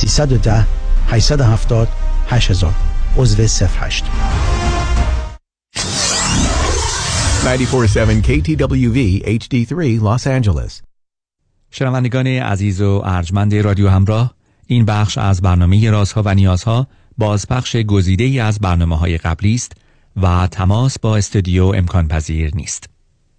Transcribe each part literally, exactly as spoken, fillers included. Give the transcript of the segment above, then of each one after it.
سیصد و ده هشتصد و هفتاد هشت هزار. عضو صفر هشت. نود و چهار ممیز هفت کی تی دبلیو وی اچ دی سه Los Angeles. شنوندگان عزیز و ارجمند رادیو همراه، این بخش از برنامه رازها و نیازها بازپخش گزیده‌ای از برنامه‌های قبلی است و تماس با استودیو امکان پذیر نیست.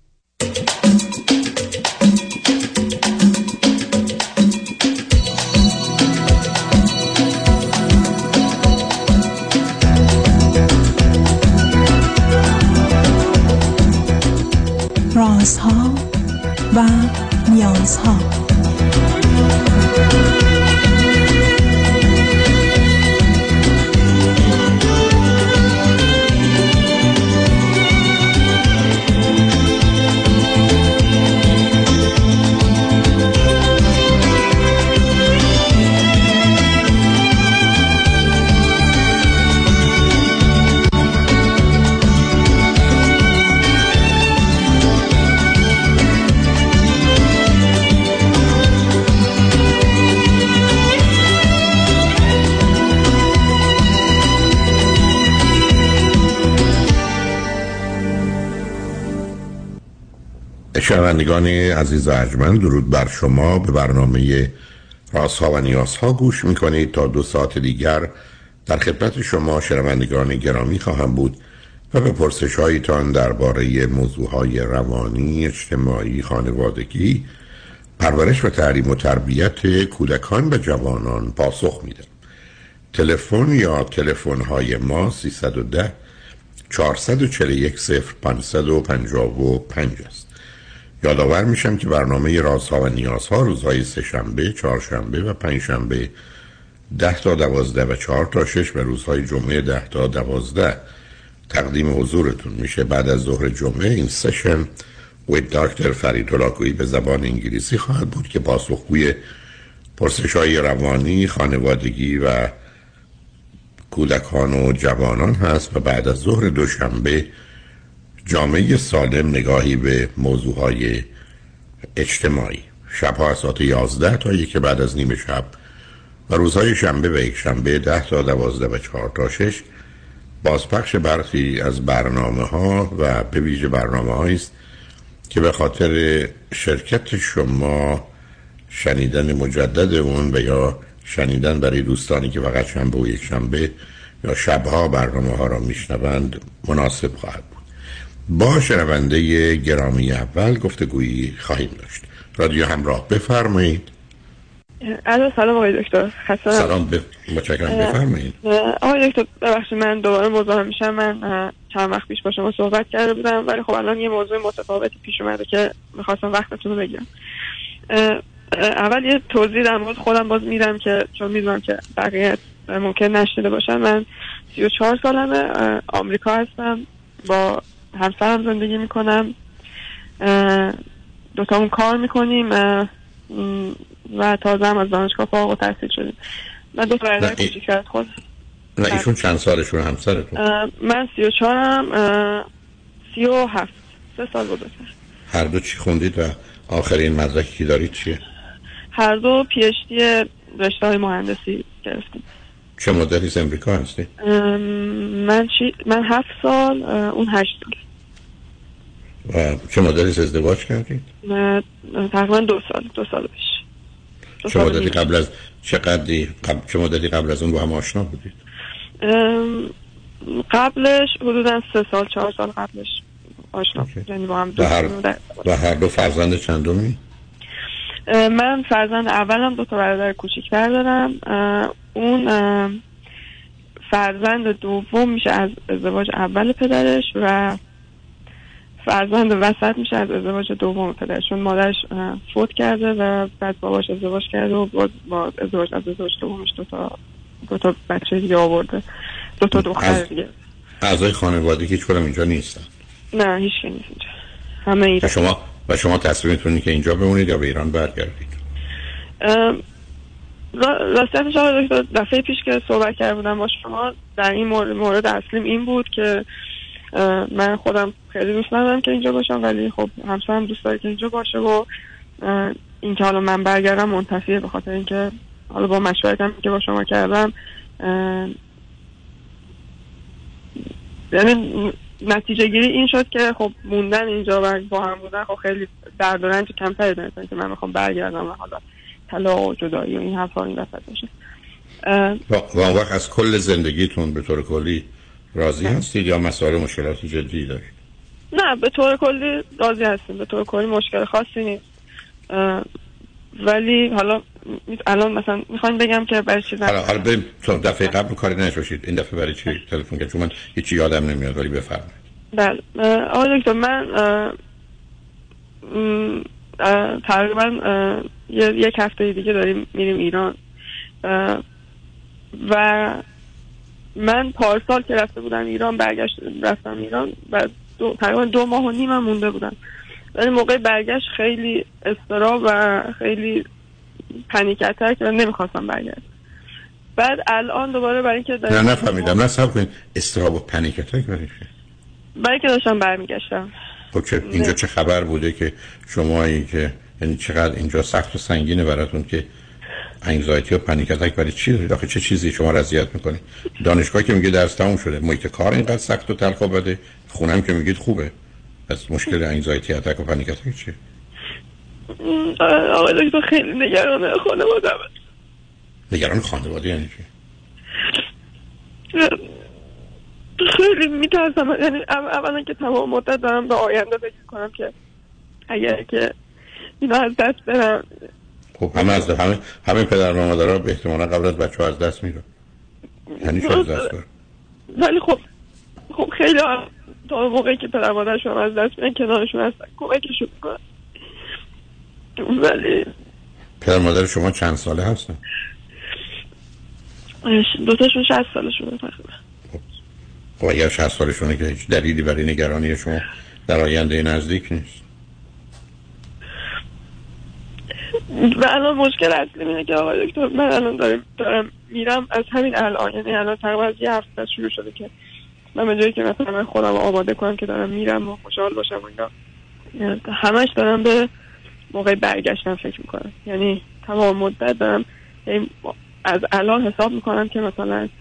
رازها و نیازها. شنوندگان عزیز و ارجمند، درود بر شما. به برنامه رازها و نیازها گوش میکنید. تا دو ساعت دیگر در خدمت شما شنوندگان گرامی خواهم بود و به پرسش هایتان درباره موضوعهای روانی، اجتماعی، خانوادگی، پرورش و تعلیم و تربیت کودکان و جوانان پاسخ میدم. تلفن یا تلفن های ما سیصد و ده چهارصد و چهل و یک صفر پانصد و پنجاه و پنج است. یادآور میشم که برنامه رازها و نیازها روزهای سه‌شنبه، چهارشنبه و پنجشنبه ده تا دوازده و چهار تا شش و روزهای جمعه ده تا دوازده تقدیم حضورتون میشه. بعد از ظهر جمعه این سشن و دکتر فرید هلاکویی به زبان انگلیسی خواهد بود که پاسخگوی پرسش‌های روانی، خانوادگی و کودکان و جوانان هست و بعد از ظهر دوشنبه جامعه سالم، نگاهی به موضوعهای اجتماعی. شبها از ساعت یازده تا یک بعد از نیم شب و روزهای شنبه و یک شنبه ده تا دوازده و چهار تا شش بازپخش برخی از برنامه ها و به ویژه برنامه هایی است که به خاطر شرکت شما شنیدن مجدد اون و یا شنیدن برای دوستانی که فقط شنبه و یک شنبه یا شبها برنامه ها را میشنوند مناسب خواهد بود. با شنونده گرامی اول گفتگویی خواهیم داشت. رادیو همراه، بفرمایید. الو، سلام آقای دکتر. خسته سلام، ب... متشکرم، بفرمایید. آقای دکتر ببخشید من دوباره مزاحم میشم. من چند وقت پیش با شما صحبت کرده بودم ولی خب الان یه موضوع متفاوتی پیش اومده که میخواستم وقتتون رو بگیرم. اول یه توضیح در مورد خودم باز میدم که چون میدونم که بقیه ممکن نشنیده باشن. من سی و چهار سالمه، آمریکا هستم، با همسرم زندگی میکنم، دوتامون کار میکنیم و تازه هم از دانشگاه فارغ التحصیل شدیم. من دو تا برادر کوچیک خود. نه ایشون چند سالشون همسرتون؟ من سی و چهارم، سی و هفت، سه سال بزرگتر. هر دو چی خوندید و آخرین مدرکی که دارید چیه؟ هر دو پی اچ دی رشته های مهندسی گرفتیم. چه مدتی از امریکا هستی؟ من چی؟ من هفت سال، اون هشت سال. و چه مدتی ازدواج کردید؟ تقریبا دو سال، دو سال پیش. دو چه مدتی قبل از چقدری قبل چه مدتی قبل از اون با هم آشنا بودید؟ قبلش حدودا سه سال چهار سال قبلش آشنا بودیم. یعنی با هم دو هر و هر دو فرزند چندمی؟ من فرزند اولم دو تا برادر کوچیک‌تر دارم. اون فرزند دوم میشه از ازدواج اول پدرش و فرزند وسط میشه از ازدواج دوم پدرش، چون مادرش فوت کرده و بعد باباش ازدواج کرده و با, با ازدواج از ازدواج دومش دو تا دو تا بچه دیگه آورده، دو تا دختر دیگه. اعضای خانواده که هیچ اینجا نیستن؟ نه هیچ کی نیست اینجا، همه ایران. و شما و شما تصمیمتون اینه که اینجا بمونید یا به ایران برگردید؟ راستش آقای دکتر دفعه پیش که صحبت کرده بودم با شما در این مورد, مورد اصلیم این بود که من خودم خیلی دوست ندارم که اینجا باشم ولی خب همسرم دوست داره که اینجا باشه و این که حالا من برگردم منتفیه، به خاطر اینکه حالا با مشورتم که با شما کردم یعنی نتیجه گیری این شد که خب موندن اینجا و با هم بودن خب خیلی درد و رنج کمتری داره که من میخوام برگردم و حالا طلاق و جدایی و این حرفا این وسط باشه. و اون وقت از کل زندگیتون به طور کلی راضی هستید یا مسائل مشکلات جدی دارید؟ نه به طور کلی راضی هستیم، به طور کلی مشکل خاصی نیست. ولی حالا الان مثلا میخواین بگم که برای چی حالا حالا بریم تو دفعه قبل کاری نشوشید این دفعه برای چی تلفن کردید؟ چون من هیچی یادم نمیاد ولی بفرمایید. بله آقای دکتر من تقریبا یک هفته دیگه داریم میریم ایران و من پارسال که رفته بودم ایران برگشت رفتم ایران و دو، تقریبا دو ماه و نیم مونده بودم ولی موقع برگشت خیلی اضطراب و خیلی پنیک اتک و نمیخواستم برگردم. بعد الان دوباره برای اینکه نه نفهمیدم نه صبر کنید اضطراب و پنیک اتک برای چی؟ برای که داشتم برمیگشتم. خب چه اینجا چه خبر بوده که شما این که یعنی چقدر اینجا سخت و سنگینه براتون که انگزایتی و پنیک اتک برای چی دارید؟ آخه چه چیزی شما را اذیت میکنه؟ دانشگاه که میگه درس تموم شده، محیط کار اینقدر سخت و تلخ و بده، خونم که میگید خوبه. پس مشکل انگزایتی اتک و پنیک اتک چیه؟ آقای دکتر خیلی نگران خانواده بود. نگران خانواده یعنی چی؟ خیلی میترسم، یعنی اولا که تمام مدت دارم به آینده فکر کنم که اگر که اینا از دست برن. خب همه از همه همه پدر و مادرها به احتمالا قبل از بچه‌ها از دست میرن. یعنی چه از دست برن؟ ولی خب خب خیلی تا موقعی که پدر مادرشون از دست میرن کنارشون هستن کمکشون میکنن. ولی پدر مادر شما چند ساله هستن؟ دوتاشون شصت سالشونه تقریبا. خب اگر شصت سالشونه که هیچ دلیلی برای نگرانی شما در آینده نزدیک نیست. و الان مشکل اصلی اینه که آقای دکتر من الان دارم, دارم میرم از همین الان، یعنی الان تقریبا از یه هفته شروع شده که من به جایی که مثلا من خودم آماده کنم که دارم میرم و خوشحال باشم و اینا همش دارم به موقع برگشتن فکر میکنم. یعنی تمام مدت دارم از الان حساب میکنم که مثلا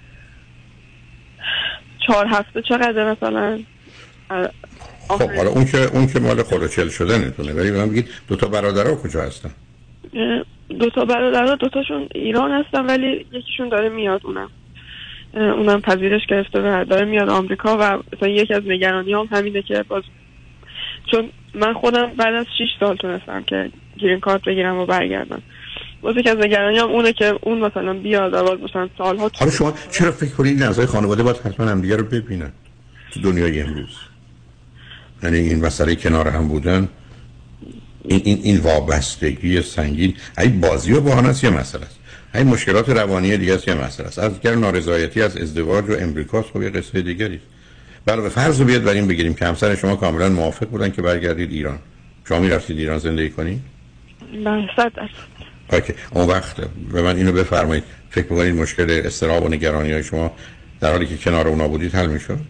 چهار هفته چقدر مثلا. خب حالا اون که اون که مال خلوچل شده نتونه، ولی من بگید دو تا برادرها کجا هستن؟ دو تا برادرها دو تاشون ایران هستن ولی یکیشون داره میاد، اونم اونم پذیرش گرفته و داره میاد آمریکا و مثلا یکی از نگرانیام همینه که باز چون من خودم بعد از شش سال تونستم که گرین کارت بگیرم و برگردم. باز یکی از نگرانیام اونه که اون مثلا بیاد و باز مثلا سالها. حالا شما چرا فکر کنید اعضای خانواده باید حتما هم دیگه رو ببینن تو دنیای امروز؟ یعنی این مسئله کنار هم بودن، این این این وابستگی سنگین، این بازی و بهانه است یه مسئله است، این مشکلات روانی دیگه است یه مسئله است، از اگر نارضایتی از ازدواج و امریکاست خب یه قصه دیگری است. علاوه فرض رو بیاد بر این بگیریم که همسر شما کاملا موافق بودن که برگردید ایران، شما میرفتید ایران زندگی کنید؟ بله صد درصد. اوکی، اون وقت به من اینو بفرمایید فکر می‌کنید مشکل اضطراب و نگرانی های شما در حالی که کنار اونا بودید حل می‌شد؟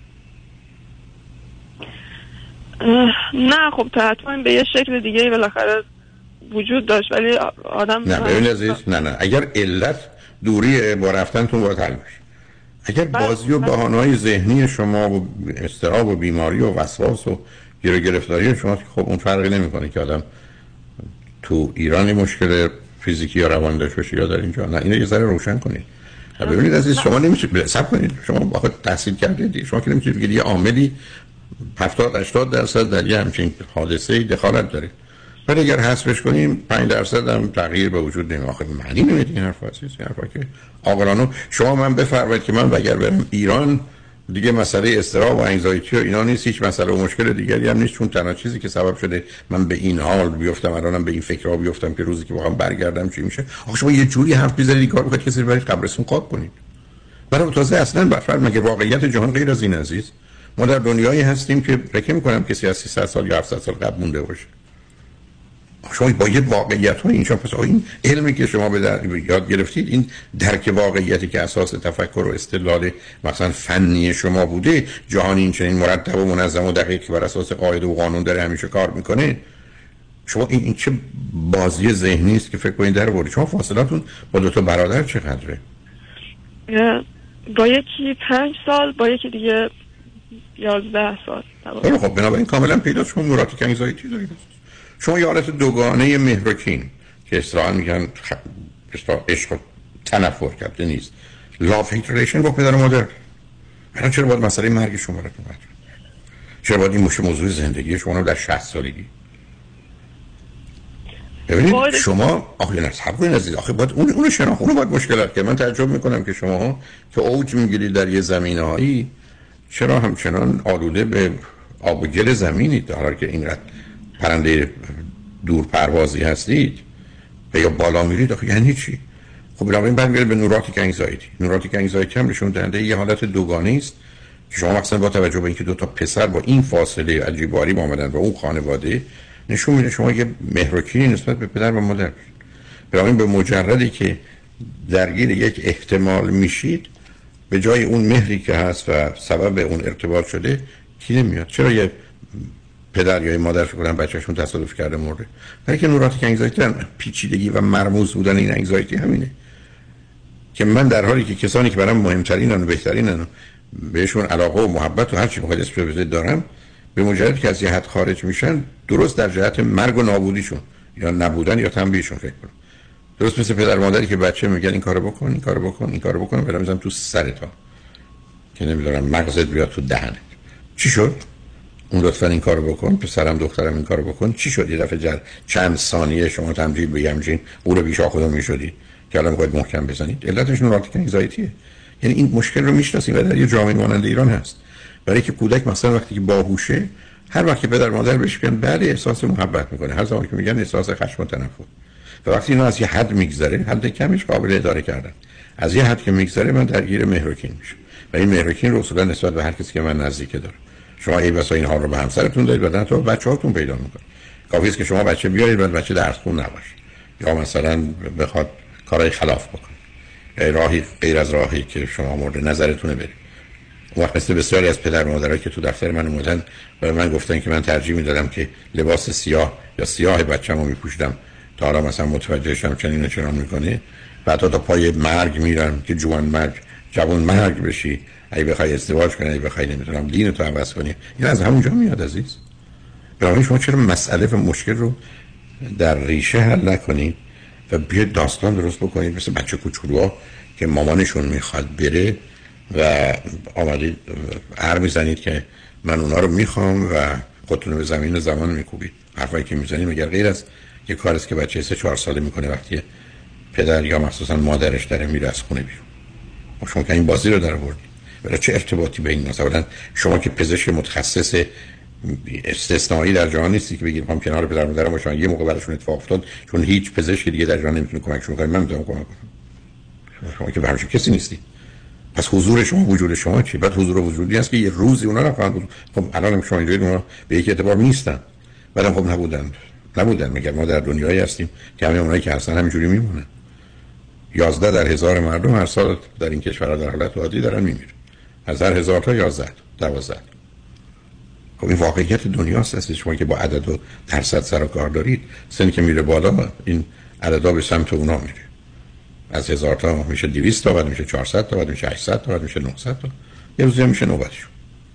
نه خب تا حتما به یه شکل دیگه بالاخره وجود داشت ولی آدم نه ببین عزیز نه نه اگر علت دوری با رفتنتون باید حل بشه. اگر بازی و بهانه‌های ذهنی شما و اضطراب و بیماری و وسواس و گیر گرفتاری شما خب اون فرقی نمی‌کنه که آدم تو ایران مشکل فیزیکی یا روانی داشته باشه یا در اینجا. نه اینو یه ذره روشن کنید. ببینید عزیز شما نمی‌تونید صبر کنید، شما واقعا تحصیل کردید، شما که نمی‌تونید بگید یه عاملی هفتاد هشتاد درصد در یه همچین حادثه‌ای دخالت داره، ولی اگر حذفش کنیم پنج درصد هم تغییر به وجود نمیاد. آخه معنی نمیده این حرفا هست، این حرفا که عاقلانه. شما من بفرمایید که من اگر برم ایران دیگه مسئله استراب و انگزایتی و اینا نیست، هیچ مسئله و مشکل دیگری هم نیست، چون تنها چیزی که سبب شده من به این حال بیفتم الانم به این فکرها بیفتم که روزی که واقعا برگردم چی میشه. آخه شما یه جوری حرف می‌زنید کار می‌کنید کسی برید قبرستون قاب کنید. برای تازه اصلا بفرمایید مگه واقعیت جهان غیر از این عزیز؟ ما در دنیایی هستیم که فکر می‌کنم کسی از سیصد سال یا هفتصد سال قبل مونده باشه. شما با یه واقعیت های اینجا پس این علمی که شما به در... یاد گرفتید، این درک واقعیتی که اساس تفکر و استدلال مثلا فنی شما بوده، جهان این چنین مرتب و منظم و دقیق که بر اساس قاعده و قانون داره همیشه کار میکنه، شما این, این چه بازی ذهنی است که فکر کنید در آوردید؟ شما فاصلتون با دو تا برادر چقدره؟ با یکی پنج سال، با یکی دیگه یازده سال. خب بنابراین کاملا پیدا شما نوراتیک انگزایتی دارید. شما یه حالت دوگانه مهرکین که اصطلاحاً میگن اصطلاح عشق تنفر کرده نیست، لاف هیت ریلیشن با پدر و مادر. الان چرا باید مسئله مرگ شما رو مطرح؟ چرا باید این مش موضوع زندگی شما رو در شصت سالگی؟ ببینید شما آخه نه صبر کنید عزیز، آخه باید اون اون شناخت اون باید مشکلات که من تعجب میکنم که شما که اوج میگیرید در یه زمینه‌ای چرا همچنان آلوده به آب و گل زمینید، در حالی که اینقدر پرنده دور پروازی هستید و یا بالا میرید. آخه یعنی چی؟ خب بنابراین برمیگرده به نوراتیک انگزایتی. نوراتیک انگزایتی هم نشون دهنده یه حالت دوگانه است که شما مثلا با توجه به اینکه دو تا پسر با این فاصله عجیباری اومدن و اون خانواده نشون میده شما یه مهرکینی نسبت به پدر و مادر. بنابراین به مجردی که درگیر یک احتمال میشید به جای اون مهری که هست و سبب اون ارتباط شده کی نمیاد؟ چرا یه پدر یا مادر فکر کنن بچه‌شون تصادف کرده مرده؟ برای که نوراتیک انگزایتی پیچیدگی و مرموز بودن این انگزایتی همینه که من در حالی که کسانی که برام مهمترینن و بهترینن بهشون علاقه و محبت و هر چی بخواید اسم بزنید دارم، به مجرد که از یه حد خارج میشن درست در جهت مرگ و نابودیشون یا نبودن یا تنبیهشون فکر کنم. درست مثل پدر مادری که بچه میگن این کارو بکن این کارو بکن این کارو بکن برام میذارم تو سرت که نمیدونم مغزت بیاد تو دهنت. چی شد؟ اون لطفا این کارو بکن، پسرم دخترم این کارو بکن. چی شد؟ یه دفعه جر چند ثانیه شما تمجید به همچین او رو بیشا خودم میشدی که الان میخواید محکم بزنید. علتش نوراتیک انگزایتیه. یعنی این مشکل رو میشناسیم و در یه جامعه مانند ایران هست. برای که کودک مثلا وقتی که باهوشه هر وقت که پدر مادر بهش میگن بله احساس محبت میکنه، هر زمانی که میگن احساس خشم و تنفر. و وقتی اینا از یه حد میگذره، حد کمیش قابل اداره کردن، از یه حد که میگذره من درگیر مهرکین میشم و این مهرکین رو اصولا نسبت به هر کسی که من نزدیک داره. شما ای بسا این حال رو به همسرتون دارید بعدن تو بچه‌هاتون پیدا میکنه. کافی است که شما بچه بیارید بعد بچه درس خون نباشه یا مثلا بخواد کارهای خلاف بکنه یا راهی غیر از راهی که شما مورد نظرتونه برید. اون وقت مثل بسیاری از پدر و مادرها که تو دفتر من اومدن و من گفتن که من ترجیح میدادم که لباس سیاه یا سیاه بچه‌مو میپوشیدم تا حالا مثلا متوجه شم چنین چرا میکنه، بعد تا پای مرگ میرم که جوان مرگ جوان مرگ بشی، اگه بخوای ازدواج کنی، اگه بخوای نمیدونم دین تو عوض کنی. این از همونجا میاد عزیز. برای شما چرا مسئله و مشکل رو در ریشه حل نکنید و بیاید داستان درست بکنید مثل بچه کوچولوها که مامانشون میخواد بره و آمدید هر میزنید که من اونا رو میخوام و خودتون به زمین و زمان میکوبید. حرفایی که میزنید مگر غیر از یه کاری است که بچه سه چهار ساله میکنه وقتی پدر یا مخصوصا مادرش داره میره از خونه بیرون. شما که این بازی رو در آوردید. ولی چه ارتباطی بین اینا؟ مثلا شما که پزشک متخصص استثنایی در جهان نیستی که بگید هم کنار پدر مادرم باشن یه موقع براشون اتفاق افتاد چون هیچ پزشک دیگه در جهان نمیتونه کمکشون کنه من میتونم کمک کنم. شما که براشون کسی نیستی. پس حضور شما وجود شما چی؟ بعد حضور و وجودی هست که یه روزی اونا رفتن بود. خب الان هم شما اینجوری اونا به یک اعتبار نیستن. بعدم خب نبودن. نبودن مگر ما در دنیایی هستیم که همه اونایی که هستن همینجوری میمونن. یازده در هزار مردم هر سال در این کشورها در حالت عادی دارن میمیرن. از هر هزار تا یازده دوازده. خب این واقعیت دنیاست. هست شما که با عدد و درصد سر و کار دارید، سنی که میره بالا این عددا به سمت اونا میره. از هزار تا میشه دویست تا، بعد میشه چهارصد تا، بعد میشه هشتصد تا، بعد میشه نهصد تا، یه روزی میشه نوبتشون.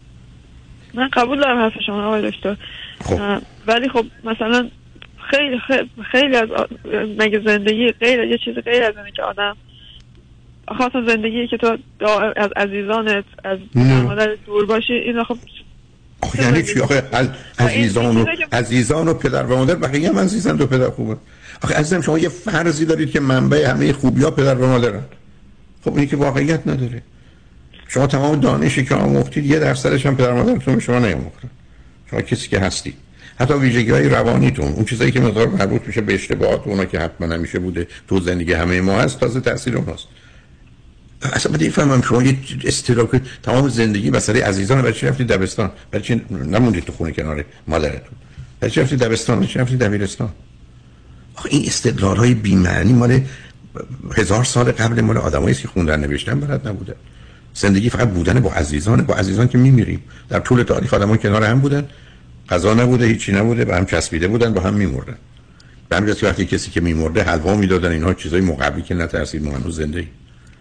من قبول دارم حرف شما آقای دکتر. خب. ولی خب مثلا خیلی خیلی, خیلی از آ... مگه زندگی غیر یه چیز غیر از اینه که آدم خاصا زندگی که تو از عزیزانت از مادرت دور باشی، این خب آخه یعنی چی؟ آخه از عزیزان و عزیزان و پدر و مادر بقیه هم عزیزن و پدر خوبه. آخه عزیزم شما یه فرضی دارید که منبع همه خوبی‌ها پدر و مادرن. خب این که واقعیت نداره. شما تمام دانشی که آموختید یه درصدش هم پدر و مادرتون به شما نیاموختن. شما کسی که هستید، حتی ویژگی‌های روانیتون، اون چیزایی که مقدار مربوط میشه به اشتباهات اونا که حتما نمیشه بوده تو زندگی همه ما هست، تازه تاثیر اوناست. اصلا من نمی‌فهمم شما یه استراک تمام زندگی مسئله عزیزان برای چی رفتید دبستان؟ برای چی نموندید تو خونه کنار مادرتون؟ برای چی رفتید دبستان؟ برای چی رفتید دبیرستان؟ آخه این استدلال‌های بی‌معنی مال هزار سال قبل مال آدمایی که خوندن نوشتن بلد نبودن. زندگی فقط بودن با عزیزان، با عزیزان که می‌میریم. در طول تاریخ آدم‌ها کنار هم بودن غذا نبوده، هیچی نبوده، به هم چسبیده بودن، با هم میمردن. به همین جهت وقتی کسی که میمرده حلوا میدادن، اینها چیزای مقوی که نترسید ما هنوز زنده ایم.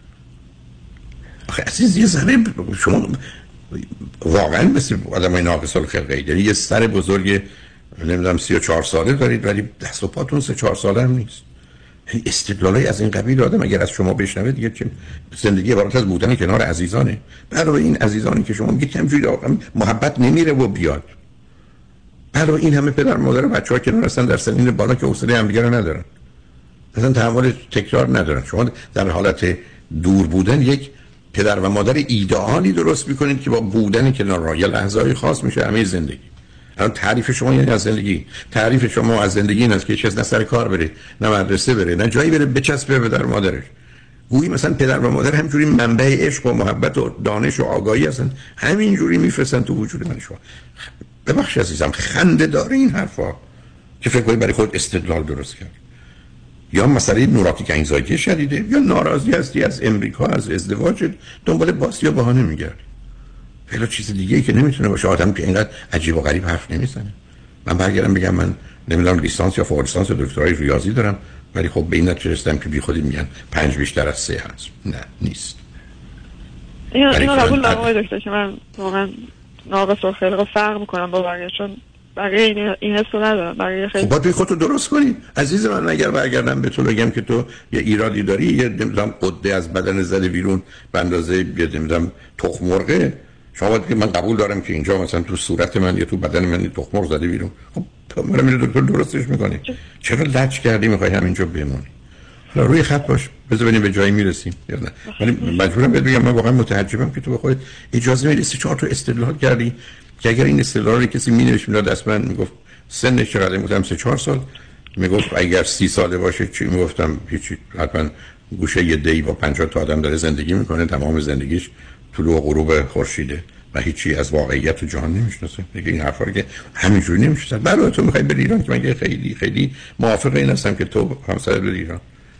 آخه عزیز یه ذره شما واقعا مثل آدمای ناقص الخلقه اید، یعنی یه سر بزرگ نمیدونم سی و چهار ساله دارید ولی دست و پاتون سه چهار ساله هم نیست. یعنی استدلالای از این قبیل آدم اگر از شما بشنوه دیگه چه زندگی عبارت از بودن کنار عزیزانه. برای این عزیزانی که شما میگید همجوری محبت نمیره و بیاد، برای این همه پدر مادر و بچه‌ها کنار هستن در سنین بالا که حوصله همدیگه رو ندارن، اصلا تحمل تکرار ندارن. شما در حالت دور بودن یک پدر و مادر ایدئالی درست میکنید که با بودن کنار یه لحظه‌ای خاص میشه همه زندگی. الان تعریف شما یعنی از زندگی، تعریف شما از زندگی این است که کسی نه سر کار بره، نه مدرسه بره، نه جایی بره بچسبه به پدر مادرش. گویی مثلا پدر و مادر همینجوری منبع عشق و محبت و دانش و آگاهی هستن، همینجوری میفرستن تو وجود من شما. ببخشید عزیزم خنده داره این حرفا که فکر کنید برای خود استدلال درست کرد. یا مسئله نوراتیک انگزایتی شدیده، یا ناراضی هستی از امریکا، از ازدواج، دنبال باسی یا بهانه میگردی. خیلی چیز دیگه ای که نمیتونه باشه. آدم که اینقدر عجیب و غریب حرف نمیزنه. من برگردم بگم من نمیدونم لیسانس یا فوق لیسانس یا دکترای ریاضی دارم ولی خب به این نتیجه رسیدم که بیخودی میگن پنج بیشتر از سه هست. نه نیست. اینو اینو قبول دارم آقای دکتر که من واقعا ناقص الخلقه فرق میکنم با بقیه، چون بقیه این این حسو ندارم. بقیه خیلی خب باید خودتو درست کنی عزیز من. اگر برگردم به تو بگم که تو یه ایرادی داری، یه نمیدونم قده از بدن زده بیرون به اندازه یه نمیدونم تخم مرغ، شما باید که من قبول دارم که اینجا مثلا تو صورت من یا تو بدن من تخم مرغ زده بیرون، خب من میره دکتر درستش میکنی. چرا لچ کردی میخوای همینجا بمونی؟ حالا روی خط باش بذار ببینیم به جایی میرسیم یا نه. ولی مجبورم بهت بگم من واقعا متعجبم که تو به خودت اجازه میدی سه چهار تا استدلال کردی که اگر این استدلال رو کسی مینوشت میداد دست من میگفت سنش چقدر، میگفتم سه چهار سال، میگفت اگر سی ساله باشه چی، میگفتم هیچی، حتما گوشه یه دی با پنجاه تا آدم داره زندگی میکنه، تمام زندگیش طلوع و غروب خورشیده و هیچی از واقعیت تو جهان نمیشناسه. دیگه این حرفا رو که همینجوری نمیشه. برای تو میخوای بری ایران که من خیلی خیلی موافق این هستم که تو همسرت بری ایران.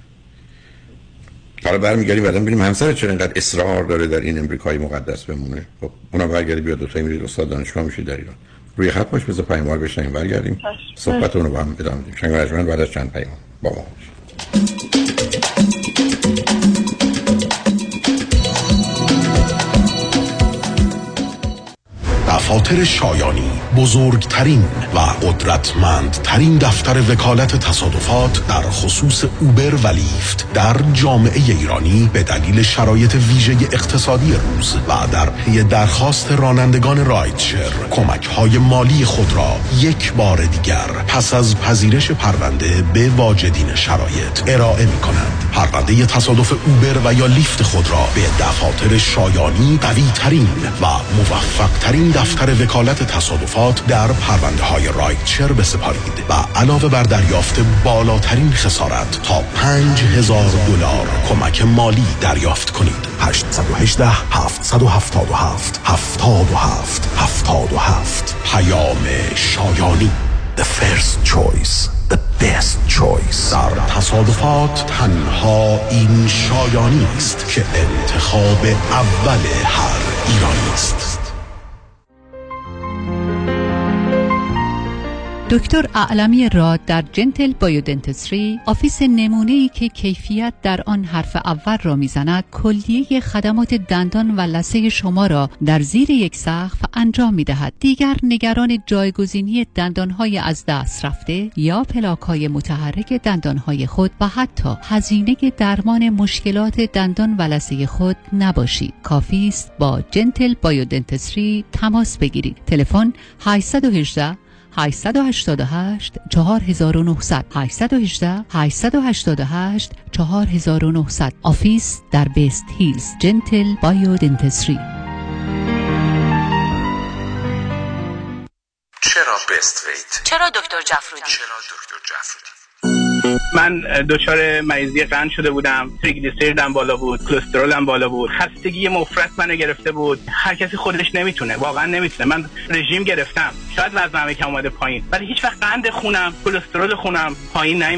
حالا برمیگردیم بعدم ببینیم همسرت چرا اینقدر اصرار داره در این امریکای مقدس بمونه. خب اونم برگردی بیاد دو تا میرید استاد دانشگاه میشید در ایران. روی خط باش بذار پیاموار بشنیم برگردیم صحبتونو با هم ادامه بدیم. شنگ رجمن بعد از چند پیام با ما دفاتر شایانی بزرگترین و قدرتمندترین دفتر وکالت تصادفات در خصوص اوبر و لیفت در جامعه ایرانی به دلیل شرایط ویژه اقتصادی روز و در پی درخواست رانندگان رایدشر کمک‌های مالی خود را یک بار دیگر پس از پذیرش پرونده به واجدین شرایط ارائه می‌کنند. پرونده تصادف اوبر و یا لیفت خود را به دفاتر شایانی قوی‌ترین و موفق‌ترین دفتر وکالت تصادفات در پرونده های رایدشر بسپارید و علاوه بر دریافت بالاترین خسارت تا پنج هزار دلار کمک مالی دریافت کنید. هشت یک هشت هفت هفت هفت هفت هفت هفت هفت پیام شایانی The first choice The best choice. در تصادفات تنها این شایانی است که انتخاب اول هر ایرانی است. دکتر اعلمی راد در جنتل بایودنتسری، آفیس نمونه‌ای که کیفیت در آن حرف اول را میزند، کلیه خدمات دندان و لثه شما را در زیر یک سقف انجام میدهد. دیگر نگران جایگزینی دندانهای از دست رفته یا پلاک‌های متحرک دندانهای خود و حتی هزینه درمان مشکلات دندان و لثه خود نباشید. کافی است با جنتل بایودنتسری تماس بگیرید. تلفن هشت یک هشت هشت هشت هشت چهار نه صفر صفر هشت یک هشت هشت هشت هشت چهار نه صفر صفر. آفیس در بیست هیلز، جنتل بایودنتسری. چرا بیست ویت؟ چرا دکتر جعفرودی؟ چرا دکتر جعفرودی؟ من دچار مریضی قند شده بودم، تریگلیسیریدم بالا بود، کلسترولم بالا بود، خستگی مفرط منو گرفته بود. هر کسی خودش نمیتونه، واقعا نمیتونه. من رژیم گرفتم، شاید وزنم کم اومده پایین، ولی هیچ وقت قند خونم، کلسترول خونم پایین نیومده.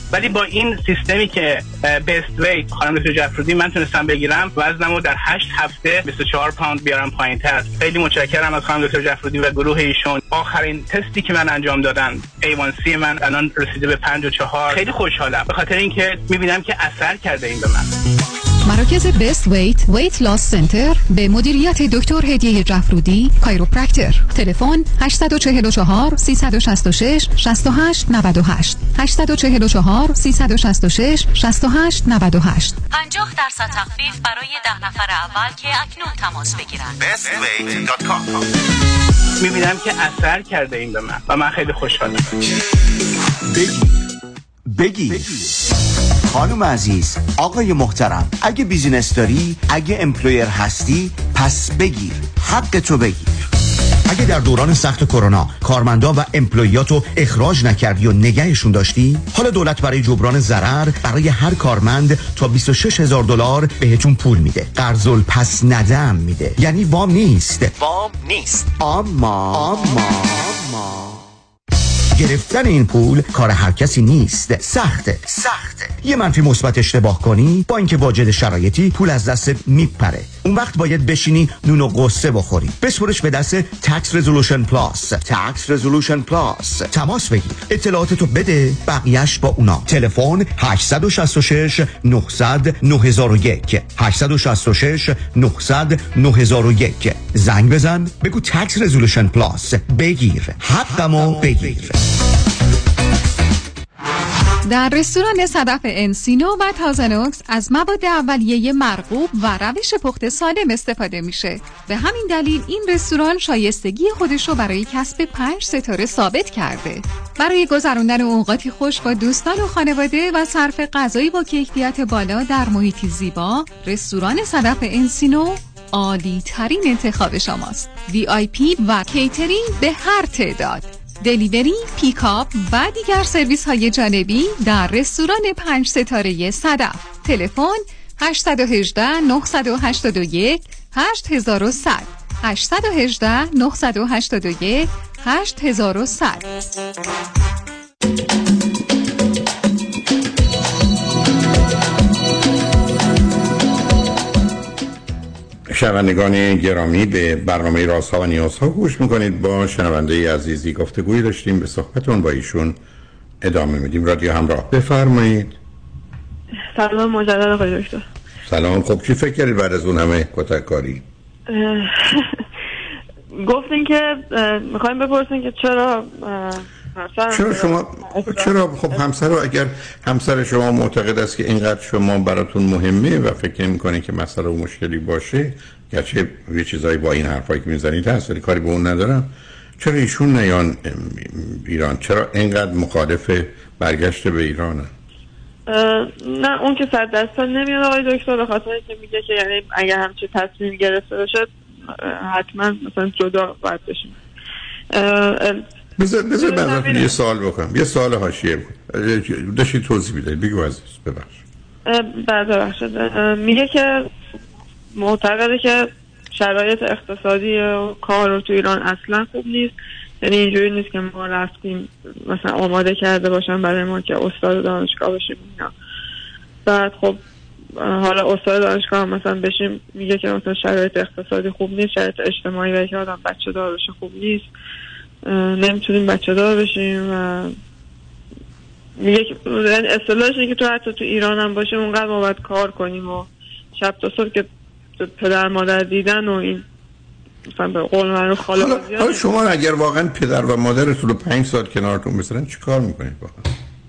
ولی با این سیستمی که بیست ویت خانم دکتر جعفرودی من تونستم بگیرم وزنمو در هشت هفته بیست و چهار پوند بیارم پایین‌تر. خیلی متشکرم از خانم دکتر جعفرودی و گروه ایشون. آخرین تستی که من انجام دادن ای وان سی من الان رسیده به پنج و چهار. خیلی خوشحالم به خاطر اینکه می‌بینم که اثر کرده این به من. مراکز بیست ویت ویت لاس سنتر به مدیریت دکتر هدیه جعفرودی کایروپرکتر. تلفن هشت چهار چهار سه شش شش شش هشت نه هشت هشت چهار چهار سه شش شش شش هشت نه هشت. پنجاه درصد تخفیف برای ده نفر اول که اکنون تماس بگیرند. بیست ویت دات کام. می‌بینم که اثر کرده این به من و من خیلی خوشحالم. بگی بگی خانم عزیز، آقای محترم، اگه بیزینس داری، اگه امپلویر هستی، پس بگیر، حق تو بگیر. اگه در دوران سخت کرونا کارمندا و امپلویاتو اخراج نکردی و نگهشون داشتی، حالا دولت برای جبران ضرر برای هر کارمند تا بیست و شش هزار دلار بهتون پول میده. قرض الپس ندم میده، یعنی وام نیست. وام نیست. اما اما اما گرفتن این پول کار هر کسی نیست. سخته سخته یه منفی مثبت اشتباه کنی، با اینکه واجد شرایطی، پول از دست میپره. اون وقت باید بشینی نون و قصه بخوری. بسپرش به دست Tax Resolution Plus. Tax Resolution Plus. تماس بگیر، اطلاعاتتو بده، بقیهش با اونا. تلفن هشت شش شش نه صفر صفر نه صفر یک هشت شش شش نه صفر صفر نه صفر یک. زنگ بزن بگو Tax Resolution Plus. بگیر، حقمو بگیر. در رستوران صدف انسینو و تازنوکس از مواد اولیه مرغوب و روش پخت سالم استفاده میشه. به همین دلیل این رستوران شایستگی خودش رو برای کسب پنج ستاره ثابت کرده. برای گذراندن اوقاتی خوش با دوستان و خانواده و صرف غذایی با کیفیت بالا در محیطی زیبا، رستوران صدف انسینو عالی ترین انتخاب شماست. وی آی پی و کیترینگ به هر تعداد، دلیوری، پیکاپ و دیگر سرویس های جانبی در رستوران پنج ستاره صدف. تلفن هشت یک هشت نه هشت یک هشت صفر صفر هشت یک هشت نه هشت یک هشت صفر صفر. شنوندگان گرامی، به برنامه رازها و نیازها گوش میکنید. با شنونده عزیزی گفتگویی داشتیم، به صحبتون با ایشون ادامه میدیم. رادیو همراه، بفرمایید. سلام مجدد آقای دکتر. سلام. خب چی فکر کردید بعد از اون همه کتک کاری؟ گفتین که میخوایم بپرسین که چرا چرا شما چرا خب همسر رو، اگر همسر شما معتقد است که اینقدر شما براتون مهمه و فکر نمی‌کنید که مسئله و مشکلی باشه، گرچه یه چیزایی با این حرفایی که میزنید هست ولی کاری به اون ندارم، چرا ایشون نیان ایران؟ چرا اینقدر مخالف برگشت به ایرانن؟ نه اون که صد درصد نمیاد آقای دکتر، به خاطر اینکه میگه که یعنی اگر همچین تصمیم گرفته بشه حتما مثلا جدا باید بشیم. بذار بذار بعد یه سوال بکنم، یه سوال حاشیه داشتی توضیح بدید. بگو عزیز. ببخش. بعد ببخشید. میگه که معتقده که شرایط اقتصادی و کار رو تو ایران اصلا خوب نیست، یعنی اینجوری نیست که ما رفتیم مثلا آماده کرده باشن برای ما که استاد دانشگاه بشیم اینا. بعد خب حالا استاد دانشگاه مثلا بشیم، میگه که مثلا شرایط اقتصادی خوب نیست، شرایط اجتماعی و که آدم بچه دار بشه خوب نیست، نمیتونیم بچه دار بشیم. و میگه که اصطلاحش اینه که تو حتی تو ایران هم باشیم اونقدر ما باید کار کنیم و شب تا صبح که پدر مادر دیدن و این مثلا به قول من رو خاله بازی. حالا شما اگر واقعا پدر و مادرتون رو پنج ساعت کنارتون بذارن چی کار میکنید واقعا؟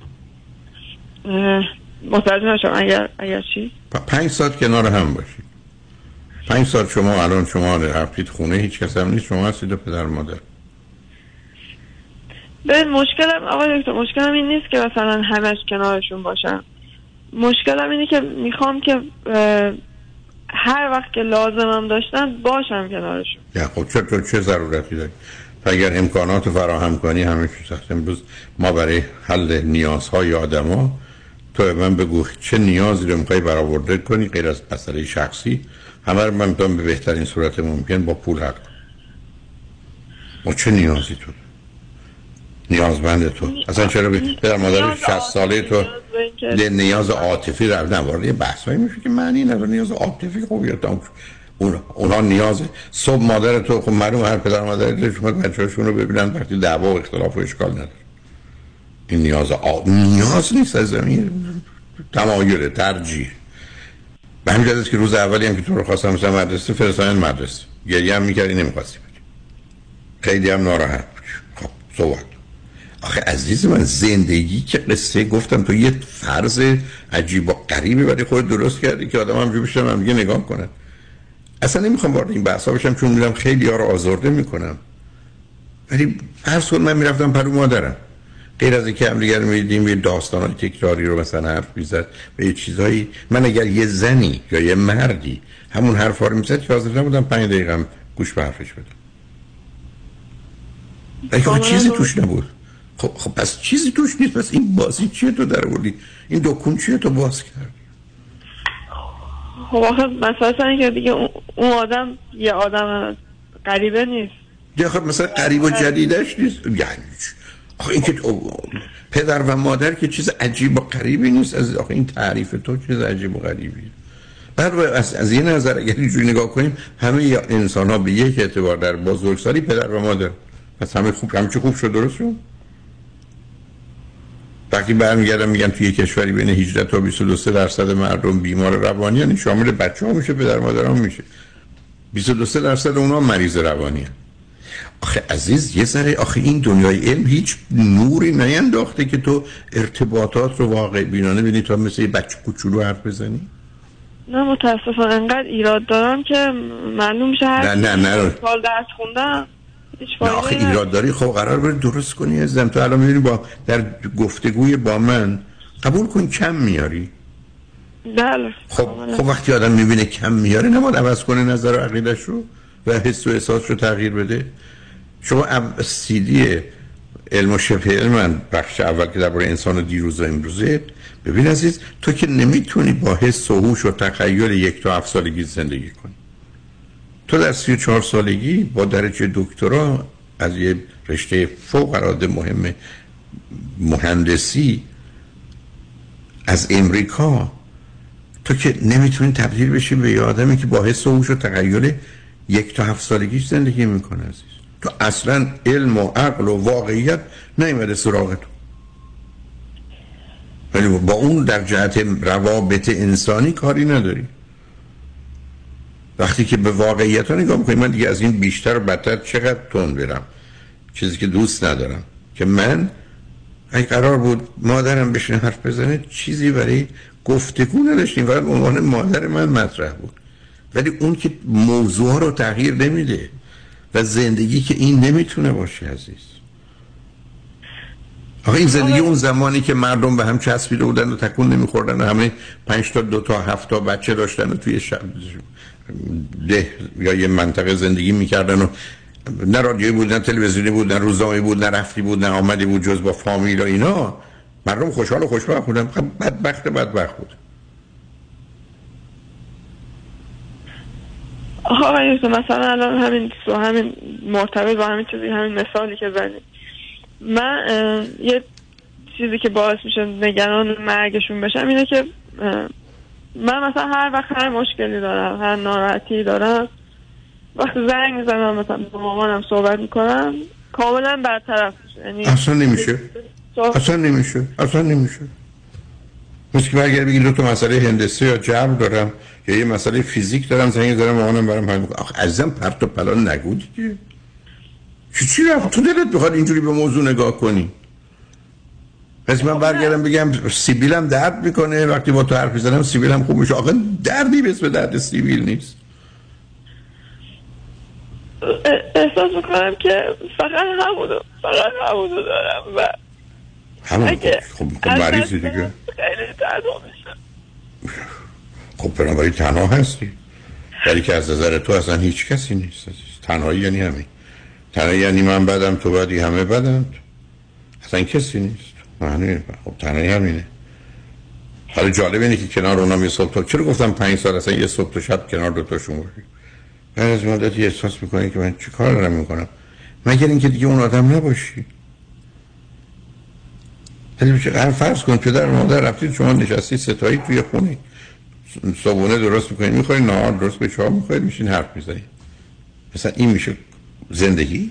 متوجه نشم. اگر اگر چی؟ پنج ساعت کنار هم باشید. پنج ساعت شما الان شما رفتید خونه، هیچ کس هم نیست، شما هستید و پدر مادر. به مشکلم آقای دکتر، مشکلم این نیست که مثلا همش کنارشون باشم. مشکلم اینه که میخوام که هر وقت که لازمم داشتن باشم کنارشون. یا خب چه تو چه ضرورتی داری؟ اگر امکانات رو فراهم کنی همه چیز هست. امروز ما برای حل نیازهای آدما، تو من بگو چه نیازی رو میخوای برآورده کنی غیر از مسئله شخصی، همه رو من میتونم به بهترین صورت ممکن با پول حل کنم. ما چه نیازی تو؟ نیازمند تو اصلا چرا به در مادر شصت ساله تو اینکه نیاز عاطفی رو نه وارد بحثایی میشه که معنی نداره. نیاز عاطفی خوبیه تا اون اونا نیاز صبح مادر تو خب معلومه هر پدر مادر دلش میاد بچه‌هاشون رو ببینن وقتی دعوا و اختلاف و اشکال نداره. این نیاز آ... نیاز نیست از زمین تمایل ترجیح. به همین جهت که روز اولی هم که تو رو خواستم مثلا مدرسه فرستادن مدرسه گریه هم می‌کردی نمی‌خواستی بری. خیلی هم ناراحت بودی. خب صحبت آخه عزیز من زندگی که قصه گفتم تو یه فرض عجیب و غریبی برای خود درست کردی که آدم همجوری بشن هم دیگه نگاه کنن. اصلا نمیخوام وارد این بحثا بشم چون میرم خیلی ها رو آزرده میکنم. ولی هر سال من میرفتم پرو مادرم غیر از اینکه هم دیگر میدیدیم یه داستانای تکراری رو مثلا حرف میزد به یه چیزایی من اگر یه زنی یا یه مردی همون حرفا رو میزد که حاضر نبودم پنج دقیقه هم گوش به حرفش بدم. اگه چیزی توش نبود. خب خب پس چیزی توش نیست. پس این بازی چیه تو در آوردی؟ این دکون چیه تو باز کردی؟ خب آخه مثلا اینکه دیگه اون آدم یه آدم غریبه نیست. یا خب مثلا غریب و جدیدش نیست. یعنی آخه این که پدر و مادر که چیز عجیب و غریبی نیست. از آخه این تعریف تو چیز عجیب و غریبیه. بعد از از این نظر اگر اینجوری نگاه کنیم همه انسان ها به یک اعتبار در بزرگسالی پدر و مادر پس همه خوب همه چی خوب شد درست شد. وقتی برمیگردم میگم توی کشوری بین هجده تا بیست و دو درصد مردم بیمار روانی هستند شامل بچه‌ها میشه پدر مادرام میشه بیست و دو درصد اونها مریض روانی هستند. آخه عزیز یه ذره آخه این دنیای علم هیچ نوری نینداخته که تو ارتباطات رو واقع بینانه ببینی تا مثل یه بچه کوچولو حرف بزنی. نه متاسفانه انقدر ایراد دارم که معلوم میشه هر نه نه نه سال درس خوندم نه آخه ایراد داری خب قرار بره درست کنی ازم. تو الان میبینی با در گفتگوی با من قبول کن کم میاری. بله خب خب وقتی آدم میبینه کم میاره نماد عوض کنه نظر و عقیدش رو و حس و احساس رو تغییر بده. شما سی دی علم و شبه علم من بخش اول که درباره انسان دیروز و امروزه ببین عزیز تو که نمیتونی با حس و هوش و تخیل یک تا هفت سالگی زندگی کنی. تو در سی و چهار سالگی با درجه دکترا از یه رشته فوق العاده مهم مهندسی از امریکا تو که نمیتونی تبدیل بشی به یه آدمی که با حس و هوش و تخیل یک تا هفت سالگیش زندگی میکنه عزیز. تو اصلا علم و عقل و واقعیت نیومده سراغ تو. ولی با اون در جهت روابط انسانی کاری نداری. وقتی که به واقعیت ها نگاه میکنی من دیگه از این بیشتر و بدتر چقدر تون برم چیزی که دوست ندارم که من اگه قرار بود مادرم بشینه حرف بزنه چیزی برای گفتگو نداشتیم فقط عنوان مادر من مطرح بود. ولی اون که موضوع رو تغییر نمیده و زندگی که این نمیتونه باشه عزیز. آخه این زندگی اون زمانی که مردم به هم چسبیده بودن و تکون نمیخوردن و همه پنج تا دو تا هفت تا بچه داشتن و توی شب ده یا یه منطقه زندگی میکردن و نه رادیویی بود نه تلویزیونی بود نه روزنامه‌ای بود نه رفتی بود نه آمدی بود جز با فامیل و اینا. مردم خوشحال و خوشبخت بودن. بدبخت بدبخت بود. آقای مثلا الان همین سو همین مرتبط با همین چیزی همین مثالی که زدی من یه چیزی که باعث میشه نگران مرگشون بشم اینه که من مثلا هر وقت هر مشکلی دارم هر ناراحتی دارم وقتی زنگ میزنم مثلا با مامانم صحبت میکنم کاملا برطرف میشه. یعنی اصلا نمیشه اصلا نمیشه اصلا نمیشه مثل که برگر بگی دو تا مسئله هندسه یا جبر دارم یا یه مسئله فیزیک دارم زنگ دارم مامانم برام حل میکنه. آخه عزیزم پرت و پلا نگو دیگه. چی چی رفت تو دلت بخواد اینجوری به موضوع نگاه کنی؟ پس من برگردم بگم سیبیلم درد میکنه وقتی با تو حرف میزنم سیبیلم خوب میشه. آخه دردی به اسم درد سیبیل نیست. احساس میکنم که فقط همونو فقط همونو دارم و همون خب مریضی دیگه خیلی تنها میشم. خب بنابراین تنها هستی ولی که از نظر تو اصلا هیچ کسی نیست. تنهایی یعنی همین. تنهایی یعنی من بدم تو بدی همه بدند اصلا کسی نیست. معنی خب تنهایی همینه. حالا جالب اینه که کنار اونا می صبح تا چرا گفتم پنج سال اصلا یه صبح تا شب کنار دوتاشون باشی. من از مدتی احساس میکنی که من چی کار دارم میکنم مگر اینکه دیگه اون آدم نباشی. ولی چه فرض کن پدر مادر رفتید شما نشستی ستایی توی خونه، صبحونه درست میکنید، میخورید، نهار درست به چهار میخورید، میشین حرف میزنید. مثلا این میشه زندگی؟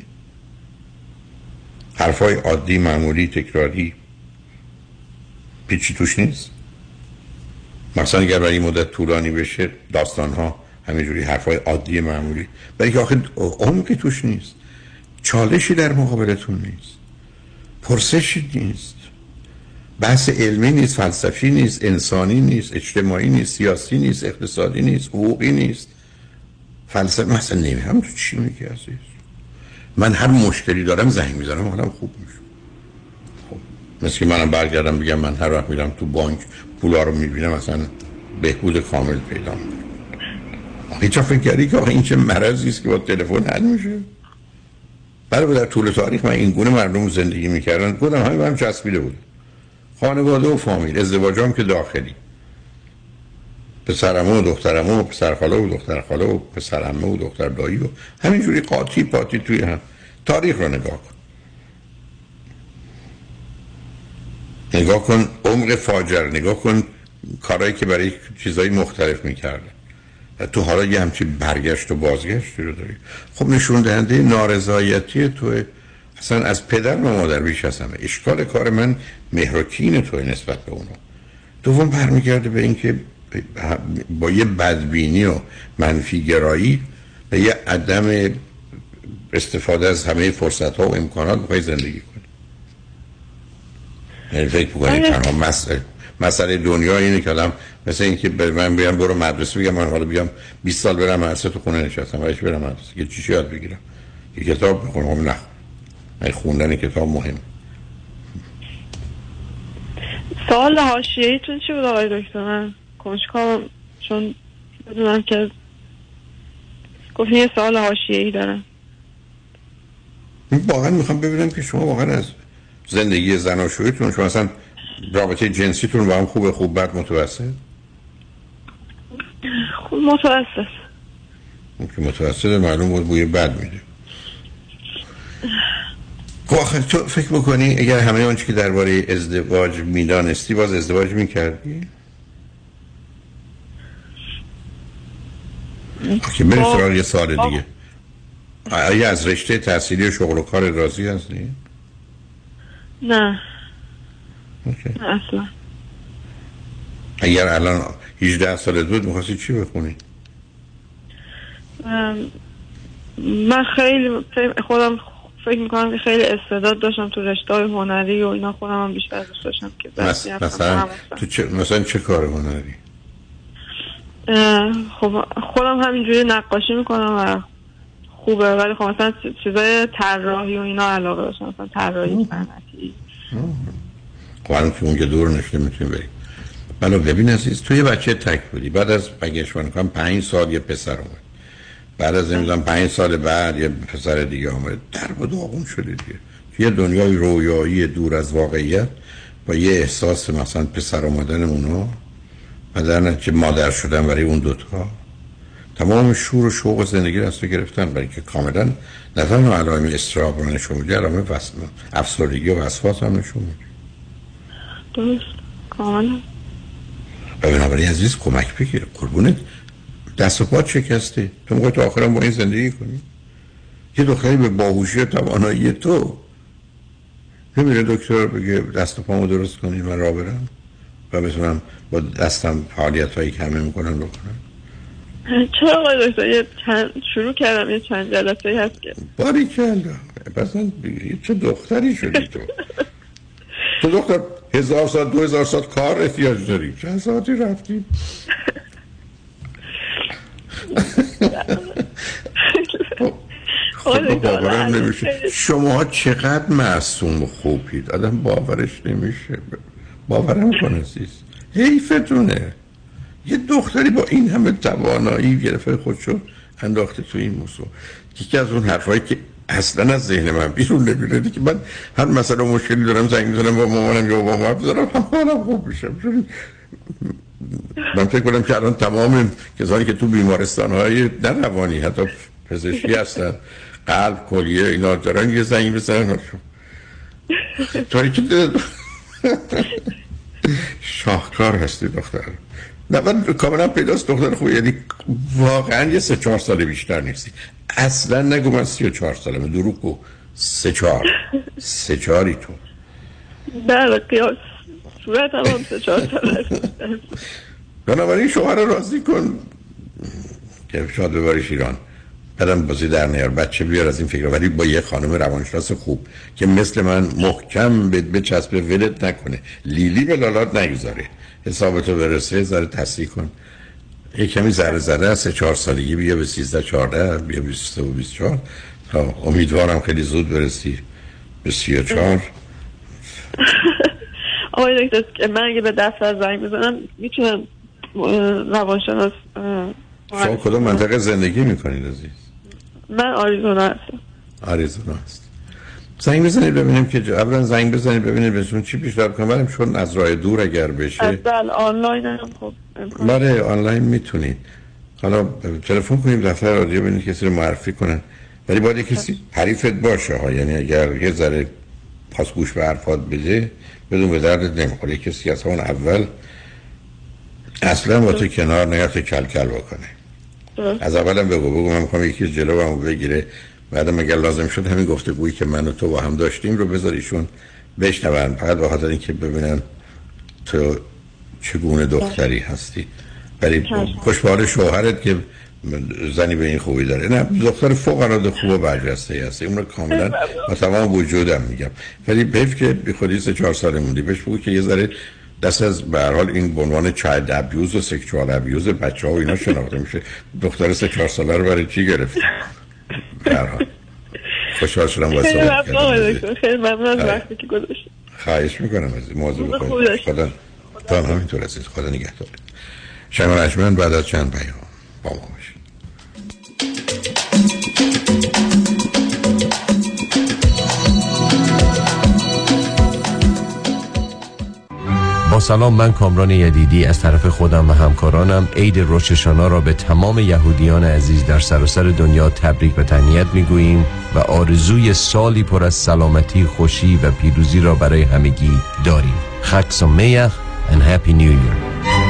حرفای عادی معمولی تکراری پیچی توش نیست؟ مثلا اگر برای مدت طولانی بشه داستان ها همینجوری حرفای عادی معمولی، برای که آخه عمقی توش نیست، چالشی در مقابلتون نیست، پرسشی نیست، بحث علمی نیست، فلسفی نیست، انسانی نیست، اجتماعی نیست، سیاسی نیست، اقتصادی نیست، حقوقی نیست، فلسفه مثلا نمیدونم تو چی میگی عزیز. من هر مشکلی دارم زنگ میزنم حالم خوب میشه. خب مثل که منم برگردم بگم من هر وقت میرم تو بانک پولا رو میبینم مثلا بهبود کامل پیدا میکنم. هیچ فکر کردی که آخه این چه مرضی است که با تلفن حل میشه؟ برای در طول تاریخ من این گونه مردم زندگی میکردن، گفتم همین من چسبیده بود. خانواده و فامیل، ازدواجام که داخلی، پسرعمه و دخترعمه و پسرخاله و دخترخاله و پسرعمه و دختر دایی و همینجوری قاطی پاتی توی هم. تاریخ رو نگاه کن، نگاه کن عمق فاجعه، نگاه کن کارهایی که برای چیزهای مختلف میکردن. تو حالا یه همچین برگشت و بازگشتی رو داری. خب نشون دهنده نارضایتی توی اصلا از پدر و مادر بیش از همه. اشکال کار من مهرکین توی نسبت به اونا. دوم برمیگرده به اینکه با یه بدبینی و منفی گرایی به یه عدم استفاده از همه فرصت ها و امکانات بخوای زندگی کنی. یعنی فکر بکنی تنها مسئله مسئله دنیا اینه که آدم مثل اینکه به من بیان برو مدرسه، بگم من حالا بیام بیست سال برم مدرسه، تو خونه نشستم وایش برم مدرسه، یه چیزی یاد بگیرم، یه کتاب بخونم، نه من خوندن کتاب مهم. سوال حاشیه‌ای تون چی بود آقای دکتر؟ من کنجکاوم چون بدونم که گفتین یه سوال حاشیه‌ای دارم. واقعا میخوام ببینم که شما واقعا از زندگی زناشوییتون، شما اصلا رابطه جنسیتون با هم خوبه، خوب بد متوسط؟ خوب متوسط. که متوسط معلوم بود بوی بد میده. خب آخه تو فکر میکنی اگر همه آنچه که درباره ازدواج میدانستی باز ازدواج میکردی؟ آخه بریم سراغ یه سال دیگه. آیا از رشته تحصیلی و شغل و کار راضی هستی؟ نه. اوکی. اصلا. اگر الان هجده سالت بود میخواستی چی بخونی؟ من خیلی خودم فکر میکنم که خیلی استعداد داشتم تو رشته‌های هنری و اینا، خودم هم بیشتر دوست داشتم که مس... مثلا تو چه مثلا چه کار هنری؟ خب خودم همینجوری نقاشی میکنم و خوبه، ولی خب مثلا چیزای طراحی و اینا علاقه داشتم، مثلا طراحی صنعتی. خب الان که اون که دور نشده میتونیم بریم. بله ببین عزیز، تو یه بچه تک بودی، بعد از بگشت میکنم پنج سال یه پسر اومد، بعد از نمیدونم پنج سال بعد یه پسر دیگه اومد، در و داغون شده دیگه. یه دنیای رویایی دور از واقعیت با یه احساس مثلا پسر اومدن اونا و در نتیجه مادر شدن برای اون دوتا، تمام شور و شوق زندگی رو از تو گرفتن، برای که کاملا نه تنها علائم اضطراب رو نشون میده، علائم افسردگی و وسواس هم نشون میده. درست کاملا. بنابراین عزیز کمک بگیر، قربونت، دست و پات شکسته، تو میخوای تا آخرم با این زندگی کنی؟ یه دختری به باهوشی و توانایی تو نمیره دکتر بگه دست و پامو درست کنی من راه برم و بتونم با دستم فعالیت هایی که همه میکنن بکنم؟ چرا آقای دکتر یه چند شروع کردم، یه چند جلسه هست که باری کلا بسن چه دختری شدی تو؟ تو دختر هزار ساعت دو هزار ساعت کار احتیاج داری، چند ساعتی رفتی؟ خب باورم نمیشه شما چقدر معصوم و خوبید، آدم باورش نمیشه. باورم کن عزیز، حیفتونه یه دختری با این همه توانایی گرفته خودشو انداخته تو این موضوع. یکی از اون حرفایی که اصلا از ذهن من بیرون نمیره که من هر مسئله مشکلی دارم زنگ میزنم با مامانم یا با مامانم دارم همانم خوب میشم. من فکر کنم که الان تمام کسانی که تو بیمارستان‌های نه روانی حتی پزشکی هستن، قلب، کلیه اینا دارن یه زنگ بزنن. طوری که شاهکار هستی دختر. نه من کاملا پیداست دختر خوبی، یعنی واقعا یه سه چهار سال بیشتر نیستی. اصلا نگو من سی و چهار سالمه، دروغ گو. سه چهار سه چهاری تو بله قیاس صورت هم هم سه چهار سال هست. بنابراین شوهر رو راضی کن که شاد بباریش ایران، بعدم بازی در نیار، بچه بیار از این فکر، ولی با یه خانم روانشناس خوب که مثل من محکم به چسب ولت نکنه، لیلی به لالات نگذاره، حسابتو برسه، ذره تصحیح کن، یه کمی ذره ذره از سه چهار سالگی بیا به سیزده چهارده، بیا بیست و سه و بیست و چهار، تا امیدوارم خیلی زود برسی به سی و چهار. آقای دکتر که من اگه به دفتر زنگ بزنم میتونم روانشناس؟ شما کدوم منطقه زندگی میکنید عزیز؟ من آریزونا هستم. آریزونا هست. زنگ بزنید ببینیم که اولا زنگ بزنید ببینید بهتون چی پیشنهاد کنم، ولی چون از راه دور اگر بشه اصلا آنلاین هم خب بله آنلاین میتونید. حالا تلفن کنیم دفتر رادیو ببینید کسی رو معرفی کنن، ولی باید کسی حریفت باشه ها، یعنی اگر یه ذره پاس گوش به حرفات بده بدون به دردت نمیخوره، کسی از همون اول اصلا با تو کنار نیفته کل کل بکنه. از اولم بگو بگو من میخوام یکی جلو همو بگیره، بعدم اگر لازم شد همین گفتگویی که من و تو با هم داشتیم رو بذاریشون بشنون، فقط به خاطر اینکه ببینن تو چگونه دختری هستی. ولی خوشبال شوهرت که زنی به این خوبی داره، نه دختر فوق العاده خوب و برجسته هستی، اون رو کاملا با تمام وجودم میگم، ولی حیف که بی خودی سه چهار سال موندی. بهش بگو که یه ذره دست از به هر حال این به عنوان چایلد ابیوز و سکشوال ابیوز بچه‌ها و اینا شناخته میشه. دختر سه چهار ساله رو برای چی گرفتی؟ به هر حال خوشحال شدم با صحبت کردم. خیلی ممنون از وقتی که گذاشتید. خواهش میکنم از این موضوع بخونید. خدا تا همینطور عزیز، خدا نگهدار. شما رجمن بعد از چند پیام با ما باشید. با سلام، من کامران یدیدی از طرف خودم و همکارانم عید روش هاشانا را به تمام یهودیان عزیز در سراسر دنیا تبریک و تهنیت میگوییم و آرزوی سالی پر از سلامتی، خوشی و پیروزی را برای همگی داریم. خگ سمیخ and happy new year.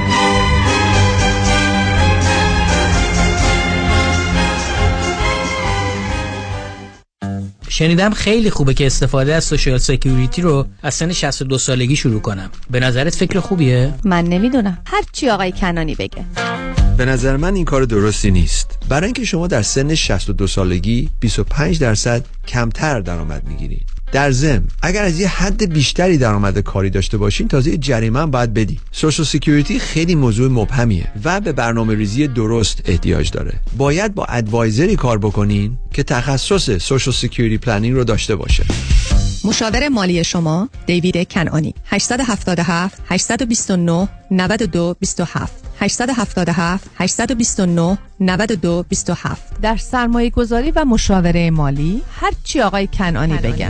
شنیدم خیلی خوبه که استفاده از سوشال سکیوریتی رو از سن شصت و دو سالگی شروع کنم. به نظرت فکر خوبیه؟ من نمیدونم، هر چی آقای کنانی بگه. به نظر من این کار درستی نیست، برای اینکه شما در سن شصت و دو سالگی بیست و پنج درصد کمتر درآمد میگیرید. در ضمن اگر از یه حد بیشتری درآمد کاری داشته باشین تازه جریمه هم باید بدی. سوشال سکیوریتی خیلی موضوع مبهمیه و به برنامه‌ریزی درست احتیاج داره. باید با ادوایزری کار بکنین که تخصص سوشال سکیوریتی پلنینگ رو داشته باشه. مشاور مالی شما دیوید کنعانی. هشت هفت هفت هشت دو نه نه دو دو هفت هشت هفت هفت هشت دو نه نه دو دو هفت. در سرمایه گذاری و مشاوره مالی هر چی آقای کنعانی بگن.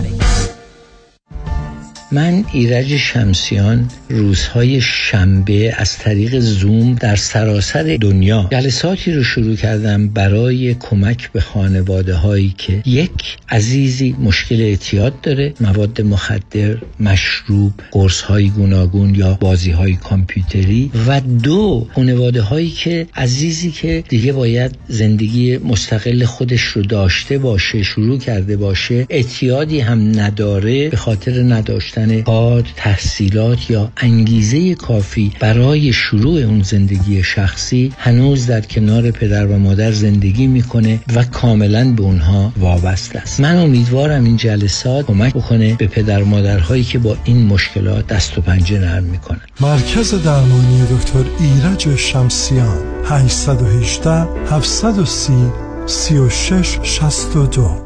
من ایرج شمسیان روزهای شنبه از طریق زوم در سراسر دنیا جلساتی رو شروع کردم برای کمک به خانواده هایی که یک عزیزی مشکل اعتیاد داره، مواد مخدر، مشروب، قرص های گوناگون یا بازی های کامپیوتری، و دو خانواده هایی که عزیزی که دیگه باید زندگی مستقل خودش رو داشته باشه، شروع کرده باشه، اعتیادی هم نداره به خاطر نداشتن کار، تحصیلات یا انگیزه کافی برای شروع اون زندگی شخصی، هنوز در کنار پدر و مادر زندگی میکنه و کاملا به اونها وابسته است. من امیدوارم این جلسات کمک بکنه به پدر مادرهایی که با این مشکلات دست و پنجه نرم میکنن. مرکز درمانی دکتر ایرج شمسیان هشت یک هشت هفت سه صفر سه و شش شصت و دو.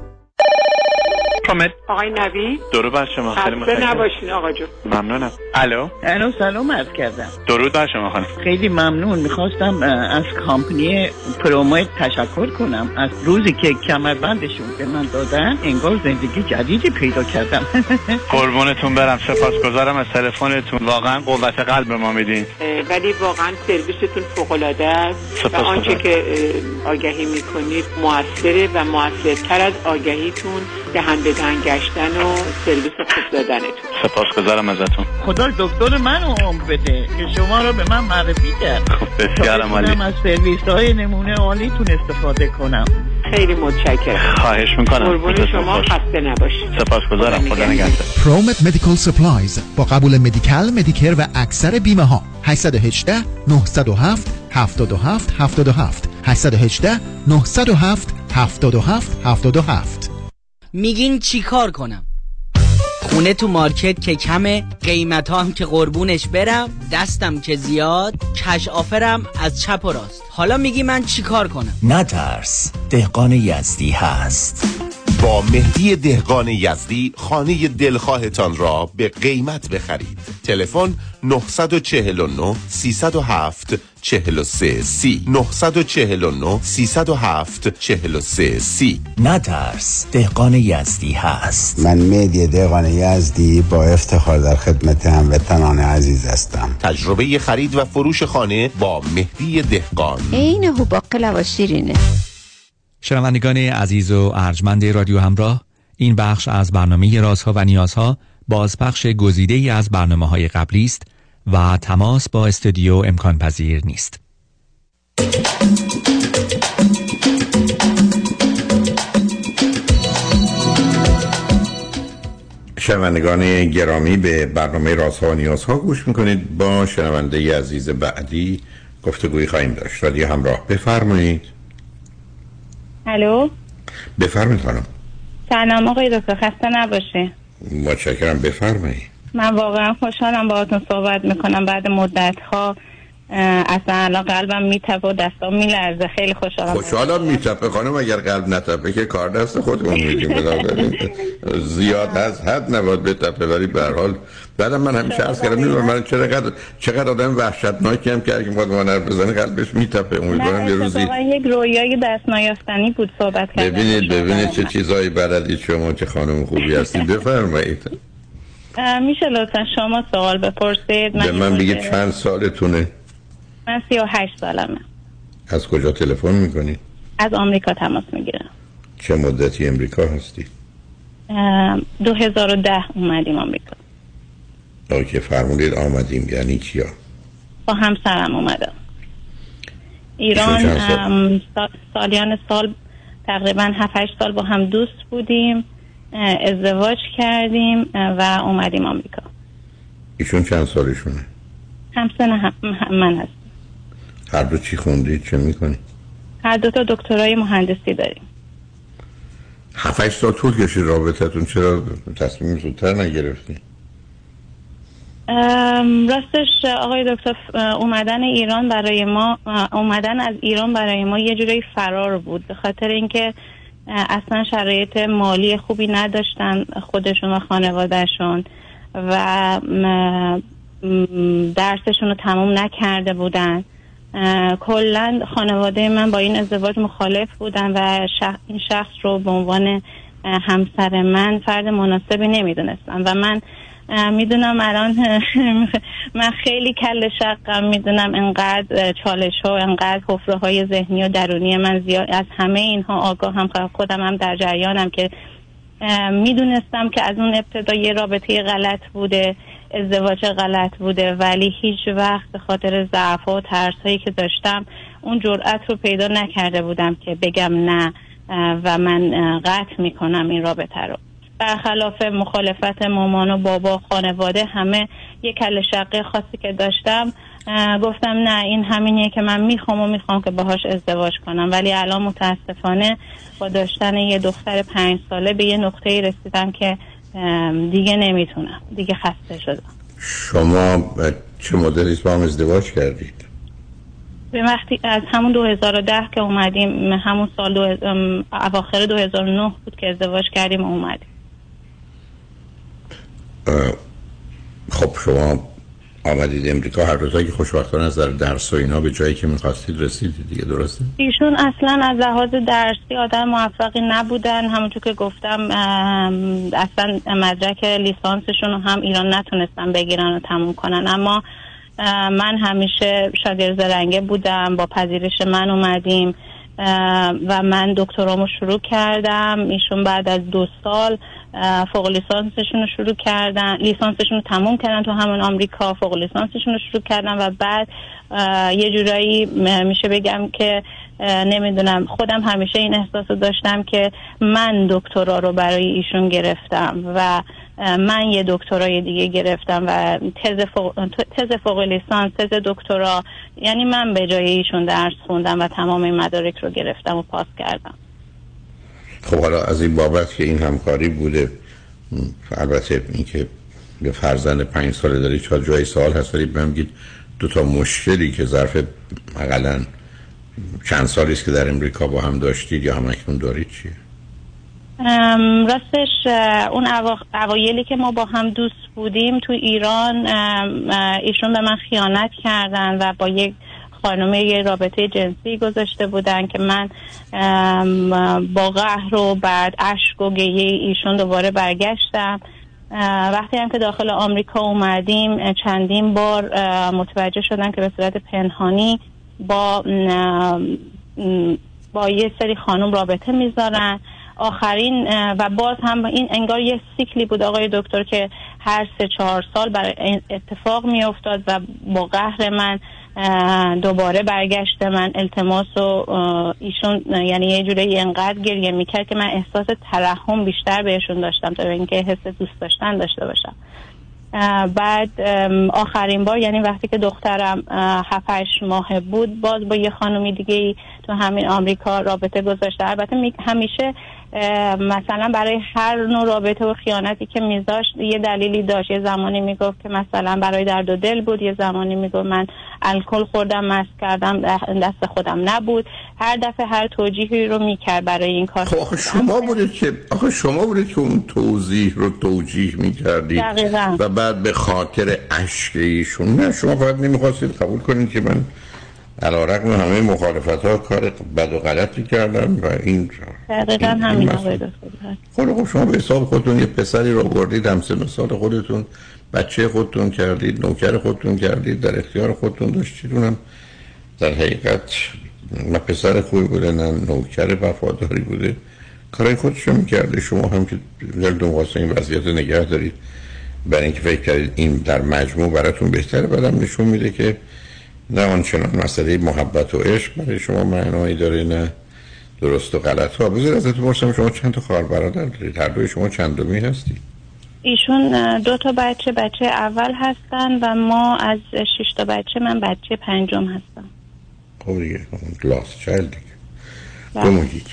آقای نوید درود بر شما. خیلی متشکرم. نباشین آقا جون. ممنونم. الو الو سلام عرض کردم. درود بر شما خانم. خیلی ممنون. میخواستم از کمپانی پرومت تشکر کنم. از روزی که کمربندشون به من دادن انگار زندگی جدیدی پیدا کردم. قربونتون برم، سپاسگزارم از تلفنتون، واقعا قوت قلب به ما میدین. ولی واقعا سرویستون فوق العاده است و آنچه که آگهی میکنید موثره و موثرتر از آگهیتون دهنده گشتن و سرویس خوب دادنتون. سپاسگزارم ازتون. خدا گذاشت دکتر منو عمر بده که شما رو به من معرفی کرد. بسیار عالی. من از سرویس های نمونه عالیتون استفاده کنم. خیلی متشکرم. خواهش میکنم. قربون شما، خسته نباشید. سپاسگزارم. خدا نگهدار. پرومت مدیکال سپلایز با قبول مدیکال، مدیکر و اکثر بیمه ها. هشت یک هشت نه صفر هفت هفت هفت هفت هفت هشت یک هشت نه صفر هفت هفت هفت هفت هفت. میگین چی کار کنم؟ خونه تو مارکت که کمه، قیمت ها هم که قربونش برم، دستم که زیاد، کش آفرم از چپ و راست. حالا میگی من چی کار کنم؟ نترس، دهقان یزدی هست. با مهدی دهقان یزدی خانه دلخواهتان را به قیمت بخرید. تلفن نه چهار نه سه صفر هفت چهار سه سی نه چهار نه سه صفر هفت چهار سه سی. نترس، دهقان یزدی هست. من مهدی دهقان یزدی با افتخار در خدمت هموطنان عزیز هستم. تجربه خرید و فروش خانه با مهدی دهقان. این هو باقلا و شیرینه. شنوندگان عزیز و ارجمند رادیو همراه، این بخش از برنامه رازها و نیازها بازپخش گزیده‌ای از برنامه‌های قبلی است و تماس با استودیو امکان پذیر نیست. شنوندگان گرامی، به برنامه رازها و نیازها گوش میکنید. با شنونده عزیز بعدی گفتگوی خواهیم داشت. رادیو همراه، بفرمایید. الو، بفرمایید خانم. سلام آقای دکتر، خسته نباشی. متشکرم، بفرمایید. من واقعا خوشحالم باهاتون صحبت میکنم بعد مدت ها. اصلا الان قلبم میتپه و دستام میلرزه. خیلی خوشحالم. خوشحالم میتپه خانم، اگر قلب نتپه که کار دست خودمون میگیم. زیاد از حد نباید بتپه، ولی به هر حال بعدم من همیشه عرض کردم میدونم من چقدر چقدر آدم وحشتناکی هم که میخواد ما نرف بزنه قلبش میتپه. امیدوارم یه روزی یک رویای دست نیافتنی بود صحبت کردن. ببینید ببینید چه چیزایی بلدید شما، چه خانم خوبی هستید. بفرمایید. میشه لطفا شما سوال بپرسید؟ به من بگید چند سالتونه؟ من سی و هشت سالمه. از کجا تلفن میکنید؟ از آمریکا تماس میگیرم. چه مدتی امریکا هستی؟ دو هزار و ده اومدیم آمریکا. اوکی، فرمودید آمدیم یعنی چیا؟ با همسرم اومدم ایران. سال... سالیان سال تقریبا هفت هشت سال با هم دوست بودیم، ازدواج کردیم و اومدیم آمریکا. ایشون چند سالشونه؟ همسن هم... من هست. هر دو چی خوندید؟ چه میکنید؟ هر دو تا دکترای مهندسی داریم. هفت هشت سال طول کشید رابطتون، چرا تصمیم زودتر نگرفتی؟ راستش آقای دکتر، اومدن ایران برای ما اومدن از ایران برای ما یه جوری فرار بود، به خاطر اینکه اصلا شرایط مالی خوبی نداشتن خودشون و خانوادهشون و درسشون رو تموم نکرده بودن. کلا خانواده من با این ازدواج مخالف بودن و شخص این شخص رو به عنوان همسر من فرد مناسبی نمیدونستم و من میدونم الان من خیلی کل شقم، میدونم انقدر چالش ها، انقدر حفره های ذهنی و درونی من زیاد، از همه اینها آگاه هم، خودم هم در جریانم که میدونستم که از اون ابتدا یه رابطه غلط بوده، ازدواج غلط بوده، ولی هیچ وقت به خاطر ضعف و ترس هایی که داشتم اون جرأت رو پیدا نکرده بودم که بگم نه و من قطع میکنم این رابطه رو. برخلاف مخالفت مامان و بابا، خانواده، همه یک کله شقه خاصی که داشتم، گفتم نه این همینیه که من میخوام و میخوام که باهاش ازدواج کنم. ولی الان متاسفانه با داشتن یه دختر پنج ساله به یه نقطه‌ای رسیدم که دیگه نمیتونم، دیگه خسته شدم. شما چه مدتی با هم ازدواج کردید؟ به وقتی از همون دو هزار و ده که اومدیم، همون سال دو اواخر دو هزار و نه بود که ازدواج کردیم و اومدیم. خب شما آمدید امریکا، هر روزایی که خوشبختانه از درس و اینا به جایی که می‌خواستید رسیدید دیگه، درسته؟ ایشون اصلا از لحاظ درسی آدم موفقی نبودن، همونطور که گفتم اصلا مدرک لیسانسشون رو هم ایران نتونستن بگیرن و تموم کنن، اما من همیشه شاگرد زرنگه بودم، با پذیرش من اومدیم و من دکترامو شروع کردم. ایشون بعد از دو سال فوق لیسانسشون رو شروع کردن، لیسانسشون رو تموم کردن تو همون آمریکا، فوق لیسانسشون رو شروع کردن و بعد یه جورایی میشه بگم که نمیدونم، خودم همیشه این احساس رو داشتم که من دکترا رو برای ایشون گرفتم و من یه دکترای دیگه گرفتم و تز فوق, تز فوق لیسانس، تز دکترا، یعنی من به جای ایشون درس خوندم و تمام این مدارک رو گرفتم و پاس کردم. خب حالا از این بابت که این همکاری بوده، البته این که یه فرزند پنج ساله داری چه جای سوال هست، ولی بگید دو تا مشکلی که ظرف حداقل چند سالی است که در امریکا با هم داشتید یا هم اکنون دارید چیه؟ راستش اون اوایلی که ما با هم دوست بودیم تو ایران، ایشون به من خیانت کردن و با یک خانم یه رابطه جنسی گذاشته بودن که من با قهر و بعد اشک و گریه ایشون دوباره برگشتم. وقتی هم که داخل آمریکا اومدیم چندین بار متوجه شدن که به صورت پنهانی با با یه سری خانم رابطه میذارن. آخرین و باز هم این انگار یه سیکلی بود آقای دکتر که هر سه چهار سال برای اتفاق می افتاد و با قهر من دوباره برگشت من التماس و ایشون یعنی یه جوری انقدر گریه میکرد که من احساس ترحم بیشتر بهشون داشتم تا اینکه حس دوست داشتن داشته باشم. بعد آخرین بار یعنی وقتی که دخترم هفت هشت ماه بود باز با یه خانومی دیگه تو همین آمریکا رابطه گذاشته. البته همیشه مثلا برای هر نوع رابطه و خیانتی که میذاشت یه دلیلی داشت. یه زمانی میگفت که مثلا برای درد و دل بود، یه زمانی میگفت من الکل خوردم مست کردم دست خودم نبود. هر دفعه هر توجیهی رو میکرد برای این کار. خب آخه شما بودید که آخه شما بودید که اون توضیح رو توجیه میکردید و بعد به خاطر اشک ایشون نه، شما فقط نمیخواستید قبول کنید که من علیرغم همه مخالفت ها کار بد و غلطی کردم و این دقیقاً همین آقای دکتر. خب شما به حساب خودتون یه پسری رو بردید، همسن سال خودتون، بچه خودتون کردید، نوکر خودتون کردید، در اختیار خودتون داشتید. اونم در حقیقت نه پسر خوبی بوده نه نوکر وفاداری بوده، کارای خودشو میکرده. شما هم که دلتون واسه این وضعیت نگه دارید برای اینکه فکر کردید این در مجموع براتون بهتره، بعدم نشون میده که نه آنچنان مسئله محبت و عشق برای شما معنایی داره نه درست و غلط ها. بذار ازت بپرسم شما چند تا خواهر برادر دارید؟ هر دوی شما چندمی هستید؟ ایشون دو تا بچه بچه اول هستن و ما از شش تا بچه من بچه پنجم هستم. خب دیگه لاست چایلد دیگه بمونید.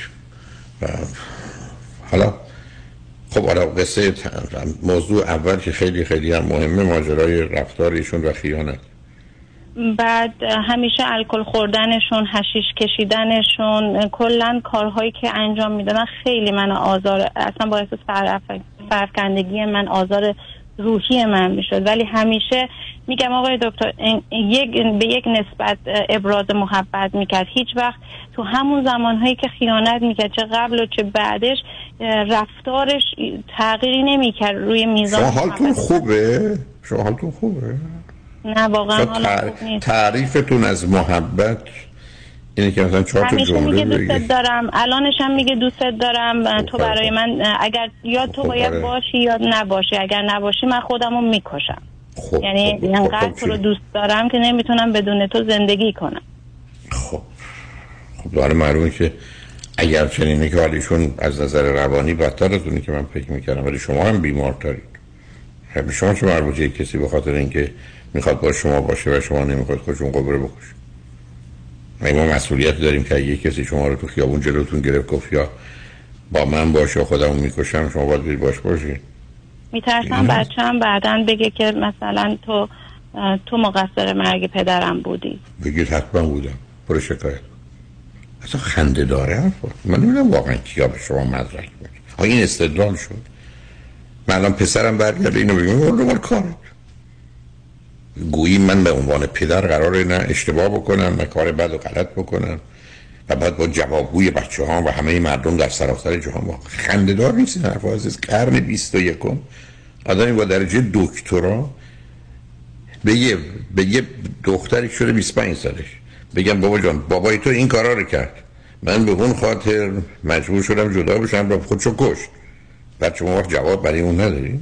حالا خب حالا قصه موضوع اول که خیلی خیلی هم مهمه، ماجرای رفتار ایشون و خیانت. بعد همیشه الکل خوردنشون، حشیش کشیدنشون، کلا کارهایی که انجام میدادن خیلی من آزار، اصلا باعث سرفکندگی من، آزار روحی من میشد. ولی همیشه میگم آقای دکتر یک به یک نسبت ابراز محبت میکرد. هیچ وقت تو همون زمانهایی که خیانت میکرد چه قبل و چه بعدش رفتارش تغییری نمیکرد روی میزان. شما حالتون خوبه؟ شما حالتون خوبه؟ نه واقعا حالا تعریفتون از محبت اینه که مثلا چهار تا جمله میگه دوست دارم، الانش هم میگه دوست دارم، تو برای من اگر یا تو باید باشی یا نباشی، اگر نباشی من خودمو میکشم. خب یعنی خب اینقدر خب تو رو دوست دارم که نمیتونم بدون تو زندگی کنم. خب خب داره معلومه که اگر چنینه که حالیشون از نظر روانی بدتر از اونی که من فکر میکردم، ولی شما هم بیمارترید. همه شما چه مربوطه کسی به خاطر اینکه میخواد با شما باشه و شما نمیخواد خودشون قبره بکشه؟ ما مسئولیت داریم که اگه کسی شما رو تو خیابون جلوتون گرفت گفت یا با من باشه خودمو میکشم، شما باید برید باش باشید. میترسم بچه‌م بعداً بگه که مثلا تو تو مقصر مرگ پدرم بودی. بگید حتما بودم، برو شکایت. اصلا خنده داره حرفا. من نمیدونم واقعا کیا به شما مدرک میده. ها این استدلال شد. من الان پسرم برگرده اینو بگم اون کارت. گویی من به عنوان پدر قراره نه اشتباه بکنم نه کار بد و غلط بکنم و بعد با جوابگوی بچه ها و همه مردم در سراسر جهان با خنده دار نیست این حرف. از قرن بیست و یکم آدمی با درجه دکترا به یه به یه دختری شده بیست و پنج سالش بگم بابا جان بابای تو این کارا رو کرد، من به اون خاطر مجبور شدم جدا بشم و خودشو کشت. بعد شما وقت جواب برای اون ندارید.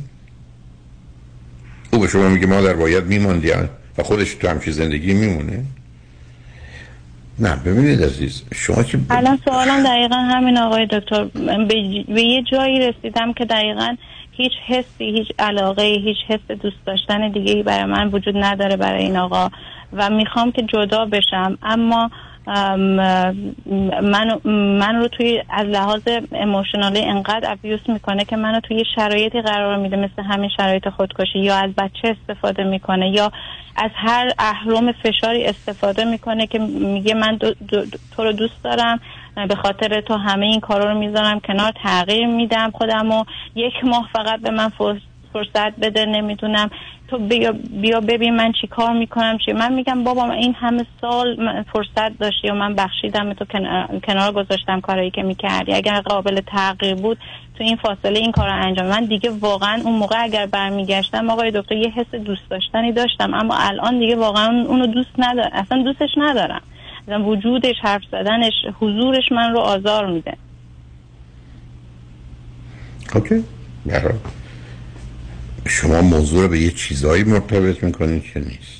او به شما میگه مادر باید میموندی و خودش تو همچین زندگی میمونه. نه ببینید عزیز، شما که الان سوالم دقیقا همین آقای دکتر، به, به یه جایی رسیدم که دقیقا هیچ حسی، هیچ علاقه، هیچ حس دوست داشتن دیگه‌ای برای من وجود نداره برای این آقا و میخوام که جدا بشم، اما من من رو توی از لحاظ ایموشنالی انقدر ابیوس میکنه که منو توی شرایطی قرار میده مثل همین شرایط خودکشی، یا از بچه استفاده میکنه یا از هر اهرم فشاری استفاده میکنه که میگه من دو دو تو رو دوست دارم، به خاطر تو همه این کارا رو میذارم کنار، تغییر میدم خودمو، یک ماه فقط به من فرصت بده، نمیدونم تو بیا, بیا ببین من چی کار میکنم چی. من میگم بابا من این همه سال فرصت داشتی و من بخشیدم تو کنار, کنار گذاشتم کارایی که میکردی، اگر قابل تغییر بود تو این فاصله این کار رو انجام. من دیگه واقعا اون موقع اگر برمیگشتم آقای دکتر یه حس دوست داشتنی داشتم، اما الان دیگه واقعا اونو دوست ندارم، اصلا دوستش ندارم، اصلا وجودش، حرف زدنش، حضورش من رو آزار میده. اوکی برای شما موضوع رو به یه چیزایی مرتبط میکنید که نیست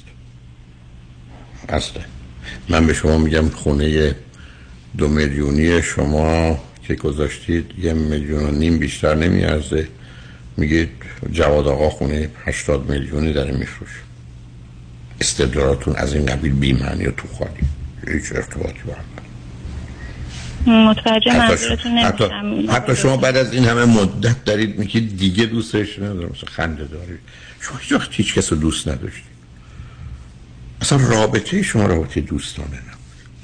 اصلا. من به شما میگم خونه دو میلیونی شما که گذاشتید یه میلیون و نیم بیشتر نمیارزه، میگید جواد آقا خونه هشتاد میلیونی داره میفروشه. استدلالاتون از این قبیل بی‌معنی و تو خالی، هیچ ارتباطی با هم متوجه منظورتون نمیشم. حتی, حتی شما بعد از این همه مدت دارید میگید دیگه دوستش ندارم، مثلا خنده دارید. شما هیچ وقت هیچ کس رو دوست نداشتید. اصلا رابطه شما رابطه دوستانه نبود.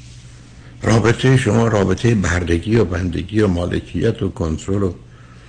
رابطه شما رابطه بردگی و بندگی و مالکیت و کنترل و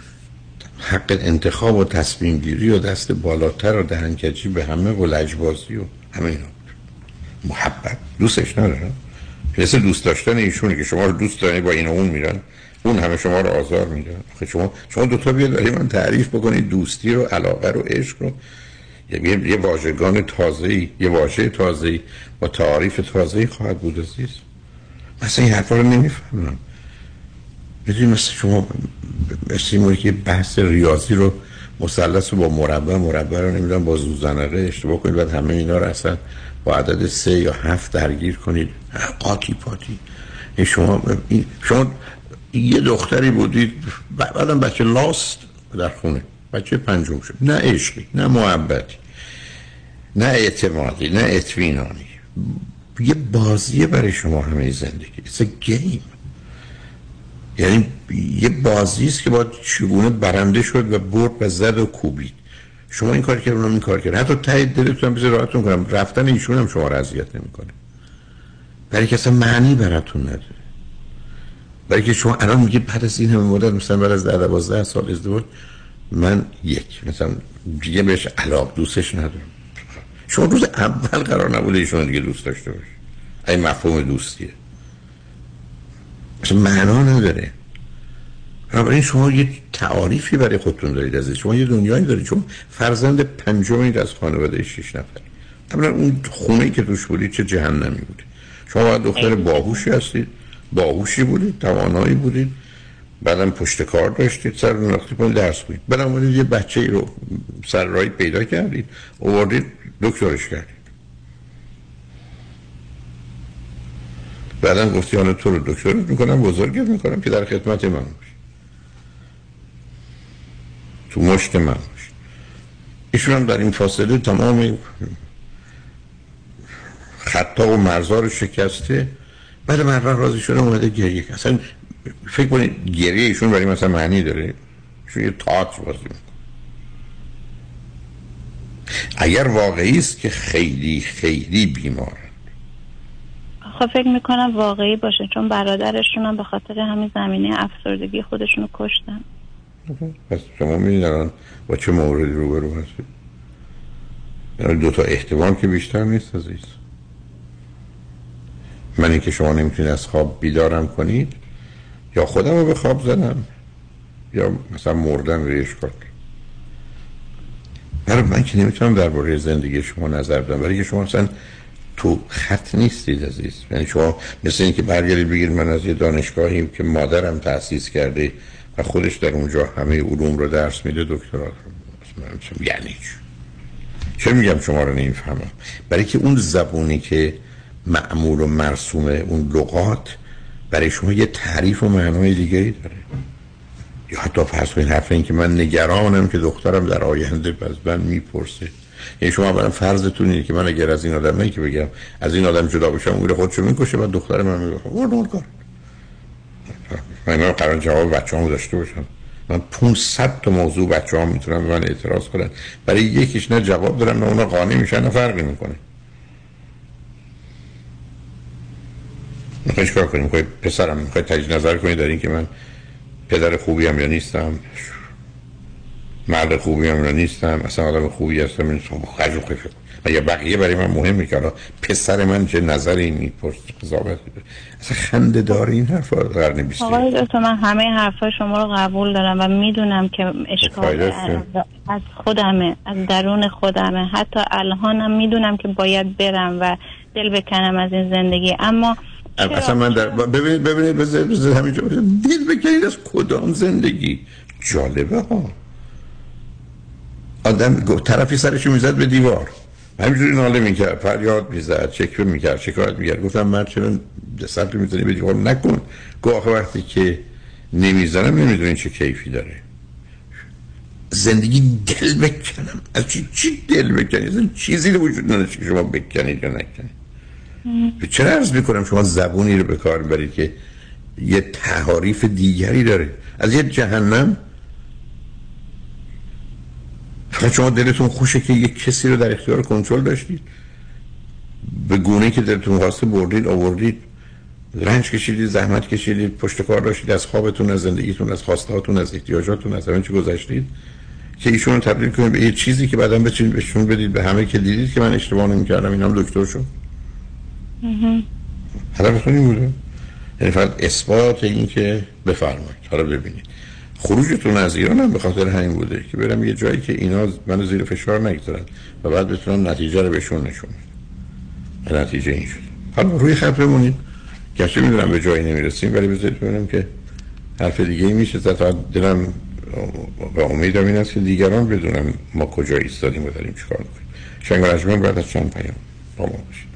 حق انتخاب و تصمیم گیری و دست بالاتر و دهنکجی به همه و لجبازی و همه اینا. محبت دوستش ندارم. مثل دوست داشتن ایشونه که شما رو دوست دارید با این و اون میرن، اون همه شما رو آزار میدن. خب شما شما دو تا بیاد برای من تعریف بکنید دوستی رو، علاقه رو، عشق رو، یه یه واژگان تازه‌ای، یه واژه تازه‌ای با تعریف تازه‌ای خواهد بود عزیز. مثلا این حرفا رو نمیفهمم. بدید مثل شما مثل این که بحث ریاضی رو مثلث رو با مربع، مربع رو نمیدونم با زوزنقه اشتباه کنید، بعد همه اینا رو اصلا با عدد سه یا هفت درگیر کنید. قاطی پاتی. این شما این شما یه دختری بودید بعدم بچه لاست در خونه، بچه پنجم شد، نه عشقی، نه محبتی، نه اعتمادی، نه اطمینانی. یه بازیه برای شما همه زندگی. It's a game. یعنی یه بازی است که باید چگونه برنده شد و برد و زد و کوبید. شما این کار کردن، اونم این کار کردن. حتی ته دلتون هم بذار راحتون کنم رفتن ایشون هم شما رو اذیت نمیکنه. برای که اصلا معنی براتون نداره. برای که شما الان میگید بعد از این همه مدت، مثلا بعد از ده دوازده سال ازدواج، من یک مثلا دیگه بهش علاقه دوستش ندارم. شما روز اول قرار نبوده ایشون دیگه دوست داشته باشی. این مفهوم دوستیه. اصلا معنا نداره. بنابراین شما یه تعاریفی برای خودتون دارید عزیز. شما یه دنیایی دارید. چون فرزند پنجمید از خانواده شش نفر. طبعا اون خونه‌ای که توش بودید چه جهنمی بود. شما دختر باهوشی هستید، باهوشی بودید، توانایی بودید، بعدم پشت کار داشتید، سر نقطه پایین درس بودید. بعدم اومدید یه بچه‌ای رو سر راهی پیدا کردید، آوردید دکترش کردید. بعدم گفتی حالا تو رو دکترت میکنم، بزرگت میکنم که در خدمت من باشی، تو مشت من باشی. ایشون هم در این فاصله تمام خطا و مرزا رو شکسته. بعد من راضی شدم اومده گریه. اصلا فکر کنید گریه ایشون برای مثلا معنی داره؟ ایشون یه تئاتر بازی میکنه. اگر واقعی است که خیلی خیلی بیماره، خب فکر میکنم واقعی باشه، چون برادرشون هم به خاطر همین زمینه افسردگی خودشونو کشتن. پس شما میدید الان با چه موردی روبرو هستید؟ یعنی دو تا احتمال که بیشتر نیست عزیز. من این که شما نمیتونید از خواب بیدارم کنید، یا خودم رو به خواب زدم یا مثلا مردم ریش کرد. برای من که نمیتونم درباره زندگی شما نظر بدم، برای که شما مثلا تو خط نیستید عزیز. یعنی شما مثل این که برگردید بگید من از یه دانشگاهی که مادرم تأسیس کرده و خودش در اونجا همه علوم رو درس میده دکترا رو، یعنی چی؟ چه میگم شما رو نمیفهمم؟ برای که اون زبونی که معمول و مرسومه، اون لغات برای شما یه تعریف و معنای دیگری داره. یا حتی فرض کنید حرف این که من نگرانم که دخترم در آینده از من میپرسه. یعنی شما اولا فرضتون اینه که من اگر از این آدمی که بگم از این آدم جدا بشم اون خودشو میکشه و دختر من میگه اون کار من قرار جواب بچه‌هامو داشته باشم. من پانصد تا موضوع بچه‌هام میتونن به من اعتراض کنن، برای یکیش نه جواب دارم نه اونا قانع میشن نه فرقی میکنه. میخوای چیکار کنیم؟ میخوای پسرم میخوای تجدید نظر کنی در این که من پدر خوبی ام یا نیستم، مرد خوبی ام یا نیستم، اصلا آدم خوبی هستم، این خرج و خفه و یا بقیه برای من مهم میکنه پسر من چه نظری میپرسه قضاوت میکنه. اصلا خنده داره این حرفا قرن بیست. آقای دکتر من همه حرفای شما رو قبول دارم و میدونم که اشکال از خودمه، از درون خودمه. حتی الانم میدونم که باید برم و دل بکنم از این زندگی، اما اصلا من در ببینید ببینید بذارید بذارید همینجا دل بکنید از کدام زندگی. جالبه ها، آدم طرفی سرشو میزد به دیوار همینجوری ناله میکرد، فریاد میزد، شکوه میکرد، شکایت میکرد. گفتم من چرا سرتو میزنی به دیوار؟ نکن. گاه آخه وقتی که نمیزنم نمیدونین چه کیفی داره. زندگی دل بکنم، از چی چی دل بکنید؟ اصلا چیزی وجود نداره که شما بکنید یا نکنید. چرا عرض میکنم شما زبونی رو به کار برید که یه تعاریف دیگری داره از یه جهنم. فقط شما دلتون خوشه که یک کسی رو در اختیار کنترل داشتید، به گونه‌ای که دلتون خواسته بردید آوردید، رنج کشیدید، زحمت کشیدید، پشت کار داشتید، از خوابتون، از زندگیتون، از خواستهاتون، از احتیاجاتون، از همه چی گذشتید که ایشون رو تبدیل کنید به یه چیزی که بعداً بتونید بهشون بدید به همه که دیدید که من اشتباه نمی‌کردم، اینم دکتر شد. هدفتون این بوده؟ یعنی فقط اثبات این که بفرمایید. حالا ببینید خروجتون از ایران هم به خاطر همین بوده که برم یه جایی که اینا منو زیر فشار نگذارن و بعد بتونم نتیجه رو بهشون نشون بدم. نتیجه این شد. حالا روی خط بمونید. گرچه میدونم به جایی نمیرسیم ولی بذارید ببینم که حرف دیگه ای میشه. تا دلم و امیدم این است که دیگران بدونن ما کجا ایستادیم و داریم چیکار میکنیم. شنگ رجمن بعد از چند پیام با ما باشید.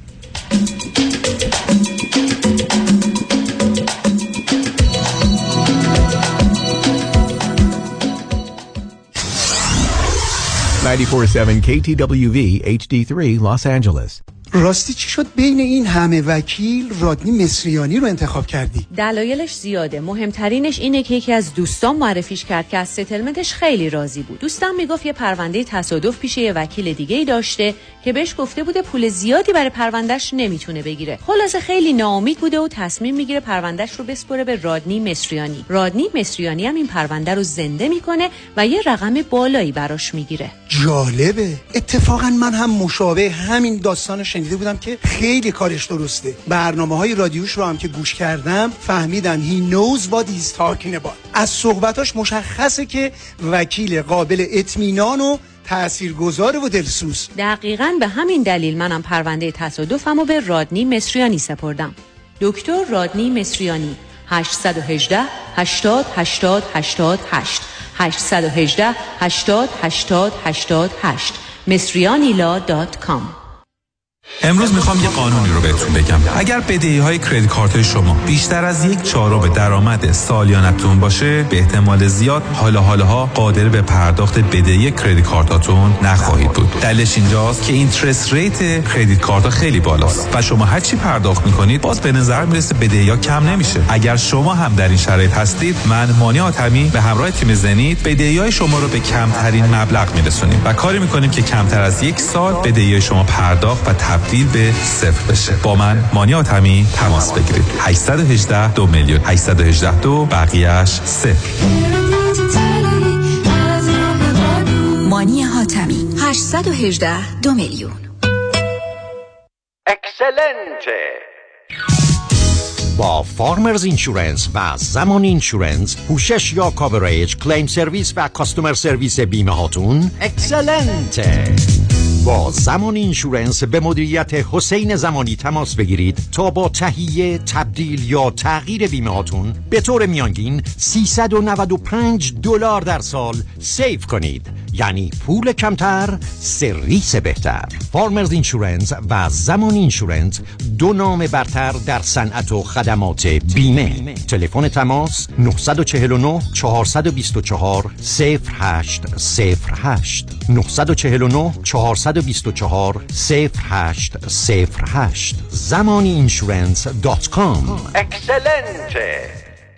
نود و چهار ممیز هفت کی تی دبلیو وی اچ دی سه Los Angeles. راستی چی شد بین این همه وکیل رادنی مصریانی رو انتخاب کردی؟ دلایلش زیاده. مهمترینش اینه که یکی از دوستان معرفیش کرد که از ستلمنتش خیلی راضی بود. دوستم میگفت یه پرونده تصادف پیش یه وکیل دیگه‌ای داشته که بهش گفته بوده پول زیادی برای پروندهش نمیتونه بگیره. خلاصه خیلی ناامید بوده و تصمیم میگیره پروندهش رو بسپره به رادنی مصریانی. رادنی مصریانی هم این پرونده رو زنده میکنه و یه رقم بالایی براش میگیره. جالبه. اتفاقا من هم مشابه همین داستان شنیده بودم که خیلی کارش درسته. برنامه‌های رادیوش رو هم که گوش کردم فهمیدم he knows what he's talking about. از صحبتاش مشخصه که وکیل قابل اطمینان و تاثیرگذار و دلسوز. دقیقاً به همین دلیل منم پرونده تصادفمو به رادنی مصریانی سپردم. دکتر رادنی مصریانی هشت یک هشت هشتاد هشتاد هشتاد هشت هشت یک هشت هشتاد هشتاد هشتاد هشت مصریانی لا دات کام. امروز میخوام یه قانونی رو بهتون بگم. اگر بدهی‌های کریدیت کارت شما بیشتر از یک چهارم درآمد سالیانتون باشه، به احتمال زیاد حالا حالاها قادر به پرداخت بدهی کریدیت کارتاتون نخواهید بود. دلیلش اینجاست که اینترست ریت کریدیت کارت خیلی بالاست و شما هر چی پرداخت میکنید باز به نظر میرسه بدهی‌ها کم نمیشه. اگر شما هم در این شرایط هستید، من مانی حاتمی به همراه تیم زنید بدهی‌های شما رو به کمترین مبلغ میرسونیم و کاری میکنیم که کمتر از یک سال بدهی‌های شما پرداخت و تبدیل به صفر بشه. با من مانی حاتمی تماس بگیرید. هشت یک هشت دو میلیون هشت یک هشت دو بقیه‌اش صفر. مانی حاتمی هشت یک هشت دو میلیون. اکسلنت. با فارمرز اینشورنس و زمان اینشورنس پوشش یا کاوریج، کلیم سرویس و کاستومر سرویس بیمه هاتون اکسلنت. با زمان اینشورنس به مدیریت حسین زمانی تماس بگیرید تا با تهیه، تبدیل یا تغییر بیمه هاتون به طور میانگین سیصد و نود و پنج دلار در سال سیو کنید. یعنی پول کمتر، سرویس بهتر. فارمرز اینشورنس و زمان اینشورنس، دو نام برتر در صنعت و خدمات بیمه. تلفن تماس نه چهار نه چهار دو چهار صفر هشت صفر هشت نه چهار نه چهار دو چهار صفر هشت صفر هشت زمانی اینشورنس دات کام. اکسلنته.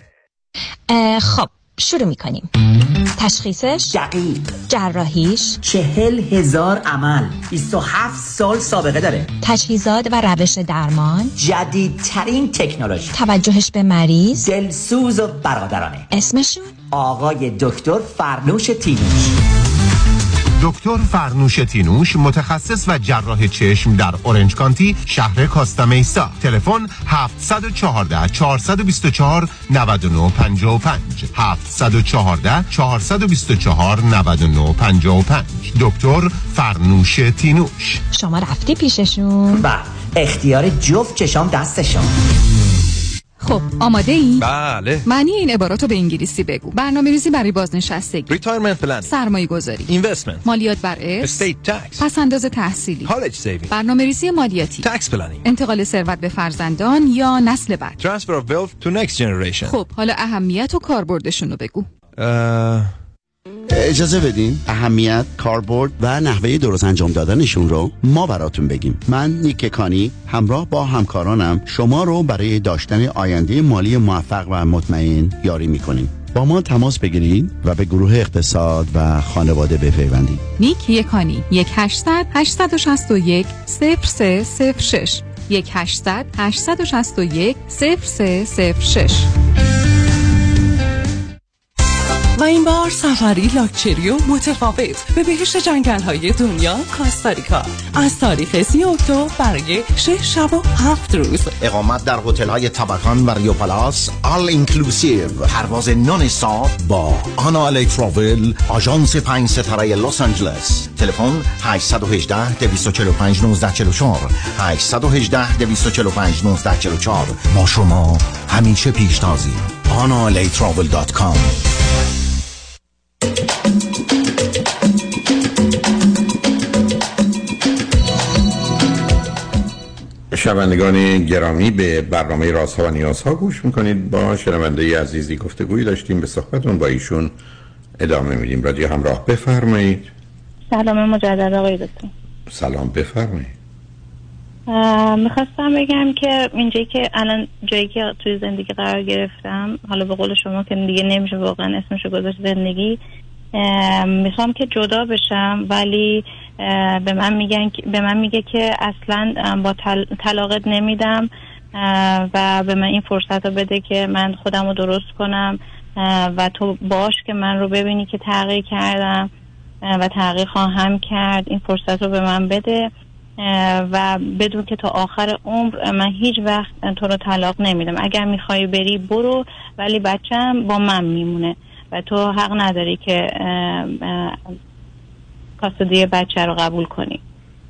خب شروع میکنیم. تشخیصش دقیق، جراحیش چهل هزار عمل، بیست و هفت سال سابقه داره. تجهیزات و روش درمان جدیدترین تکنولوژی. توجهش به مریض دلسوز و برادرانه. اسمشون آقای دکتر فرنوش تینوش. دکتر فرنوش تینوش، متخصص و جراح چشم در اورنج کانتی، شهر کاستا میسا. تلفن هفت یک چهار چهار دو چهار نه نه پنج پنج هفت یک چهار چهار دو چهار نه نه پنج پنج. دکتر فرنوش تینوش. شما رفتی پیششون؟ با اختیار جفت چشام دستشون. خب آماده ای؟ بله. معنی این عباراتو به انگلیسی بگو. برنامه‌ریزی برای بازنشستگی، Retirement planning، سرمایه گذاری، Investment، مالیات بر ارث، Estate tax، پس‌انداز تحصیلی، College saving، برنامه‌ریزی مالیاتی، Tax planning، انتقال ثروت به فرزندان یا نسل بعد، Transfer of wealth to next generation. خب حالا اهمیت و کاربردشون رو بگو. اه... اجازه بدین اهمیت، کاربرد و نحوه درست انجام دادنشون رو ما براتون بگیم. من نیک کانی همراه با همکارانم شما رو برای داشتن آینده مالی موفق و مطمئن یاری میکنیم. با ما تماس بگیرید و به گروه اقتصاد و خانواده بپیوندید. نیک یکانی یک هشتصد هشتصد و شصت و یک صفر سه صفر شش یک هشتصد هشتصد و شصت و یک صفر سه صفر شش. و این بار سفری لاکچری و متفاوت به بهشت جنگل‌های دنیا کاستاریکا از تاریخ سی اکتبر برای شش شب و هفت روز. اقامت در هتل‌های تاباکان و ریو پالاس، آل اینکلوسیو، پرواز نان استاپ با آنا الی تراول، آژانس پنج ستاره لس آنجلس. تلفن هشت یک هشت دو چهار پنج نه نه چهار چهار هشت یک هشت دو چهار پنج نه نه چهار چهار. ما شما همیشه پیشتازی. آنا الی تراول دات کام. شنوندگان گرامی، به برنامه رازها و نیازها گوش میکنید. با شنونده عزیزی گفتگویی داشتیم، به صحبتون با ایشون ادامه میدیم. رادیو همراه، بفرمایید. سلام مجدد آقای دکتر. سلام، بفرمایید. میخواستم بگم که اینجایی که الان جایی که توی زندگی قرار گرفتم، حالا به قول شما که دیگه نمیشه واقعا اسمشو گذاشت زندگی، میخوام که جدا بشم، ولی به من میگن به من میگه که اصلا با تل... طلاقت نمیدم و به من این فرصت رو بده که من خودم رو درست کنم و تو باش که من رو ببینی که تغییر کردم و تغییر خواهم کرد. این فرصت رو به من بده و بدون که تا آخر عمر من هیچ وقت تو رو طلاق نمیدم. اگر میخوای بری برو، ولی بچم با من میمونه و تو حق نداری که کاستودی بچه رو قبول کنی.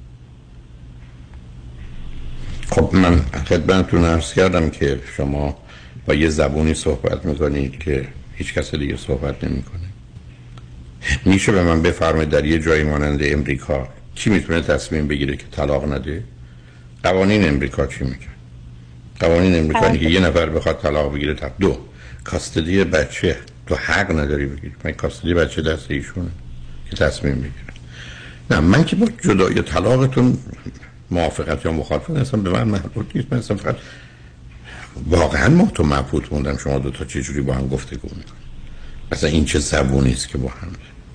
خب من خدمتتون عرض کردم که شما با یه زبونی صحبت میکنید که هیچ کس دیگه صحبت نمیکنه. میشه به من بفرمایید در یه جایی مانند امریکا کی میتونه تصمیم بگیره که طلاق نده؟ قوانین امریکا چی میگه؟ قوانین امریکا اینه که یه نفر بخواد طلاق بگیره، تا دو کاستودی بچه تو حق نداری بگیری. من کاستودی بچه دست ایشونه که تصمیم بگیره. نه، من که با جدای طلاقتون موافقت یا مخالفت هستم، به من مربوط نیست. من اصلا فقط واقعا ما تو مبهوت موندم شما دو تا چه جوری با هم گفتگو میکنید. اصلا این چه زبونی است که با هم.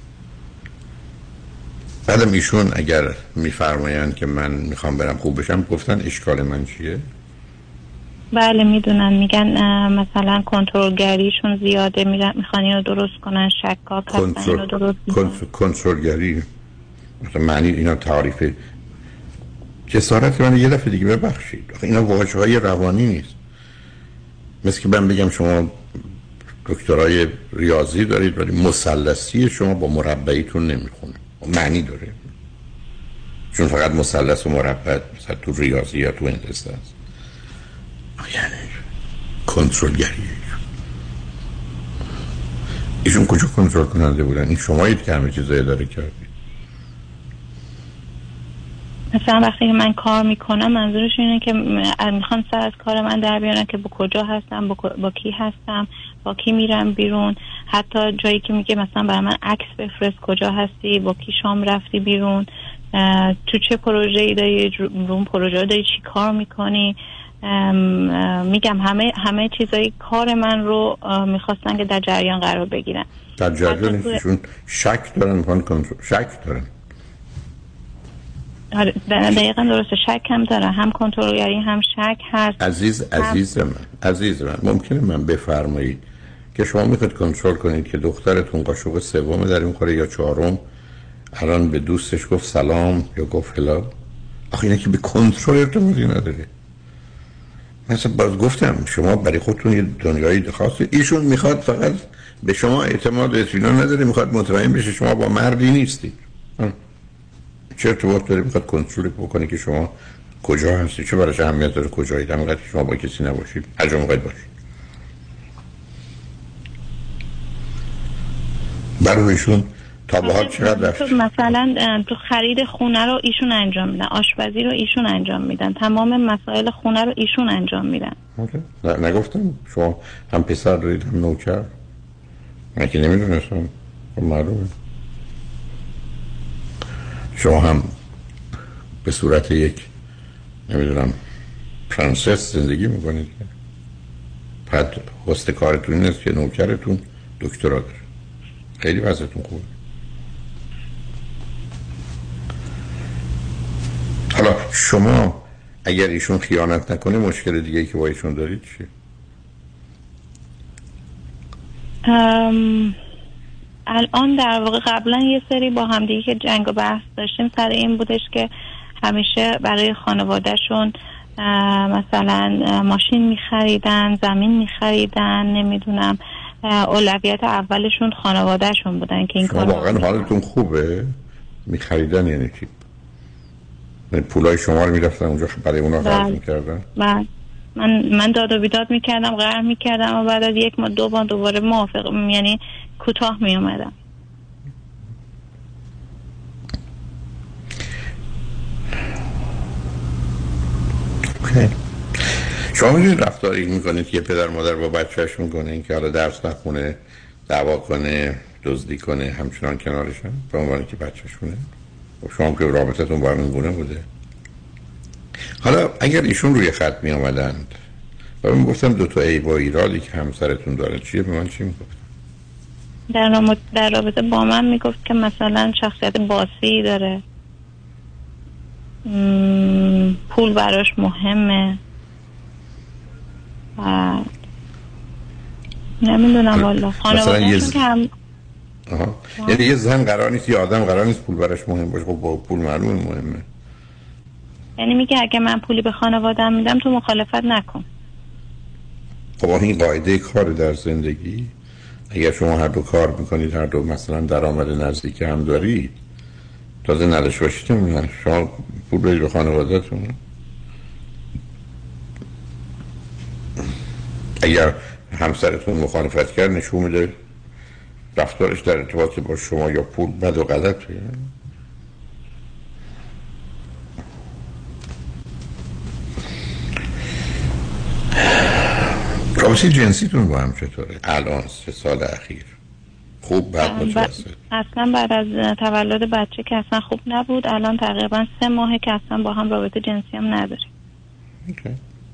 بعدم ایشون اگر میفرمایند که من میخوام برم خوب بشم، گفتن اشکال من چیه؟ بله میدونن، میگن مثلا کنترلگریشون زیاده، میخوان اینو درست کنن، شکاک هستن اینو درست کنن. کنترلگری مثلا معنی اینا تعریف جسارت من یه دفعه دیگه ببخشید. اینا واژه‌های روانی نیست. مثل که من بگم شما دکترای ریاضی دارید ولی مثلثی شما با مربعیتون نمیخونه، معنی داره. چون فقط مثلث و مربع مثلا تو ریاضی یا تو هندسه است. یعنی کنترلگری ایشون کجا کنترل کننده بودن؟ این شمایید که همه چیز رو اداره کردید. مثلا وقتی که من کار میکنم منظورش اینه که میخوان سر از کار من در بیارن که با کجا هستم، با, با کی هستم، با کی میرم بیرون، حتی جایی که میگه مثلا برای من عکس بفرست کجا هستی، با کی شام رفتی بیرون، تو چه پروژه‌ای داری، رو پروژه داری چی کار میکنی. میگم همه همه چیزای کار من رو میخواستن که در جریان قرار بگیرن. در جریان ایشون شک دارن، میخوان کنترل شک دارن. دقیقا درسته، شک هم داره، هم کنترلگری هم شک هست. عزیز عزیز من عزیز من ممکنه من بفرمایید که شما میخواید کنترل کنید که دخترتون قاشق سوم در این کاره یا چهارم الان به دوستش گفت سلام یا گفت هلا؟ آخه اینه که به کنترل ارتباطی نداره. مثلا باز گفتم شما برای خودتون یه دنیای خاصه، ایشون میخواد فقط به شما اعتماد و اطمینان نداره، میخواد مطمئن بشه شما با مردی نیستی. چه ارتباط داره میخواد کنترل بکنه که شما کجا هستی؟ چه براش اهمیت داره کجایید؟ همینقدر که شما با کسی نباشید، هر جا میخواید باشید. برای ایشون تا به حال چقدر رفت؟ مثلا تو خرید خونه رو ایشون انجام میدن، آشپزی رو ایشون انجام میدن، تمام مسائل خونه رو ایشون انجام میدن. نه نگفتم شما هم پسر دارید هم نوکر؟ من که نمیدونستم. معلومه شما هم به صورت یک نمیدونم پرنسس زندگی میکنید. بعد حسن کارتون این است که نوکرتون دکترا داره، خیلی وضعتون خوبه. حالا شما اگر ایشون خیانت نکنه مشکل دیگه ای که با ایشون دارید چیه؟ ام... الان در واقع قبلا یه سری با همدیگه که جنگ و بحث داشتیم سر این بودش که همیشه برای خانوادهشون مثلا ماشین میخریدن، زمین میخریدن، نمیدونم اولویت اولشون خانوادهشون بودن که این کار. واقعا حالتون خوبه؟ میخریدن یعنی چی؟ پولای شما رو میرفتن اونجا برای اونا خرج میکردن؟ بله من من داد و بیداد میکردم، قهر میکردم و بعد از یک ماه دو ماه دوباره موافق یعنی کوتاه میومدم. اوکی. شما میدونید رفتاری میکنید که پدر مادر با بچهش میکنه این که حالا درس نخونه، دعوا کنه، دزدی کنه، همچنان کنارشن به عنوان که بچه‌شونه. شما که رابطتون با همین گونه بوده. حالا اگر ایشون روی خط می آمدند و من گفتم دو تا عیب و ایرادی که همسرتون داره چیه، به من چی میگفت؟ در, در رابطه با من میگفت که مثلا شخصیت باسی داره، م... پول براش مهمه و نمیدونم والا خانواده‌شون که هم آها. یعنی یه زن قرار نیست یه آدم قرار نیست پول براش مهم باشه. خب با پول معلومه مهمه. یعنی میگه اگه من پولی به خانواده‌ام میدم تو مخالفت نکن. خب این قاعده کار در زندگی. اگر شما هر دو کار میکنید، هر دو مثلا درآمد نزدیک هم دارید، تازه نداشته باشید میگن شما پول بدید به خانواده‌تون. اگر همسرتون مخالفت کرد نشون میده رفتارش در ارتباط با شما یا پول بد و غلطه. رابطه جنسیتون با هم چطوره؟ الان سه سال اخیر خوب بد متوسط؟ اصلا بعد از تولد بچه که اصلا خوب نبود. الان تقریبا سه ماهه که اصلا با هم رابطه جنسی هم نداریم. اوکی.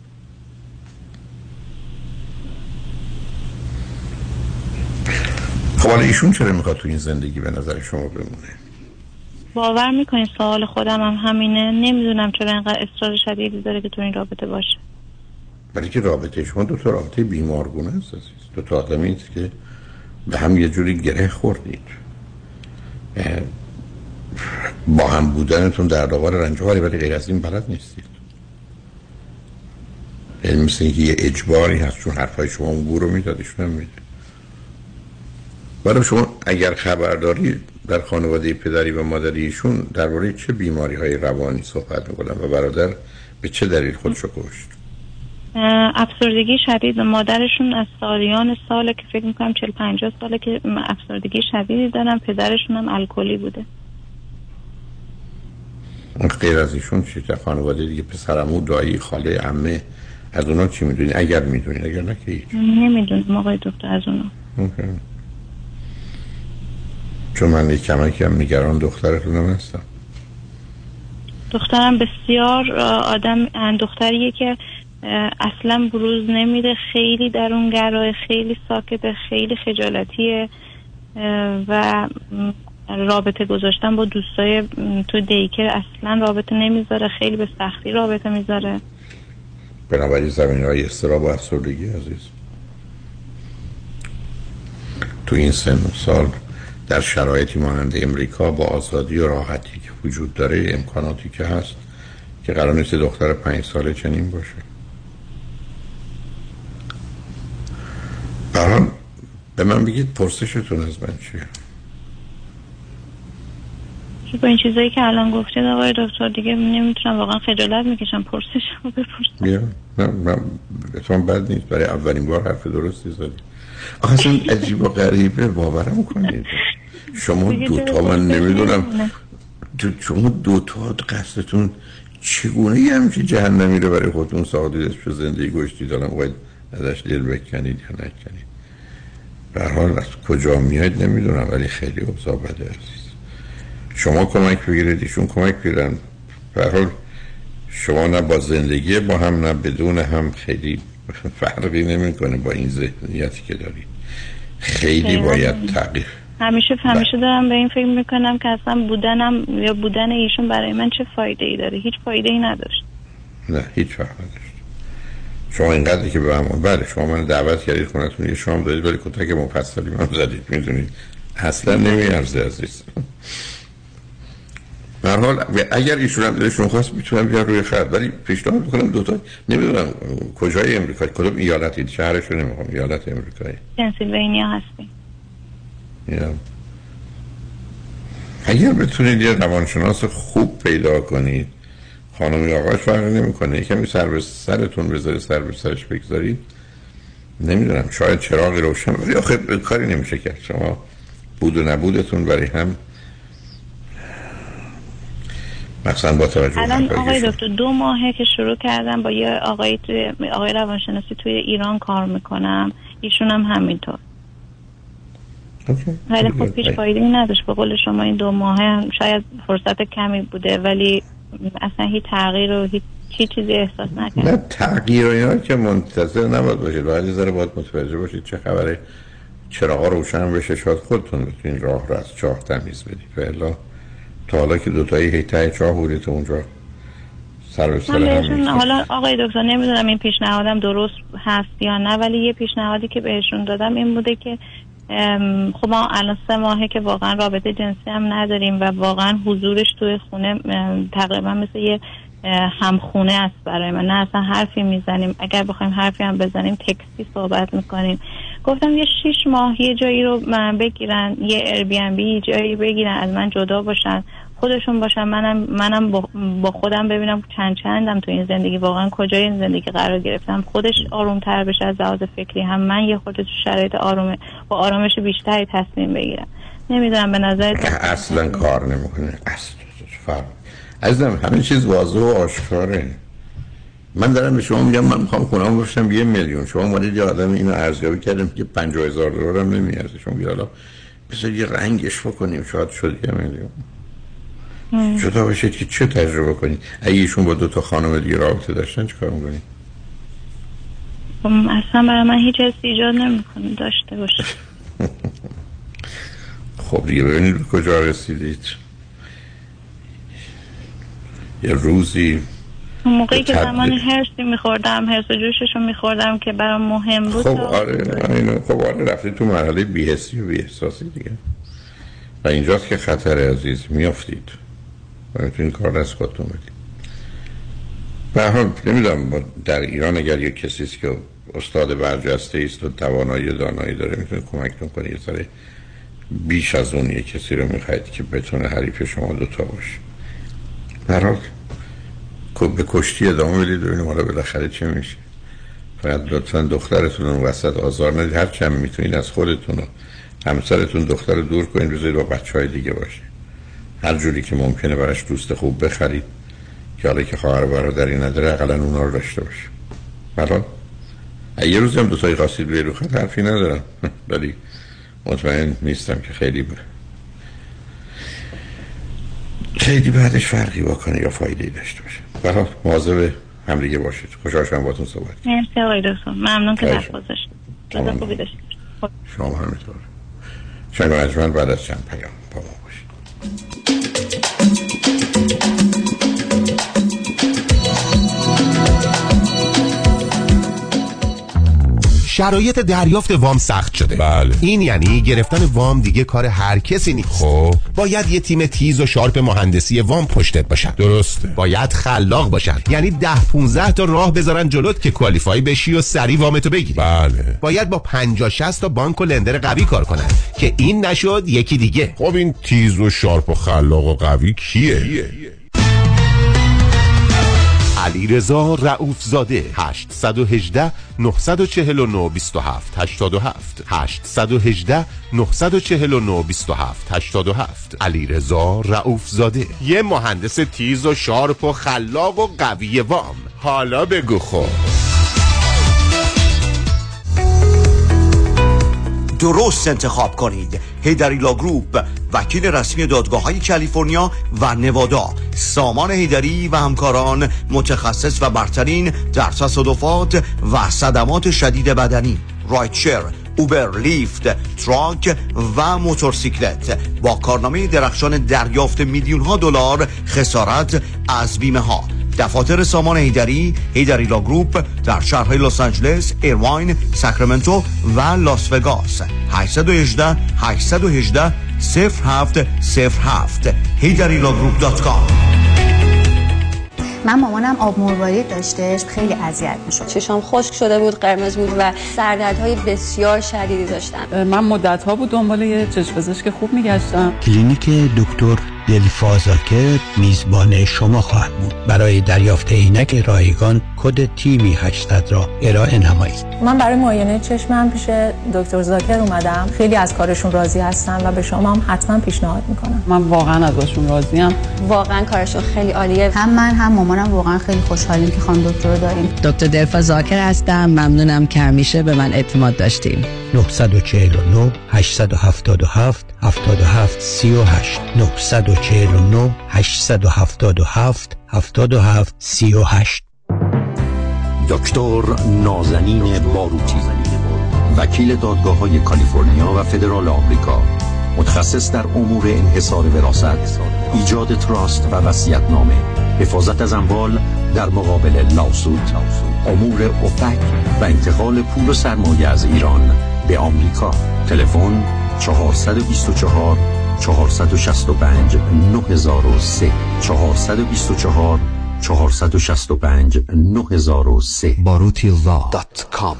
خب حالا ایشون چرا میخواد تو این زندگی به نظر شما بمونه؟ باور میکنید سوال خودم هم همینه. نمیدونم چرا اینقدر اصرار شدیدی داره که تو این رابطه باشه. ولی که رابطه شما دو تا رابطه بیمارگونه است. دو تا آدمی است که به هم یه جوری گره خوردید. با هم بودنتون در دوار رنجواری ولی غیر از این بلد نیستید. یعنی مثل اینکه یه اجباری هست چون حرفای شما اون گور رو میداد ایشون هم میده. برای شما اگر خبر دارید در خانواده پدری و مادری ایشون درباره چه بیماری های روانی صحبت میکنن و برادر به چه دلیل خودشو کشت؟ افسردگی شدید. مادرشون از سالیان ساله که فکر میکنم چهل پنجاه ساله که افسردگی شدیدی دارن. پدرشون هم الکلی بوده. غیر از ایشون چی در خانواده دیگه؟ پسرعمو، دایی، خاله، عمه، از اونا چی میدونی؟ اگر میدونی، اگر نه که هیچ. نمیدونم آقای دکتر از اونا. اوکی. چون من یک کمکی هم نگران دخترتونم هستم. دخترم بسیار آدم دختریه که اصلا بروز نمیده، خیلی درونگرای، خیلی ساکته، خیلی خجالتیه و رابطه گذاشتن با دوستای تو دیکر اصلا رابطه نمیذاره، خیلی به سختی رابطه میذاره. بنابراین زمین های اضطراب و افسردگی عزیز تو این سن و سال در شرایطی مانند امریکا با آزادی و راحتی که وجود داره، امکاناتی که هست، که قرار نیست دختر پنج ساله چنین باشه. برحال به من بگید پرسشتون از من چیه؟ با این چیزایی که الان گفتید آقای دکتر دیگه نمیتونم، واقعا خجالت میکشم پرسش رو بپرسم. بیا نه من بهتون بد نیست، برای اولین بار حرف درستی زدی. آخه اصلا عجیب و غریبه، باورم کنید شما دوتا، من نمیدونم شما دوتا قصدتون چگونه یه همچی جهنمی رو برای خودتون ساختید، اسم زندگی گشتی دارم باید ازش دل بکنید یا نکنید. به هر حال از کجا میاد نمیدونم، ولی خیلی اوضاع بده عزیز. شما کمک بگیرید، ایشون کمک بگیرن. به هر حال شما نه با زندگی با هم نه بدون هم خیلی فرقی نمیکنه با این ذهنیتی که دارید. خیلی باید تغییر. همیشه همیشه دارم به این فکر میکنم که اصلا بودنم یا بودن ایشون برای من چه فایده ای داره. هیچ فایده ای نداشت. نه هیچ فرق نداشت. شما اینقدری که به هم بله شما من دعوت کردید خونتون یه شام دادید ولی کتک مفصلی من زدید، میدونید اصلا نمیارزه عزیز. به هر حال اگر ایشون هم دلشون خواست میتونم بیان روی خط، ولی پیشنهاد میکنم دوتا نمیدونم کجای امریکا، کدوم ایالتی، شهرشو نمیخوام، ایالت امریکایی پنسیلوانیا هستیم. یا اگر بتونید یه روانشناس خوب پیدا کنید، خانمی آقاش فرق نمیکنه، کمی سر به سرتون بذاره، سر به سرش بگذارید، نمیدونم شاید چراغی روشن، ولی آخه کاری نمیشه کرد. شما بود و نبودتون برای هم مثلا با توجه الان آقای دکتر دو ماهه که شروع کردم با یه آقای توی آقای روانشناسی توی ایران کار میکنم، ایشون هم همینطور. ولی خب هیچ فایده ای نداشت. به قول شما این دو ماهه شاید فرصت کمی بوده ولی اصلا هیچ تغییر و هیچ چی چیزی احساس نکردم. نه تغییر و اینا که منتظر نباید باشید، باید یه ذره باید متوجه باشید چه خبره، چراغا روشن بشه، شاید خودتون بتونید راه رو از چاه تمیز بدید. و الا تا حالا که دوتایی هی ته چاه بودید اونجا سر به سر هم. حالا آقای دکتر نمیدونم این پیشنهادم درست هست یا نه، ولی یه پیشنهادی که بهشون دادم این بوده که خب ما الان سه ماهه که واقعا رابطه جنسی هم نداریم و واقعا حضورش توی خونه تقریبا مثل یه همخونه است برای من، نه اصلا حرفی میزنیم، اگر بخوایم حرفی هم بزنیم تکستی صحبت میکنیم. گفتم یه شیش ماه یه جایی رو من بگیرن، یه ایر بی ام بی جایی بگیرن، از من جدا باشن، خودشون باشن، منم منم با خودم ببینم چند چندم تو این زندگی، واقعا کجای این زندگی قرار گرفتم، خودش آرومتر بشه از لحاظ فکری، هم من یه خودش شرایط آرومه با آرامش بیشتری تصمیم بگیرم. نمیدونم به نظرت اصلا کار نمیکنه اصلا. فرق عزیزم همین چیز واضح و آشکاره. من دارم به شما میگم من میخوام خونم باشم یه میلیون، شما اومدید یه آدم اینو ارزیابی کردم که پنجاه هزار دلار هم نمیارزه، شما بیا حالا بذار یه رنگش بکنیم شاید شد یه میلیون. جدا باشید که چه تجربه کنید. اگه ایشون با دو تا خانم دیگه رابطه داشتن چیکار میکنید؟ اصلا برای من هیچ حسی ایجاد نمیکنه داشته باشه. خب دیگه ببینید به کجا رسیدید. یه روزی اون موقعی که زمان هرسی میخوردم، هرس و جوششو میخوردم که برام مهم بود. خب آره اینو خب آره رفتید تو مرحله بی‌حسی و بی‌احساسی دیگه و اینجاست که خطر عزیز میافتید و میتونید کار دست خودتون بدید. به هر حال نمیدونم در ایران اگر یک کسی است که استاد برجسته است و توانایی دانایی داره میتونه کمکتون کنه یه سری بیش از اون یک کسی رو میخواید که بتونه حریف شما دوتا باشه. برای به کشتی ادامه بدید ببینیم حالا بالاخره چه میشه. فقط لطفا دخترتون رو وسط آزار ندید. هر چند میتونید از خودتون و همسرتون دختر رو دور کنید، بذارید با بچه های دیگه باشه. هر جوری که ممکنه براش دوست خوب بخرید که حالا که خواهر برادری نداره اقلا اونا رو داشته باشه. برای یه روزی هم دوتایی خواستید روی رو خط حرفی ندارم، ولی مطمئن نیستم که خیلی بره. خیلی بعدش فرقی بکنه یا فایده‌ای داشته باشه. برای مواظب هم دیگه باشید. خوشحال شدم باهاتون صحبت کردم. مرسی آقای دکتر، ممنون که وقت گذاشتید. روز خوبی داشتید. شما همینطور. شنگ و ارجمند بعد از چند پیام با ما باشید. شرایط دریافت وام سخت شده. بله. این یعنی گرفتن وام دیگه کار هر کسی نیست. خب باید یه تیم تیز و شارپ مهندسی وام پشتت باشن. درسته. باید خلاق باشن، یعنی ده پونزده تا راه بذارن جلوت که کوالیفای بشی و سری وامتو بگیری. بله. باید با پنجاه شصت تا بانک و لندر قوی کار کنن که این نشد یکی دیگه. خب این تیز و شارپ و خلاق و قوی کیه؟ کیه؟ علیرضا رؤوف زاده. هشت یک هشت نه چهار نه دو هفت هشت هفت هشت یک هشت نه چهار نه دو هفت هشت هفت. علیرضا رؤوف زاده، یه مهندس تیز و شارپ و خلاق و قوی وام. حالا بگو خب درست انتخاب کنید. هیدریلا گروپ، وکیل رسمی دادگاه‌های کالیفرنیا و نوادا. سامان هیدری و همکاران، متخصص و برترین در تصادفات و صدمات شدید بدنی، رایتشر، اوبر، لیفت، تراک و موتورسیکلت، با کارنامه درخشان دریافت میلیون ها دلار خسارت از بیمه ها. دفاتر سامان هیدری، هیدریلا گروپ در شهرهای لس آنجلس، ایرواین، ساکرامنتو و لاس وگاس. هشت یک هشت هشت یک هشت صفر هفت صفر هفت هیدریلا گروپ دات کام. من مامانم آب مروارید داشتش، خیلی اذیت میشد. چشام خشک شده بود، قرمز بود و سردردهای بسیار شدیدی داشتم. من مدت‌ها بود دنبال یه چشم پزشک خوب میگشتم. کلینیک دکتر دلفازاکر میزبان شما خواهد بود. برای دریافت عینک رایگان کد تیمی هشتصد را ارائه نمایید. من برای معاینه چشمم پیش دکتر زاکر اومدم. خیلی از کارشون راضی هستم و به شما هم حتما پیشنهاد میکنم. من واقعا ازشون راضیم. واقعا کارشون خیلی عالیه. هم من هم مامانم واقعا خیلی خوشحالیم که خانم دکتر رو داریم. دکتر دلفازاکر هستم. ممنونم که همیشه به من اعتماد داشتیم. نه چهار نه هشت هفت هفت هفت هفت سه هشت نه چهار نه هشت هفت هفت هفت هفت سه هشت. دکتر نازنین باروتی، وکیل دادگاه‌های کالیفرنیا و فدرال آمریکا، متخصص در امور انحصار وراثت، ایجاد تراست و وصیت‌نامه، حفاظت از اموال در مقابل لاوسوت، امور اوپک و انتقال پول و سرمایه از ایران به آمریکا. تلفن چهار دو چهار چهار شش پنج نه صفر صفر سه چهار دو چهار چهار شش پنج نه صفر صفر سه باروتی لا دات کام.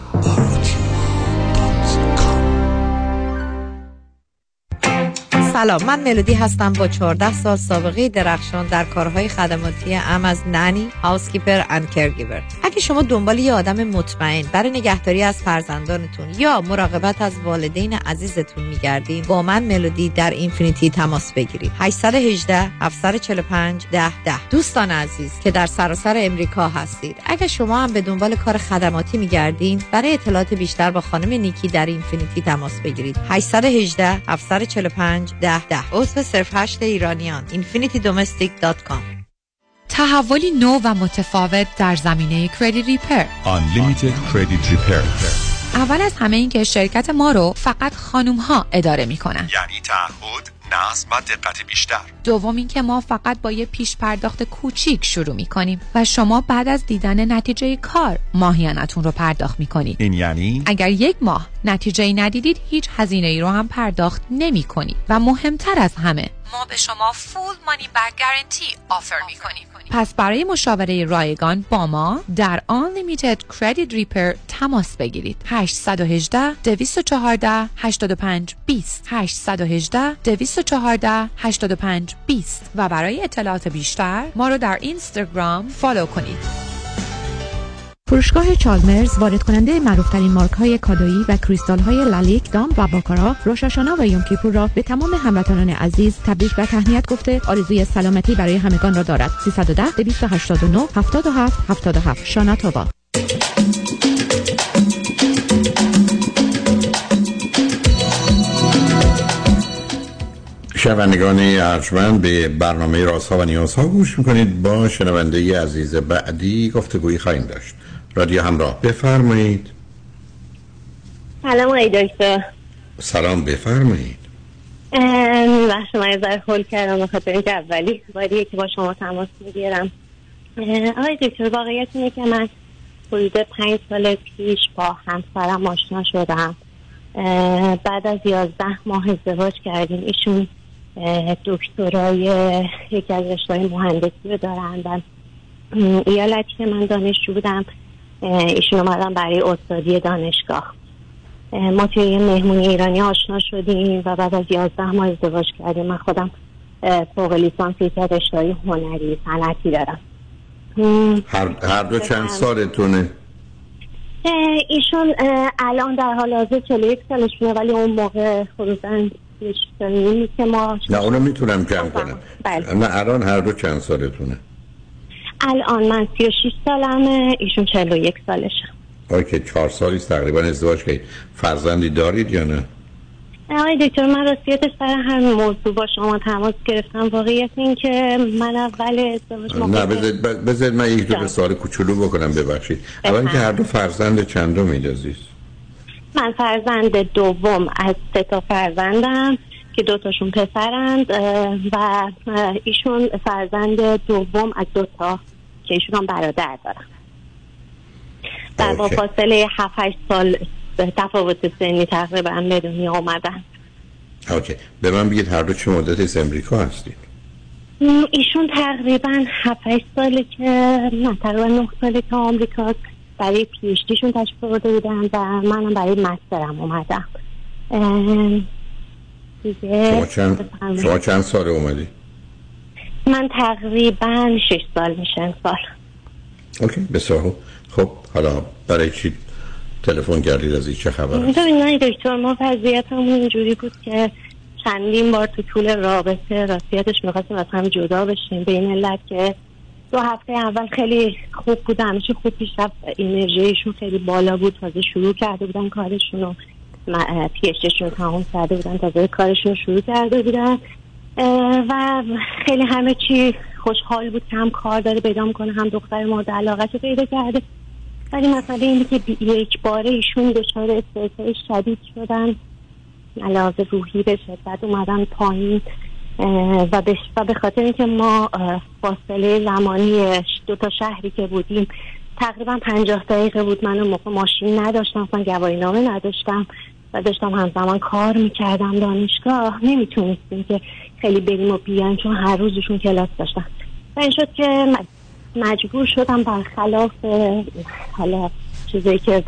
سلام، من ملودی هستم با چهارده سال سابقه درخشان در کارهای خدماتی ام از نانی، هاوسکیپر اند کرگیور. اگه شما دنبال یه آدم مطمئن برای نگهداری از فرزندانتون یا مراقبت از والدین عزیزتون میگردین، با من ملودی در اینفینیتی تماس بگیرید. هشت یک هشت هفت چهار پنج ده ده. دوستان عزیز که در سراسر امریکا هستید، اگه شما هم به دنبال کار خدماتی میگردین، برای اطلاعات بیشتر با خانم نیکی در اینفینیتی تماس بگیرید. هشت یک هشت هفت چهار پنج ده ده. عضو صرف هشت ایرانیان. اینفینیتی دومستیک دات کام. تحولی نو و متفاوت در زمینه کردیت ریپر. Unlimited Credit Repair. اول از همه این که شرکت ما رو فقط خانوم ها اداره می کنن. یعنی تعهد، نظم و دقت بیشتر. دوم این که ما فقط با یه پیش پرداخت کوچیک شروع می کنیم و شما بعد از دیدن نتیجه کار ماهیانتون رو پرداخت می کنید. این یعنی اگر یک ماه نتیجه ندیدید هیچ هزینه ای رو هم پرداخت نمی کنید و مهمتر از همه ما به شما فول مانی بک گارانتی آفر می کنیم. پس برای مشاوره رایگان با ما در Unlimited Credit Repair تماس بگیرید. هشت یک هشت دو یک چهار هشت پنج دو صفر هشت یک هشت دو یک چهار هشت پنج دو صفر و برای اطلاعات بیشتر ما رو در اینستاگرام فالو کنید. فروشگاه چالمرز وارد کننده معروفترین مارک های کادویی و کریستال های لالیک، دام و باکارا، روشاشانا و یوم کیپور را به تمام هموطنان عزیز تبریک و تهنیت گفته آرزوی سلامتی برای همگان را دارد. سیصد و ده دویست و هشتاد و نه هفتاد و هفت هفتاد و هفت شانا توبا. شنوندگان ارجمند به برنامه رازها و نیازها گوش میکنید. با شنونده عزیز بعدی گفتگویی خواهیم داشت. رادیو همراه، بفرمایید. سلام آقای دکتر. سلام، بفرمایید. من شما یه ذره هول کردم بخاطر اینکه اولی باریه که با شما تماس میگیرم. آقای دکتر، واقعیت اینه که من حدود پنج سال پیش با همسرم آشنا شدم. بعد از یازده ماه ازدواج کردیم. ایشون دکترای یکی از رشته‌های مهندسی رو دارن و ایالتی که من دانشجو بودم ایشون اومدن برای استادی دانشگاه. ما توی یه مهمونی ایرانی آشنا شدیم و بعد از یازده ماه ازدواج کردیم. من خودم فوق لیسانس یکی از رشته‌های هنری صنعتی دارم. هر, هر دو چند سالتونه؟ ایشون الان در حال حاضر چهل و یک سالشونه، ولی اون موقع خروجاً که ما نه اونو میتونم جمع کنم. بله. نه الان هر دو چند سالتونه؟ الان من سی و شش سالمه، ایشون چهل و یک سالشه. اوکی، چهار سالیست تقریبا ازدواج کردید. فرزندی دارید یا نه؟ آقای دکتر، من راستیتش سر همین موضوع با شما تماس گرفتم. واقعیت این که من اول ازدواج نه بذارید بذارید من یک دو سوال کوچولو بکنم، ببخشید. اول که هر دو فرزند چندمید عزیز؟ من فرزند دوم از سه تا فرزندم که دو تاشون پسرند و ایشون فرزند دوم از دو تا که ایشون هم برادر دارن. و با فاصله هفت هشت سال تفاوت سنی تقریبا به دنیا آمدن. اوکی، به من بگید هر دو چه مدتی از امریکا هستید؟ ایشون تقریبا هفت هشت ساله که نه تقریبا نه ساله که آمریکا برای پی اچ دیشون تشریف آورده بودن و منم برای مسترم اومدم. دیگه شما چند شما چند سال اومدی؟ من تقریبا شش سال میشه سال. اوکی، بسیار خب. حالا برای چی تلفن کردید؟ از این چه خبر؟ نه دکتر، ما وضعیتمون اینجوری بود که چندین بار تو طول رابطه راستیتش می‌خواستیم از هم جدا بشیم. به این علت که دو هفته اول خیلی خوب بود، همیشه خوب پیش رفت، انرژیشون خیلی بالا بود، تازه شروع کرده بودن کارشون رو، پی اچ دیشون تمام کرده بودن، تازه کارشون رو شروع کرده بودن و خیلی همه چی خوشحال بود که هم کار داره پیدا می‌کنه، هم دختر مورد علاقه‌شو پیدا کرده. ولی مسئله اینه که یک باره ایشون دچار استرس شدید شدن، علاوه روحی به شدت اومدن پایین و به خاطر اینکه ما فاصله زمانی دو تا شهری که بودیم تقریبا پنجاه دقیقه بود، من اون موقع ماشین نداشتم، اصلا گواهی نامه نداشتم و داشتم همزمان کار میکردم دانشگاه، نمیتونستیم که خیلی بریم و بیان چون هر روزشون کلاس داشتن و این شد که مجبور شدم برخلاف حالا چیزایی که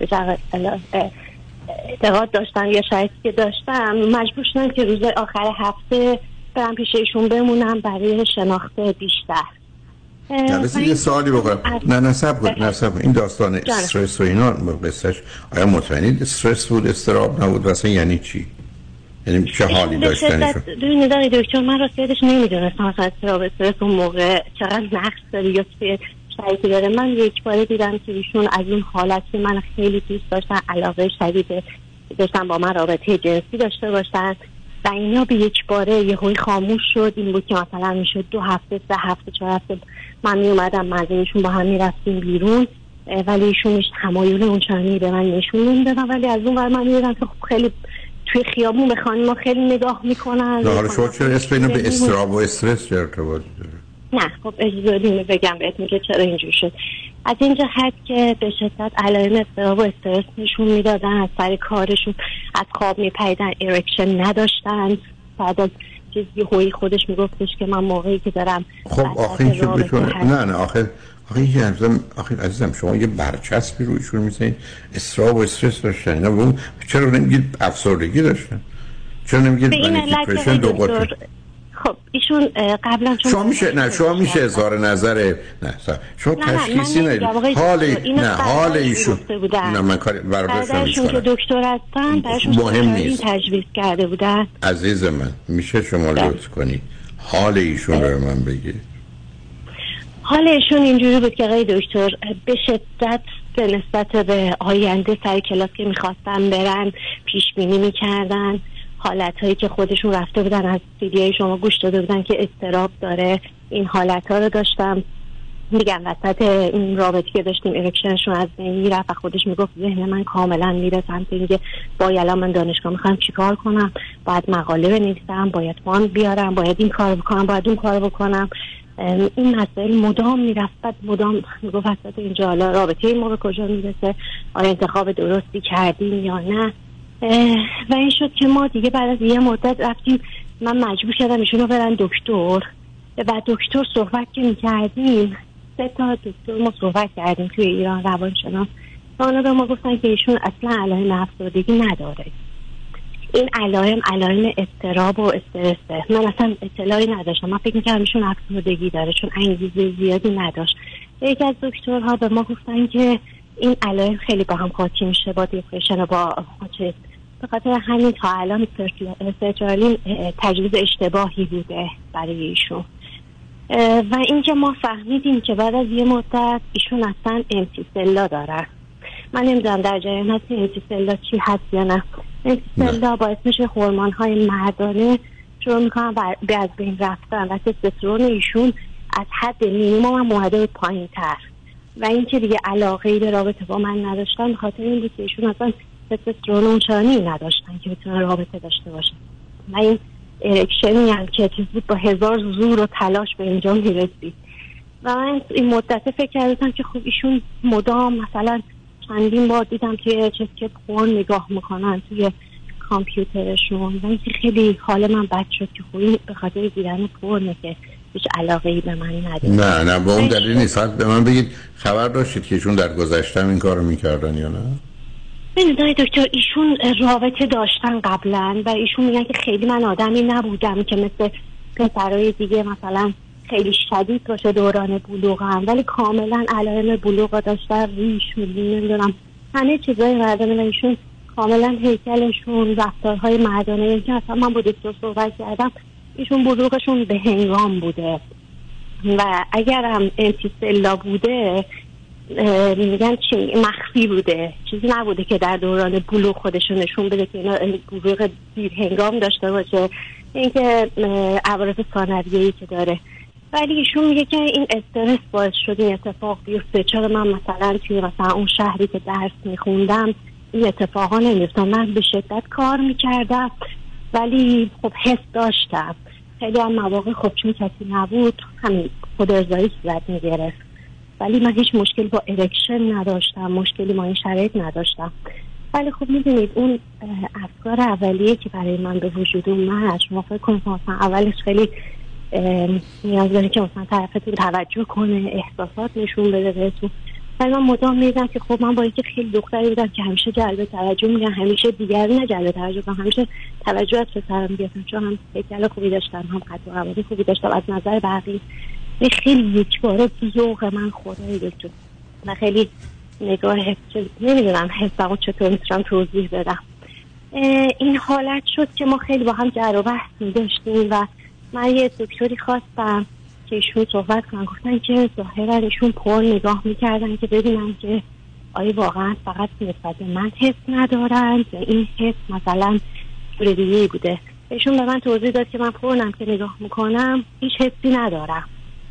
اعتقاد داشتم یا شرایطی که داشتم مجبور شدم که روز آخر هفته برم پیش ایشون بمونم برای شناخت بیشتر. نه بس یه سوالی بکنم. نه نه صبر کن، نه صبر. این داستان استرس و اینا قصهش آیا مطمئنید استرس بود، استراب نبود، واسه یعنی چی؟ یعنی چه حالی داشتنشون؟ ببینید آقای دکتر، من راستیتش نمیدونستم اصلا استراب استرس اون موقع چقدر نقص داره یا چه شرایطی داره. من یک باره دیدم که ایشون از اون حالت که من خیلی دوست داشتن، علاقه شدید داشتن با من رابطه جنسی داشته باشن و اینا به یک باره یهویی خاموش شد. این بود که مثلا میشد دو هفته سه هفته چهار هفته من می اومدم مزینشون با هم میرفتیم بیرون ولی ایشون هیچ تمایل اونچنانی به من نشون نمیدادن، ولی از اون ور من میدیدم که خب خیلی توی خیابون به خانم‌ها خیلی نگاه میکنن. نه حالا شما چرا اسم اینو به استراب و استرس چه ارتباطی داره؟ نه خب اجازه بدید بگم بهتون که چرا اینجوری شد. از این جهت که به شدت علائم اضطراب و استرس نشون میدادن، از سر کارشون از خواب میپریدن، ارکشن نداشتن، بعد از چیز یه هوی خودش میگفتش که من موقعی که دارم خب آخه این بتونه نه نه آخه آخه یه عزیزم آخه عزیزم شما یه برچسبی رویشون میزنید اضطراب و استرس داشتن اینا اون چرا نمیگید افسردگی داشتن چرا نمیگید دیپرشن دو قطب خب ایشون قبلا چون شما میشه نه شما میشه اظهار نظر نه شما تشخیصی نه حال نه حال ایشون نه من کاری برادرشون که دکتر هستن براشون مهم نیست تجویز کرده بودن. عزیز من میشه شما لطف کنی حال ایشون رو من بگید؟ حال ایشون اینجوری بود که آقای دکتر به شدت به نسبت به آینده سر کلاس که میخواستن برن پیش بینی میکردن، حالتهایی که خودشون رفته بودن از ویدیوهای شما گوش داده بودن که اضطراب داره، این حالتها رو داشتم. میگم وسط این رابطه که داشتیم ارکشنشون از بین میرفت و خودش میگفت ذهن من کاملا میره سمت اینکه باید الان من دانشگاه میخوام چیکار کنم، باید مقاله بنویسم، باید فاند بیارم، باید این کار بکنم، باید اون کار بکنم. این مسائل مدام میرفت، بعد مدام میگفت وسط اینجا حالا رابطه ما به کجا میرسه، آیا انتخاب درستی کردیم یا نه. و این شد که ما دیگه بعد از یه مدت رفتیم، من مجبور شدم ایشونو برن دکتر و دکتر صحبت که میکردیم سه تا دکتر ما صحبت کردیم توی ایران روانشناس، اونا به ما گفتن که ایشون اصلا علائم افسردگی نداره، این علائم علائم اضطراب و استرسه. من اصلا اطلاعی نداشتم، من فکر میکردم ایشون افسردگی داره چون انگیزه زیادی نداشت. یکی از دکترها به ما گفتن که این علائم خیلی با هم قاطی میشه با دیپرشن و با چیز، به خاطر همین تا الان سرچارلین تجویز اشتباهی بوده برای ایشون. و اینکه ما فهمیدیم که بعد از یه مدت ایشون اصلا امتیسلا دارن. من نمیدونم در جریان هستی امتیسلا چی هست یا نه. امتیسلا باعث میشه هورمون های مردانه شروع میکنن به از بین رفتن و تستوسترون ایشون از حد مینیمم هم اومده پایین تر و اینکه دیگه علاقه به رابطه با من نداشتن به خاطر این بود که ایشون اصلا تستوسترون اونچنانی نداشتن که بتونن رابطه داشته باشن و این ارکشنی هم که چیز بود با هزار زور و تلاش به اینجا میرسید. و من این مدت فکر کردم که خب ایشون مدام مثلا چندین بار دیدم توی چیز که پورن نگاه میکنن توی کامپیوترشون و اینکه خیلی حال من بد شد که خوبی به خاطر دیدن پورنه که هیچ علاقه ای به من نداره. نه نه با اون دلیل نیست. به من بگید خبر داشتید که ایشون در گذشته این کارو میکردن یا نه؟ ببینید دکتر ایشون رابطه داشتن قبلا و ایشون میگن که خیلی من آدمی نبودم که مثل پسرای دیگه مثلا خیلی شدید باشه دوران بلوغم، ولی کاملا علائم بلوغ داشتن، ریش میلی نمیدونم همه چیزای مردانه و ایشون کاملا هیکلشون رفتارهای مردانه که اصلا من با دکتر صحبت کردم ایشون بلوغشون به هنگام بوده و اگر هم امتیسلا بوده میگن چی مخفی بوده، چیزی نبوده که در دوران بلوغ خودشون نشون بده که اینا بلوغ دیر هنگام داشته باشه، اینکه عوارض ثانویه‌ای که داره. ولی ایشون میگه که این استرس باعث شد این اتفاق بیفته، چرا من مثلا توی مثلا اون شهری که درس میخوندم این اتفاقا نمیفتم، من به شدت کار میکردم ولی خب حس داشتم، خیلی هم مواقع خب چون کسی نبود همین خود ارزایی صورت میگرفت ولی من هیچ مشکلی با ارکشن نداشتم، مشکلی با این شرایط نداشتم. ولی خب میدونید اون افکار اولیه که برای من به وجود اومد، شما فکر کنید مثلا اولش خیلی نیاز داره که مثلا طرفتون توجه کنه، احساسات نشون بده بهتون، ولی من مدام میدم که خب من با اینکه خیلی دختری بودم که همیشه جلب توجه میگم، همیشه دیگری نه جلب توجه کنم، همیشه توجه از پسرم گرفتم چون هم هیکل خوبی داشتم هم قد و قواره خوبی داشتم از نظر بقیه، خیلی یک باره ذوق من خدای دکتر و خیلی نگاه نمیدونم حسمو چطور میتونم توضیح بدم. این حالت شد که ما خیلی با هم جر و بحث می‌داشتیم و من یه دکتری خواستم که ایشون صحبت کنن، گفتن که ظاهرا ایشون پر نگاه میکردن که ببینن که آیا واقعا فقط نسبت به من حس ندارن یا این حس مثلا جور دیگه‌ای بوده. ایشون به من توضیح داد که من پرنم که نگاه میکنم هیچ حسی ندارم،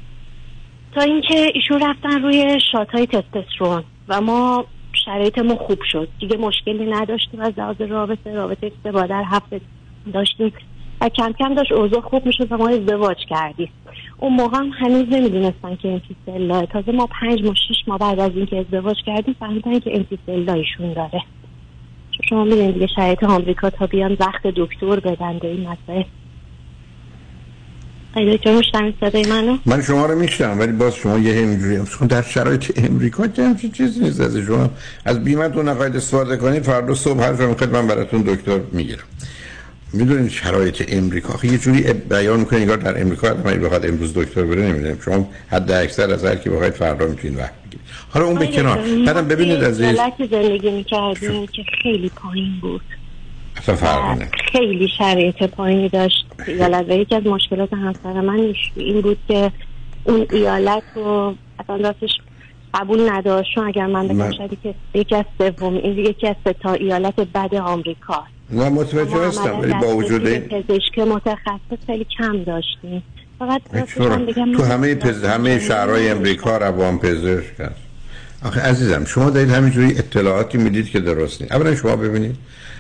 تا اینکه ایشون رفتن روی شات‌های تستوسترون و ما شرایطمون خوب شد، دیگه مشکلی نداشتیم از لحاظ رابطه رابطه سه بار در هفته داشتیم و کم کم داشت اوضاع خوب میشد و ما ازدواج کردیم. اون موقع هم هنوز نمیدونستن که امتیسلا، تازه ما پنج ماه شش ماه بعد از اینکه ازدواج کردیم فهمیدن که امتیسلا ایشون داره. چون شما میدونید دیگه شرایط آمریکا تا بیان وقت دکتر بدن به این مسئله آیا دکتر میشنوید صدای منو؟ من شما رو میشنم ولی باز شما یه همینجوری چون در شرایط امریکا که همچین چیزی نیست. از شما از بیمتون نقاید استفاده کنید، فردا صبح هر جا میخواید من براتون دکتر میگیرم. میدونید شرایط امریکا خیلی یه جوری بیان میکنه انگار در امریکا آدمی بخواد امروز دکتر بره نمیدونم، شما حد اکثر از هر کی بخواید فردا میتونید وقت بگیرید. حالا اون به کنار، بعدم ببینید از این زندگی میکردیم که خیلی پایین بود، اصلا فرق نه، خیلی شرایط پایینی داشت ایالت و یکی از مشکلات همسر من این بود که اون ایالت رو اصلا راستش قبول نداشت، چون اگر من بگم شاید که یکی از سوم این یکی از سه تا ایالت بد آمریکا. نه متوجه هستم ولی با وجود این پزشک متخصص خیلی کم داشتیم. فقط بگم تو همه پز... همه شهرهای امریکا روان پزشک هست. آخه عزیزم شما دارید همینجوری اطلاعاتی میدید که درست نیست. اولا شما ببینید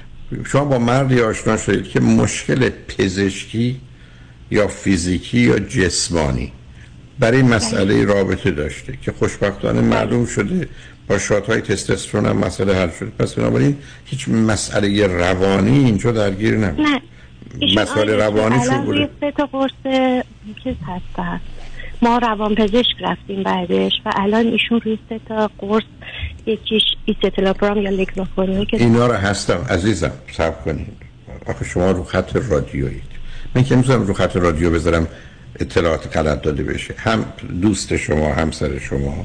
شما با مردی آشنا شدید که مشکل پزشکی یا فیزیکی یا جسمانی برای مسئله رابطه داشته که خوشبختانه معلوم شده با شات‌های تستوسترون هم مسئله حل شده. پس بنابراین هیچ مسئله روانی اینجا درگیر نمیشه. نه مسئله روانی شو بوده. سه تا قرص چیز هست، ما روان پزشک رفتیم بعدش و الان ایشون روی سه تا قرص، یکیش ایستلوپرام یا لگلوفورین که اینا رو هستم عزیزم صبر کنید. آخه شما رو خط رادیویید، من که نمی‌تونم رو خط رادیو بذارم اطلاعات غلط داده بشه. هم دوست شما همسر شما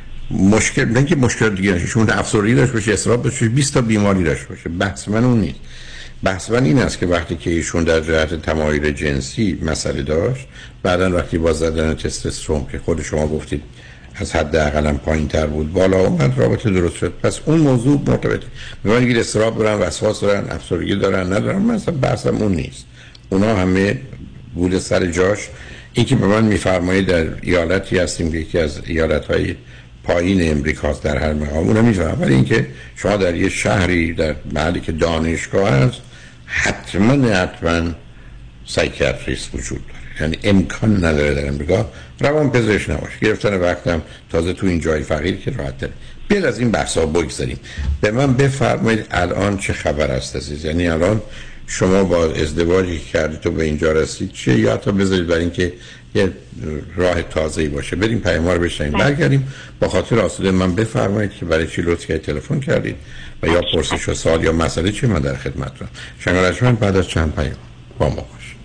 مشکل نه که مشکل دیگه نشه، شما افسردگی داشت باشه، اضطراب داشت باشه، بیست تا بیماری داشت باشه. بحث من اون نیست. بحث من این است که وقتی که ایشون در جهت تمایل جنسی مسئله داشت، بعدن وقتی با زدن تستوسترون که خود شما گفتید از حد اقلم پایین تر بود بالا اومد، رابطه درست شد. پس اون موضوع مرتبطه. میگن که اضطراب دارن، وسواس دارن، افسردگی دارن، ندارن. مثلا بحثم اون نیست. اونا همه بود سر جاش. این که به من میفرمایید در ایالتی هستیم که یکی از ایالت‌های پایین امریکاست در هر مقام، اونم میفهمم. ولی اینکه شما در یه شهری در محلی که دانشگاه هست حتما حتما سایکیاتریست وجود داره، یعنی امکان نداره در امریکا روان پزشک نباشه. گرفتن وقتم تازه تو این جای فقیر که راحت داره. بیاد از این بحثا بگذاریم. به من بفرمایید الان چه خبر است عزیز؟ یعنی الان شما با ازدواجی کردید تو به اینجا رسید چه، یا تا بذارید برای اینکه یه راه تازه‌ای باشه. بریم پیام رو بشنویم برگردیم. با خاطر آسوده من بفرمایید که برای چی لطف کردید تلفن کردید و یا پرسش و سوال یا مسئله چی، من در خدمتتونم. شنگالشمن بعد از چند پیام با ما باشید.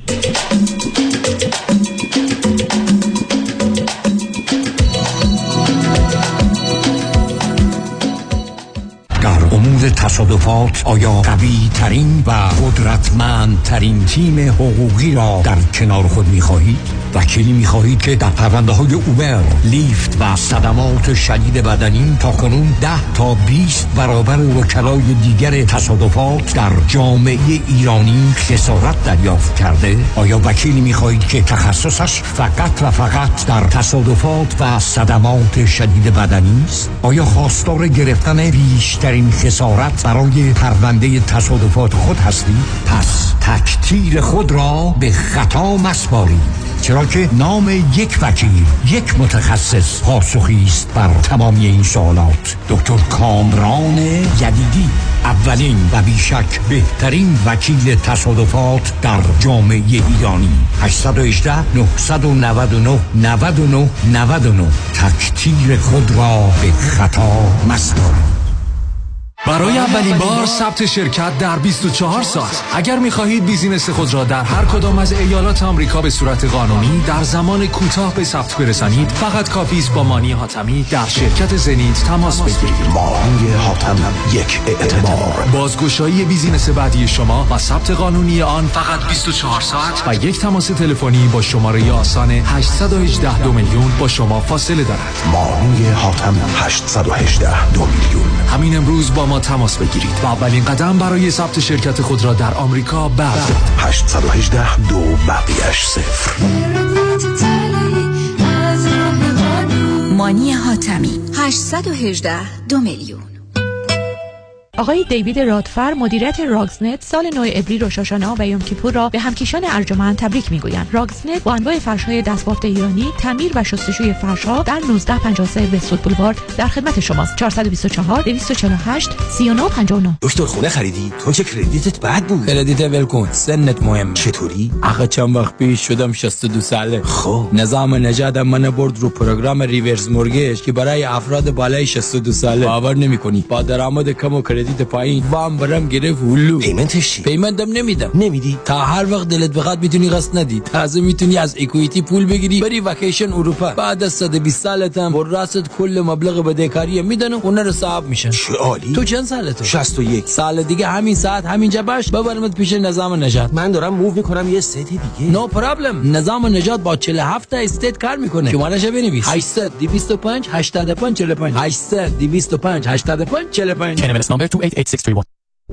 در امور تصادفات آیا قوی ترین و قدرتمند ترین تیم حقوقی را در کنار خود می خواهید؟ وکیلی می خواهید که در پرونده های اوبر، لیفت و صدمات شدید بدنی تا کنون ده تا بیست برابر وکلای دیگر تصادفات در جامعه ایرانی خسارت دریافت کرده؟ آیا وکیلی می خواهید که تخصصش فقط و فقط در تصادفات و صدمات شدید بدنی است؟ آیا خواستار گرفتن بیشترین خسارت برای پرونده تصادفات خود هستید؟ پس تک تیر خود را به خطا مسپارید، چرا که نام یک وکیل، یک متخصص پاسخی است بر تمامی این سوالات. دکتر کامران یدیدی، اولین و بیشک بهترین وکیل تصادفات در جامعه ایرانی. هشت یک هشت نه نه نه نه نه نه نه. تک تیر خود را به خطا مسپارید. برای اولین بار ثبت شرکت در بیست و چهار ساعت. اگر می‌خواهید بیزینس خود را در هر کدام از ایالات آمریکا به صورت قانونی در زمان کوتاه به ثبت برسانید، فقط کافی است با مانی حاتمی در شرکت زنیت تماس بگیرید. مانی حاتمی، یک اعتبار. بازگشایی بیزینس بعدی شما و ثبت قانونی آن فقط بیست و چهار ساعت و یک تماس تلفنی با شماره آسان هشت یک هشت دو میلیون با شما فاصله دارد. مانی حاتمی، هشت یک هشت دو میلیون. همین امروز با ما تماس بگیرید و اولین قدم برای ثبت شرکت خود را در آمریکا بردارید. هشت یک هشت دو بقیه‌اش صفر. مانی حاتمی، هشت یک هشت دو میلیون. آقای دیوید رادفر مدیریت راگزنت سال نو عبری روش الشنا و یوم کیپور را به همکیشان ارجمند تبریک میگویند. راگزنت با انواع فرش‌های دستبافت ایرانی، تعمیر و شستشوی فرش‌ها در نوزده پنجاه و سه وست‌وود بولوارد در خدمت شماست. چهار دو چهار دویست و چهل و هشت سی و نه پنجاه و نه. دکتر خونه خریدی؟ تو که کردیتت بد بود. کردیت ولکن، سنت مهم. چطوری؟ آخه چند وقت پیش شدم شصت و دو ساله. خب نظام نجات من برد رو پروگرام ریورس مورگیج که برای افراد بالای شصت و دو ساله. باور نمی‌کنی با درآمد کم و کردیت پایین وام برام گرفت هلو. پیمنتش چی؟ پیمنتم نمیدم. نمیدی؟ تا هر وقت دلت بخواد میتونی قسط ندی. تازه میتونی از اکوئیتی پول بگیری بری وکیشن اروپا. بعد از صد و بیست سالتم بر راست کل مبلغ بدهکاری میدن و خونه رو صاحب میشن. چه عالی. تو چند سالته؟ شصت و یک. سال دیگه همین ساعت همینجا باش ببرمت پیش نظام نجات. من دارم موو میکنم یه استیت دیگه. نو no پرابلم. نظام نجات با چهل و هفت تا استیت کار میکنه. شمارهش بنویس. هشتصد دویست و پنج هشتاد و پنج چهل و پنج هشتصد دویست و پنج هشتاد و پنج چهل و پنج. Cannabis number two eight eight six three one.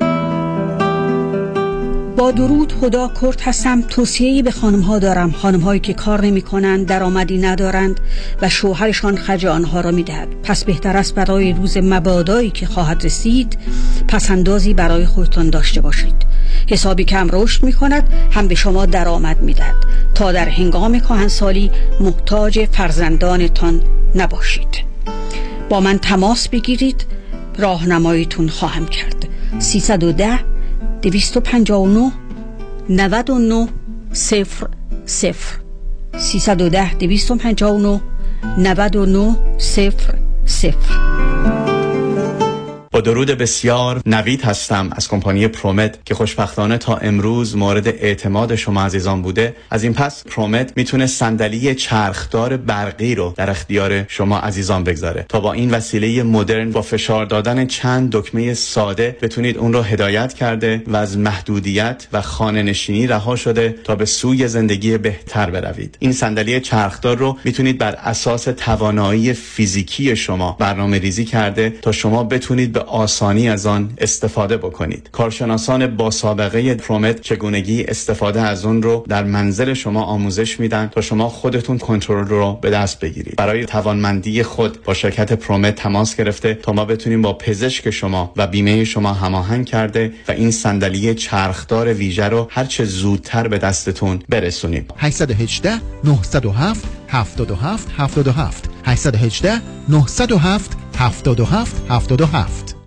با درود، خدا کرد هستم. توصیه‌ای به خانم‌ها دارم، خانم‌هایی که کار نمی‌کنند، درآمدی ندارند و شوهرشان خرج آنها را می‌دهد. پس بهتر است برای روز مبادایی که خواهد رسید پس‌اندازی برای خودتان داشته باشید. حسابی که هم رشد می‌کند هم به شما درآمد می‌دهد تا در هنگام کهنسالی محتاج فرزندانتان نباشید. با من تماس بگیرید، راهنماییتون خواهم کرد. سیصد و ده دویست و پنجاه و نه نود و نه صفر صفر سیصد و ده دویست و پنجاه و نه نود و نه صفر صفر. با درود بسیار، نوید هستم از کمپانی پرومت که خوشبختانه تا امروز مورد اعتماد شما عزیزان بوده. از این پس پرومت میتونه صندلی چرخدار برقی رو در اختیار شما عزیزان بگذاره تا با این وسیله مدرن با فشار دادن چند دکمه ساده بتونید اون رو هدایت کرده و از محدودیت و خانه نشینی رها شده تا به سوی زندگی بهتر بروید. این صندلی چرخدار رو میتونید بر اساس توانایی فیزیکی شما برنامه ریزی کرده تا شما بتونید به آسانی از آن استفاده بکنید. کارشناسان با سابقه پرومت چگونگی استفاده از اون رو در منزل شما آموزش میدن تا شما خودتون کنترل رو به دست بگیرید. برای توانمندی خود با شرکت پرومت تماس گرفته تا ما بتونیم با پزشک شما و بیمه شما هماهنگ کرده و این صندلی چرخدار ویژه رو هر چه زودتر به دستتون برسونیم. هشت یک هشت نه صفر هفت هفت هفت هفت هفت هشت یک هشت نه صفر هفت هفت هفت هفت هفت.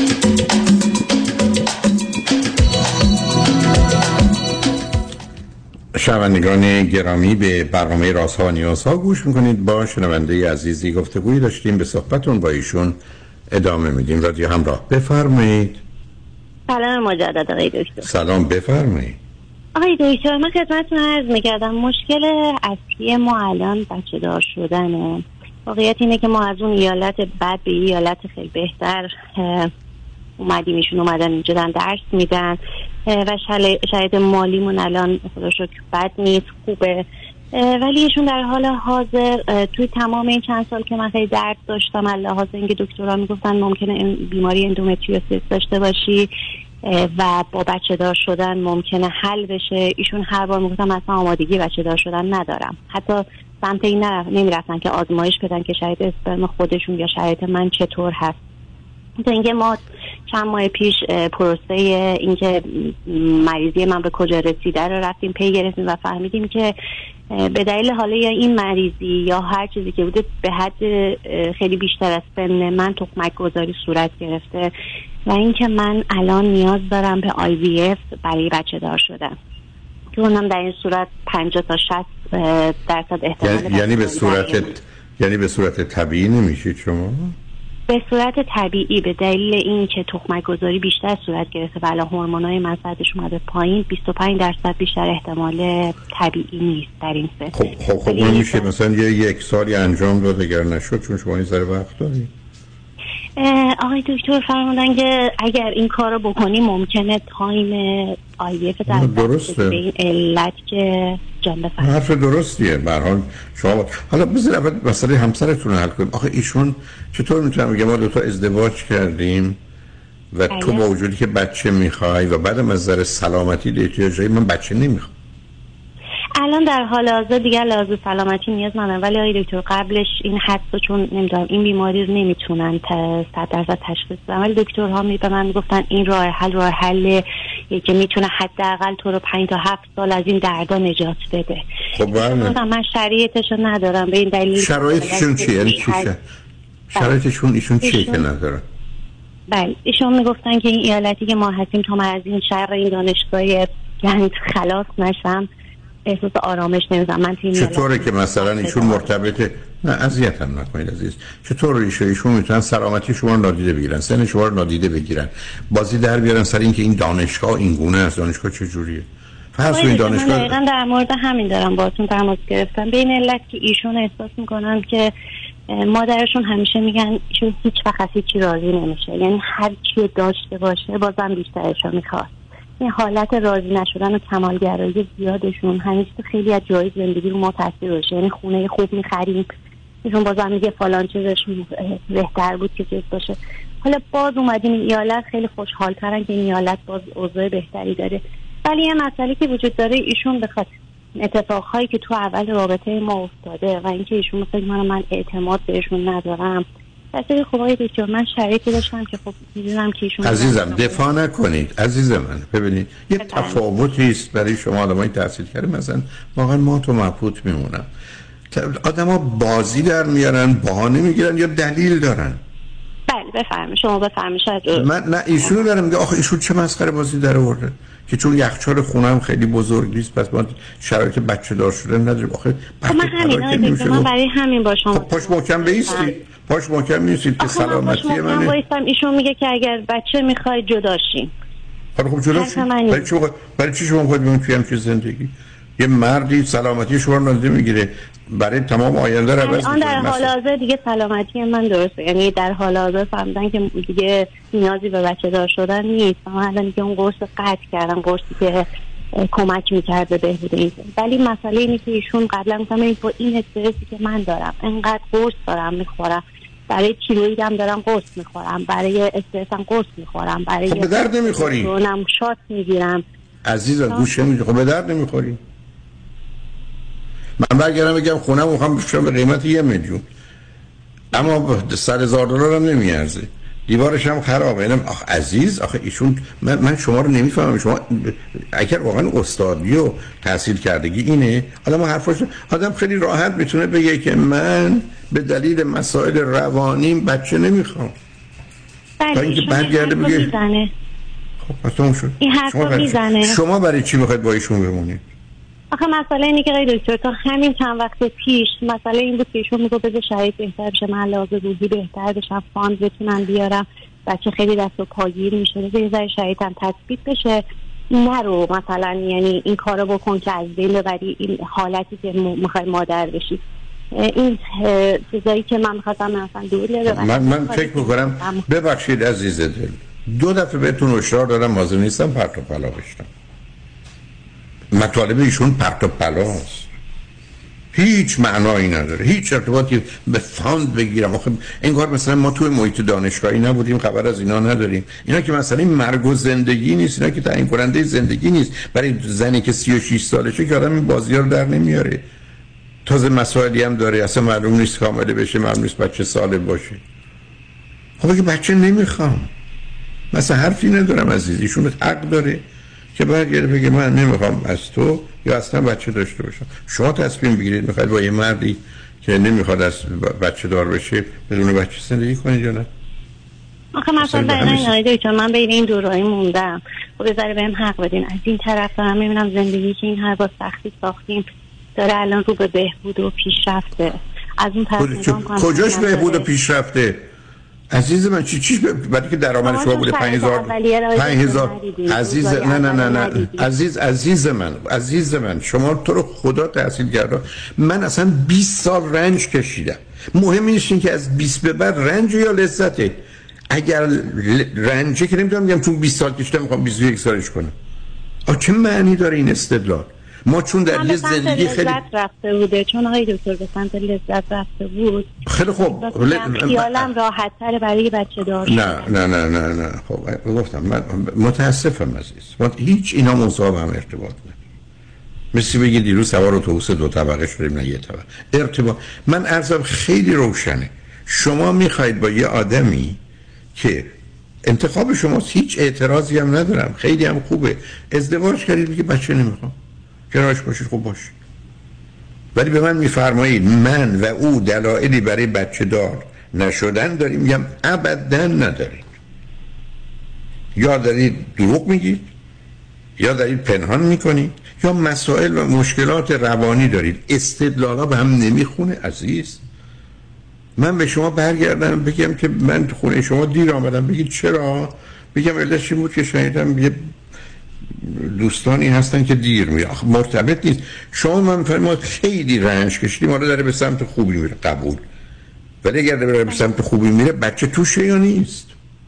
شنوندگان گرامی، به برنامه رازها و نیازها گوش میکنید. با شنونده عزیزی گفتگویی داشتیم، به صحبتون با ایشون ادامه میدیم. رادیو همراه، بفرمایید. سلام مجدد آقای دکتر. سلام، بفرمایید. آقای دکتر، من خدمتتون عرض میکردم مشکل اصلی ما الان بچه دار شدنه. واقعیت اینه که ما از اون ایالت بد به ایالت خیلی بهتر اومدیم. ایشون اومدن اینجا درس میدن و شاید مالیمون الان خدا شکر بد نیست، خوبه. ولی ایشون در حال حاضر توی تمام این چند سال که من خیلی درد داشتم، لحاظ اینکه دکترها میگفتن ممکنه بیماری اندومتریوسیس داشته باشی و با بچه دار شدن ممکنه حل بشه، ایشون هر بار میگفتن اصلا آمادگی بچه دار شدن ندارم. حتی سمت این نمیرفتن که آزمایش بدن که شاید اسپرم خودشون یا شاید من چطور هست. تا اینکه ما چند ماه پیش پروسه اینکه مریضی من به کجا رسیده رو رفتیم پی گرفتیم و فهمیدیم که به دلیل حالا یا این مریضی یا هر چیزی که بوده به حد خیلی بیشتر از سن من تخمک گذاری صورت گرفته و اینکه من الان نیاز دارم به آی وی اف برای بچه دار شدن که اونم در این صورت پنجاه تا شصت درصد احتمال یعنی, یعنی به صورت یعنی به صورت طبیعی نمیشید شما؟ به صورت طبیعی به دلیل این که تخمک گذاری بیشتر صورت گرفته و الان هورمونای من سطحش اومده پایین، بیست و پنج درصد بیشتر احتمال طبیعی نیست در این سن. خب خب خب اون میشه مثلا یه یک سالی انجام داد اگر نشد، چون شما این ذره وقت دارید. آقای دکتر فرمودن که اگر این کارو بکنی ممکنه تایم آی وی اف در درسته به این علت که جان بفرمایید. حرف درستیه. به هر حال شما حالا بذار اول مسئله همسرتون رو حل کنیم. آخه ایشون چطور میتونم بگم ما دو تا ازدواج کردیم و آیا. تو با وجودی که بچه میخوای و بعدم از نظر سلامتی دیگه جایی من بچه نمیخوام. الان در حال حاضر دیگه لازم سلامتی نیاز ندارم، ولی آقای دکتر قبلش این حدسو چون نمیدونم این بیماری رو نمیتونن صد درصد تشخیص بدن، ولی دکترها می به من میگفتن این راه حل راه حل که میتونه حداقل تو رو پنج تا هفت سال از این دردا نجات بده. خب بله. من شرایطشو ندارم به این دلیل. شرایطشون چیه؟ یعنی چیه؟ شرایطشون ایشون چیه که ندارن؟ بله ایشون میگفتن که این ایالتی که ما هستیم تا من از این شهر این دانشگاه گند خلاص نشم احساس آرامش نمیدم. من چطوره که مثلا ایشون مرتبطه؟ نه اذیتم نکنید عزیز. چطور ایشون ایشون میتونن سلامتی شما رو نادیده بگیرن، سن شما رو نادیده بگیرن، بازی در بیارن سر اینکه این دانشگاه این گونه است؟ دانشگاه چه جوریه؟ فرض کنید دانشگاه من دقیقاً در مورد همین دارم باهاتون تماس گرفتم. به این علت که ایشون احساس میکنن که مادرشون همیشه میگن ایشون هیچ وقت هیچی راضی نمیشه، یعنی هر چی داشته باشه بازم بیشترشو میخواد. این حالت راضی نشدن و کمالگرایی زیادشون همیشه خیلی از جای زندگی رو ما تاثیر داشته. یعنی خونه خوب میخریم ایشون بازم میگه فلان چیزش بهتر بود که چیز باشه. حالا باز اومدیم این ایالت خیلی خوشحال‌ترن که این ایالت باز اوضاع بهتری داره، ولی یه مسئله که وجود داره ایشون بخاطر اتفاقهایی که تو اول رابطه ما افتاده و اینکه ایشون مثلا من من اعتماد بهشون ندارم. اصلا خب آقای دکتر من شرایطی داشتم که خب میدونم که ایشون عزیزم دفاع نکنید عزیز من. ببینید یه تفاوتی است برای شما آدمای تحصیل کرده، مثلا واقعا ما تو مبهوت میمونم. آدما بازی در میارن، بهانه میگیرن یا دلیل دارن. بله بفرمایید شما بفرمایید. شاید من نه ایشونو دارم میگه آخه ایشون چه مسخره بازی در آورده که چون یخچال خونم خیلی بزرگ نیست پس ما شرایط بچه دار شدن نداریم. آخه خب من همین من برای همین با شما پاش محکم بیستید، پاش محکم نیستید که سلامتی منه. من ایشون میگه که اگر بچه میخوای جدا شین. خب جدا شین. برای چی برای چی شما خودتون توی همچین زندگی؟ یه مردی سلامتی شما رو نادیده میگیره برای تمام آینده رو عوض می‌کنه. آن در حال حاضر دیگه سلامتی من درسته، یعنی در حال حاضر فهمیدن که دیگه نیازی به بچه دار شدن نیست. من الان دیگه اون قرص قطع کردم، قرصی که کمک می‌کرد به بهبود این. ولی مسئله اینه که ایشون قبلا گفتم با این استرسی که من دارم انقدر قرص دارم می‌خورم، برای تیرویدم دارم قرص می‌خورم، برای استرسم قرص می‌خورم، برای خب به درد نمی‌خوری. اونم شات می‌گیرم. عزیزم گوش نمی‌دی. خب به درد نمی‌خوری. من برگردم بگم خونم میخوام بفروشم به قیمت یه میلیون اما صد هزار دلار هم نمیارزه، دیوارش هم خرابه. اینم آخ عزیز آخه ایشون من, من شما رو نمیفهمم. شما اگر واقعا استادی و تحصیل کردگی اینه، حالا ما حرفاش آدم خیلی راحت میتونه بگه که من به دلیل مسائل روانیم بچه نمیخوام. تا اینکه برگرده بگه خب پس اون شد. این حرفا میزنه. شما برای چی میخواید با ایشون بمونید؟ آخه مسئله اینه که آقای دکتر تا همین چند وقت پیش مسئله این بود که ایشون میگه بذار شرایط بهتر بشه، من لازم روحی بهتر بشم، فاند بتونم بیارم، بچه خیلی دست و پاگیر میشه، بذار یه ذره شرایطم تثبیت بشه، نرو مثلا یعنی این کارو بکن که از بین ببری این حالتی که میخوای مادر بشی. این چیزایی که من می‌خواستم مثلا دور ببرم. من من فکر می‌کنم ببخشید عزیز دل، دو دفعه بهتون هشدار دادم حاضر نیستم پرت و پلا بشم. مطالب ایشون پرت و پلاست، هیچ معنایی نداره، هیچ ارتباطی به فاند بگیرم. آخه انگار مثلا ما توی محیط دانشگاهی نبودیم، خبر از اینا نداریم. اینا که مثلا مرگ و زندگی نیست، اینا که تعیین کننده زندگی نیست. برای زنی که سی و شش سالشه که آدم این بازی‌ها رو در نمیاره. تازه مسائلی هم داره، اصلا معلوم نیست کامله بشه، معلوم نیست بچه سالم باشه. خب که بچه نمیخوام، مثلا حرفی ندارم عزیز. ایشون حق داره که برگرده بگه من نمیخوام از تو یا اصلا بچه داشته باشم. شما تصمیم بگیرید میخواید با یه مردی که نمیخواد از بچه دار بشه بدون بچه زندگی کنید یا نه. آخه مثلا در این آیده چون من بین این دو راهی موندم، خب یه ذره بهم حق بدین. از این طرف دارم میبینم زندگی که این هر با سختی ساختیم داره الان رو به بهبود و پیشرفته. از اون طرف نگاه کنم کجاش بهبود و پیشرفته عزیز من؟ چی چی بعدی که درآمد شما بوده پنج هزار پنج هزار عزیز نه نه نه نه عزیز عزیز من عزیز من شما تو رو خدا تحصیل کرده. من اصلا بیست سال رنج کشیدم. مهم نیست که از بیست به بعد رنج یا لذته. اگر رنجه که نمیتونم بگم چون بیست سال کشیدم میخوام بیست و یک سالش کنم. آ چه معنی داره این استدلال؟ ما چون در یه زندگی خیلی لذت رفته بوده، چون آقای دکتر به سمت لذت رفته بود. خیلی خوب خیالم راحت تره برای بچه دار. نه نه نه نه نه خب گفتم من متاسفم عزیز، من هیچ اینا مصاب هم ارتباط نداره. مثل بگی دیروز سوار اتوبوس دو طبقه شدیم نه یه طبقه. ارتباط من عرضم خیلی روشنه. شما میخواید با یه آدمی که انتخاب شماست، هیچ اعتراضی هم ندارم، خیلی هم خوبه، ازدواج کردید میگه بچه نمیخوام، کنارش باشید خوب باش، ولی به من میفرمایید من و او دلایلی برای بچه دار نشدن داریم، میگم ابدا ندارید. یا دارید دروغ میگید، یا دارید پنهان میکنید، یا مسائل و مشکلات روانی دارید. استدلالا به هم نمیخونه عزیز. من به شما برگردم بگم که من تو خونه شما دیر آمدم، بگید چرا؟ بگم علت چی بود که شنیدم یه دوستانی هستن که دیر میره. آخه مرتبط نیست. شما من میفرمایید خیلی رنج کشیدیم، حالا داره به سمت خوبی میره، قبول. ولی اگر داره به سمت خوبی میره بچه توشه یا نیست؟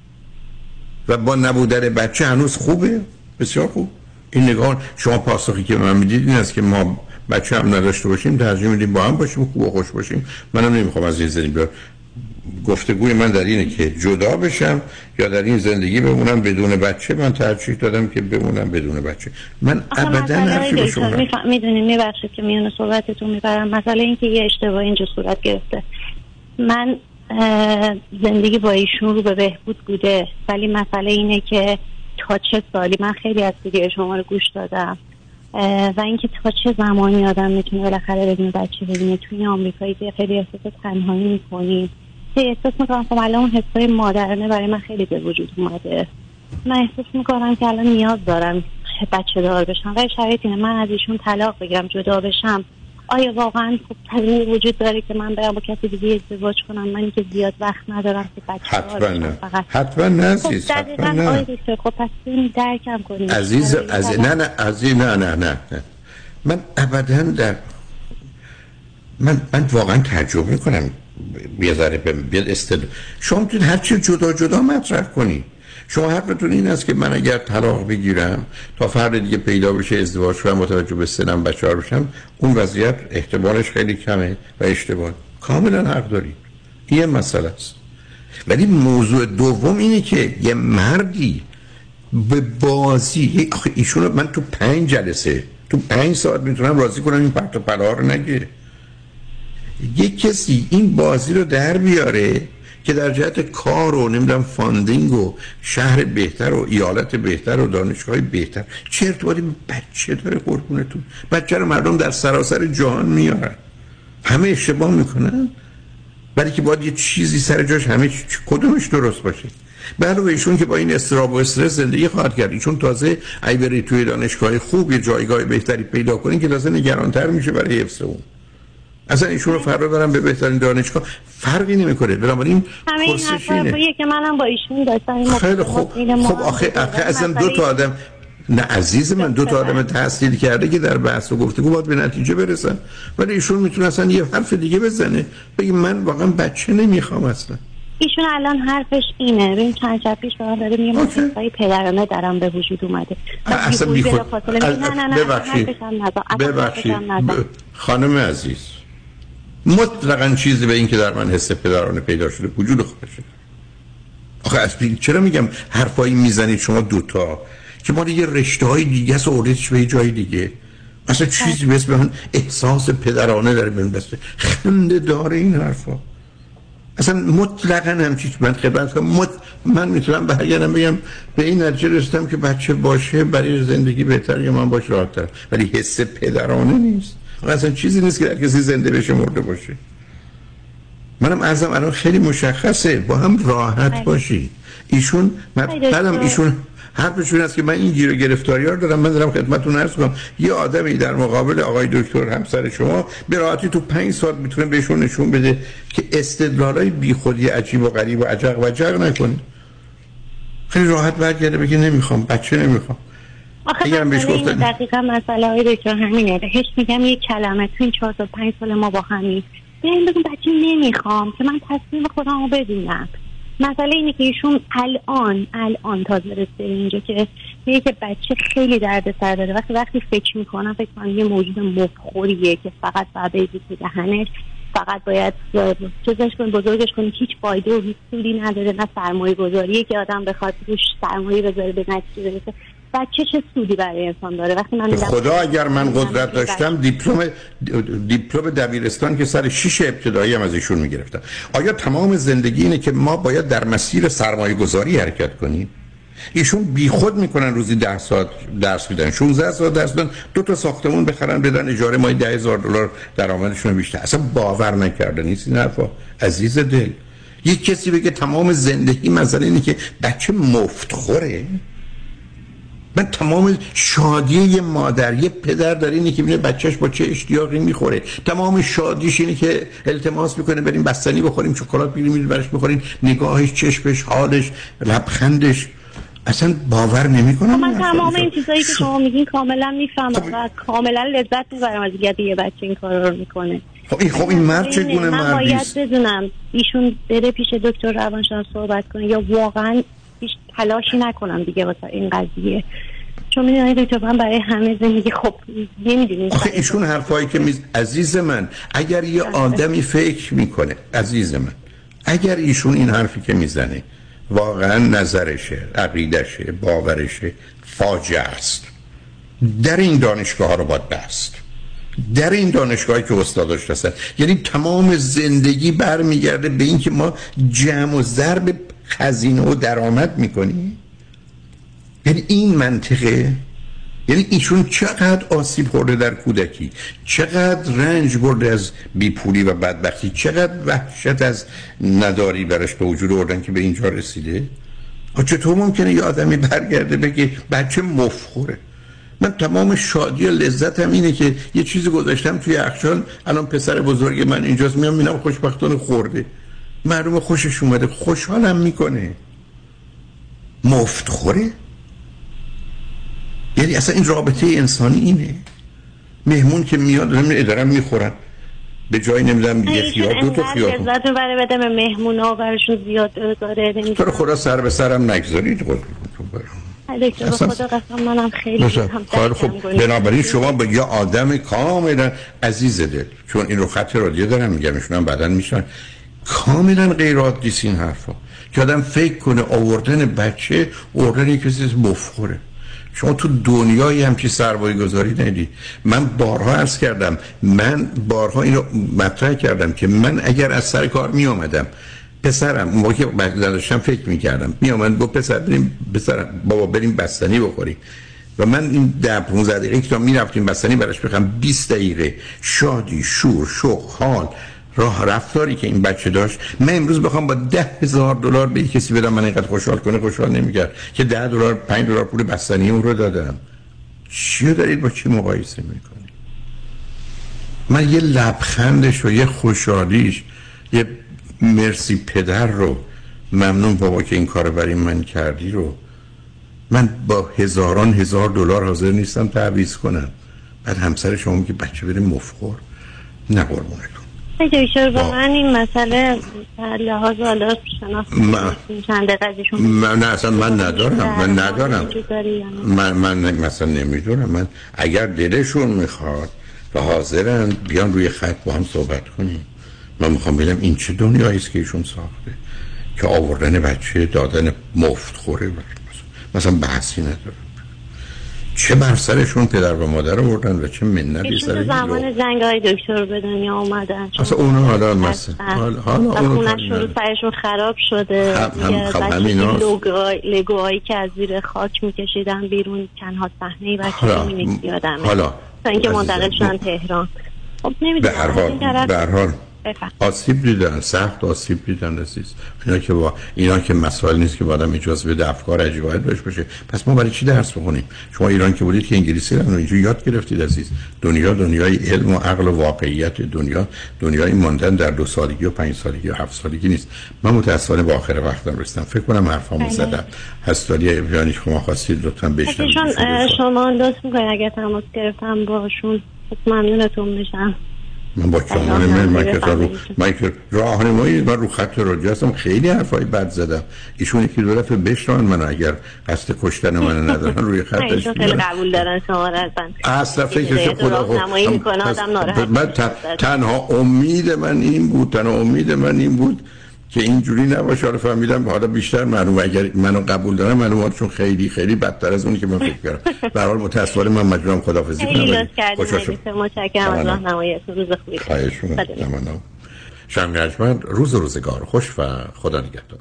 و با نبودن بچه هنوز خوبه؟ بسیار خوب. این نگاه شما پاسخی که من میدید این است که ما بچه هم نداشته باشیم، ترجیح میدیم با هم باشیم، خوب و خوش باشیم. منم نمیخوام از این زندگی گفتگوی من در اینه که جدا بشم یا در این زندگی بمونم بدون بچه. من ترجیح دادم که بمونم بدون بچه. من ابدا حرفی به شما میدونیم میبخشید که میونه صحبتتون میبرم. مسئله این که یه اشتباه اینجا صورت گرفته. من زندگی با ایشون رو به بهبود بوده، ولی مسئله اینه که تا چه سالی من خیلی از ویدیو شما رو گوش دادم و اینکه تا چه زمانی آدم میتونه بالاخره بدون بچه ببینه. توی آمریکایی که خیلی احساس تنهایی میکنیم، که احساس میکنم خب الان اون حسای مادرانه برای من خیلی به وجود اومده. من احساس میکنم که الان نیاز دارم بچه دار بشم و شرایط اینه من از ایشون طلاق بگیرم جدا بشم. آیا واقعا خب طریقی وجود داره که من برم با کسی دیگه ازدواج کنم، من که زیاد وقت ندارم که بچه دار بشم؟ فقط حتما نه عزیز، خب حتما نه. آیا دکتر خب پس این درکم کنید عزیز عزیز نه نه عزیز نه نه نه نه من ابدا در من من واقعا تعجب میکنم. یه ذره بیاد استد شما میتونید هر چی جدا جدا مطرح کنید. شما حرفتون این است که من اگر طلاق بگیرم تا فرد دیگه پیدا بشه ازدواج کنم با توجه به سنم بچه ها بشم، اون وضعیت احتمالش خیلی کمه و اشتباه. کاملا حق دارید، این مسئله است. ولی موضوع دوم اینه که یه مردی به بازی آخه ایشون من تو پنج جلسه تو پنج ساعت میتونم راضی کنم این پرت و پلا رو نگه. یک کسی این بازی رو در بیاره که در جهت کار و نمیدونم فاندینگ و شهر بهتر و ایالت بهتر و دانشگاه بهتر چه ارتباطی به بچه داره؟ قربونتون بچه رو مردم در سراسر جهان میارن، همه اشتباه میکنن، ولی که باید یه چیزی سر جاش همه کدومش درست باشه. علاوه ایشون که با این استراب و استرس زندگی خواهد کرد، ایشون تازه ای بری توی دانشگاه خوب یه جایگاه بهتری پیدا کنین که لازم نگرانتر میشه برای حفظ اون. اصلا ایشون رو فرار برم به بهترین دانشگاه فرقی نمیکنه. بنابراین پرسش اینه که منم با ایشون داشتم. خیلی خوب خب آخه آخه اصلا دو تا آدم نه عزیز من دو تا آدم تحصیل کرده که در بحث و گفتگو باید به نتیجه برسن، ولی ایشون میتونه اصلا یه حرف دیگه بزنه بگه من واقعا بچه نمیخوام. اصلا ایشون الان حرفش اینه. ببین چند شب پیش به من داره میگه من حسای پدرانه درم به وجود اومده. اصلا بیخود نه نه نه ببخشید ببخشید خانم عزیز، مطلقاً چیزی به این که در من حس پدرانه پیدا شده وجود خودشه. آخه اصلا چرا میگم حرفایی میزنید شما دوتا که ما دیگه رشته های دیگه است اوردیش به جای دیگه. اصلا چیزی به اسم من احساس پدرانه داره بهم دسته خنده داره این حرفا. اصلا مطلقاً هم چیز من خدمت کنم مط... من میتونم برگردم بگم به این نتیجه رسیدم که بچه باشه برای زندگی بهتر یا من باش راحت‌تر، ولی حس پدرانه نیست. اصلا چیزی نیست که در کسی زنده بشه مرده باشه. منم ازم الان خیلی مشخصه با هم راحت باشی. ایشون بعدم ایشون حرفشون است که من این گیر و گرفتاری‌ها دارم. من دارم خدمتتون عرض کنم یه آدمی در مقابل آقای دکتر همسر شما به راحتی تو پنج ساعت میتونه بهشون نشون بده که استدلالای بیخودی عجیب و غریب و عجق و عجق نکنه. خیلی راحت برگرده بگه نمیخوام بچه نمیخوام. آخه مسئله دقیقا مسئله های دکتر همینه. هیچ میگم یک کلمه تو این چهار تا پنج سال ما با همین بیایم بگم بچه نمیخوام که من تصمیم خودم رو بدونم. مسئله اینه که ایشون الان الان تازه رسیده اینجا که میگه که بچه خیلی درد سر داره. وقتی وقتی فکر میکنم فکر کنم یه موجود مفخوریه که فقط بعد بیزی تو دهنش فقط باید چیزش کنی بزرگش کنی، هیچ فایده و هیچ سودی نداره، نه سرمایه گذاریه که آدم بخواد روش سرمایه بذاره به نتیجه برسه. بچه چه سودی برای انسان داره وقتی من خدا اگر من قدرت داشتم دیپلم دیپلم دبیرستان که سر شیش ابتدایی هم از ایشون میگرفتم. آیا تمام زندگی اینه که ما باید در مسیر سرمایه گذاری حرکت کنیم؟ ایشون بیخود میکنن روزی ده ساعت درس میدن، شانزده ساعت درس میدن، دو تا ساختمون بخرن بدن اجاره ماهی ده هزار دلار درآمدشون بیشتر. اصلا باور نکرده نیست این حرفا عزیز دل. یک کسی بگه تمام زندگی مسئله اینه که بچه مفت خوره. من تمام شادی یه مادر یه پدر در اینه که ببینه بچهش با چه اشتیاقی میخوره، تمام شادیش اینه که التماس میکنه بریم بستنی بخوریم، شکلات بگیریم برش بخوریم، نگاهش، چشمش، حالش، لبخندش. اصلا باور نمیکنم. من تمام این چیزایی که شما میگین کاملا میفهمم و کاملا لذت میبرم از اینکه یه بچه این کارا رو میکنه. خب این خب این مرد چگونه مردی است؟ من باید بدونم ایشون بره پیش دکتر روانشناس صحبت کنه یا واقعا هیچ تلاشی نکنم دیگه واسه این قضیه، چون میدونید دکتر من برای همه زندگی خب نمیدونید. آخه ایشون حرفایی که میز عزیز من اگر یه آدمی فکر میکنه عزیز من اگر ایشون این حرفی که میزنه واقعا نظرشه، عقیدشه، باورشه، فاجعه است، در این دانشگاه ها رو باید بست، در این دانشگاهی که استاداش هستن. یعنی تمام زندگی برمیگرده به این که ما جمع و ضرب خزینه و درآمد میکنیم. یعنی این منطقه، یعنی ایشون چقدر آسیب خورده در کودکی، چقدر رنج برده از بیپولی و بدبختی، چقدر وحشت از نداری برش به وجود آوردن که به اینجا رسیده. چطور ممکنه یه آدمی برگرده بگه بچه مفخوره؟ من تمام شادی و لذتم اینه که یه چیزی گذاشتم توی یخچال، الان پسر بزرگ من اینجاست، میام میبینم خوشبختانه خورده، معلومه خوشش اومده، خوشحالم میکنه. مفت خوره؟ یعنی اصلا این رابطه انسانی اینه؟ مهمون که میاد دارم میخورن به جای نمیدونم یه خیار دو تا خیار لذت رو برای بده به مهمونا براشون زیاد داره نمیشه. تو خدا سر به سرم نگذارید. دکتر خدا قسم منم خیلی هم خب بنابراین شما به یه آدم کاملا عزیز دل، چون این رو خط رادیو دارم میگم ایشون هم بعدن میشن، کاملا غیر عادی است این حرفا که آدم فکر کنه آوردن بچه آوردن یک کسی مفخوره. شما تو دنیایی هم که سرمایه گذاری ندید. من بارها عرض کردم، من بارها اینو مطرح کردم که من اگر از سر کار می آمدم پسرم اون موقع که داشتم فکر می کردم می آمد گفت پسر بریم پسرم بابا بریم بستنی بخوریم و من این ده پانزده دقیقه که تا می رفتیم بستنی براش بخوام بیست دقیقه شادی، شور، شوق، حال، راه رفتاری که این بچه داشت، من امروز بخوام با ده هزار دلار به کسی بدم من اینقدر خوشحال کنه خوشحال نمی‌کرد که ده دلار پنج دلار پول بستنی اون رو دادم. چی دارید با چی مقایسه میکنید؟ من یه لبخندش و یه خوشحالیش، یه مرسی پدر رو، ممنون بابا که این کارو برای من کردی رو، من با هزاران هزار دلار حاضر نیستم تعویض کنم. بعد همسر شما که بچه بره مفخور، نه قربونتون. دکتر واقعا این مسئله لحاظ حالا شناخت چند دقیقه من نه اصلا من ندارم من ندارم من من مثلا نمیدونم. من اگر دلشون میخواد و حاضرن بیان روی خط با هم صحبت کنیم، من میخوام ببینم این چه دنیایی است که ایشون ساخته که آوردن بچه دادن مفت خوره مثلا بحثی نداره. چه بر سرشون پدر و مادر آوردن و چه منتی سر این زمان جنگ های دکتر به دنیا اومدن. اصلا اونا حالا مثلا حالا حالا اونش شروع سرشون خراب شده. هم هم خب همیناست. لگوهایی که از زیر خاک میکشیدن بیرون، چندها صحنه بچه‌ها می‌نویسیدن حالا تا اینکه منتقل شدن تهران. خب نمیدونم به هر حال به هر حال آسیب دیدن، سخت آسیب دیدن عزیز. اینا که با اینا که مسائل نیست که آدم اجازه بده افکار عجیب غریب داشته باشه. پس ما برای چی درس بخونیم؟ شما ایران که بودید که انگلیسی رو اینجا یاد گرفتید عزیز. دنیا دنیای علم و عقل و واقعیت، دنیا دنیای ماندن در دو سالگی و پنج سالگی و هفت سالگی نیست. من متأسفانه با آخر وقتم رسیدم. فکر کنم حرفامو زدم. هستاری بیانی شما خواستید لطفاً بشنوید. شما لطف می‌کنید اگه تماس گرفتم باشون ممنونتون میشم. من با کمان من من که رو من که راهنمایی من رو خط رادیو هستم، خیلی حرفای بد زدم. ایشون یکی دو دفعه بشنون من اگر قصد کشتن من ندارن روی خطش خیلی قبول دارن شما رو اصلا فکرش خدا راهنمایی میکنه آدم ناراحت. من تنها امید من این بود تنها امید من این بود که اینجوری نباشه. حالا فهمیدم حالا بیشتر معلومه اگر منو قبول دارن معلوماتشون خیلی خیلی بدتر از اونی که من فکر کردم. به هر حال متأسفانه من مجبورم خداحافظی کنم. خیلی لطف کردید. متشکرم از راهنماییتون. روز خوبی. خواهش می‌کنم. شنگ ارجمند، روز روزگار خوش و خدا نگهدار.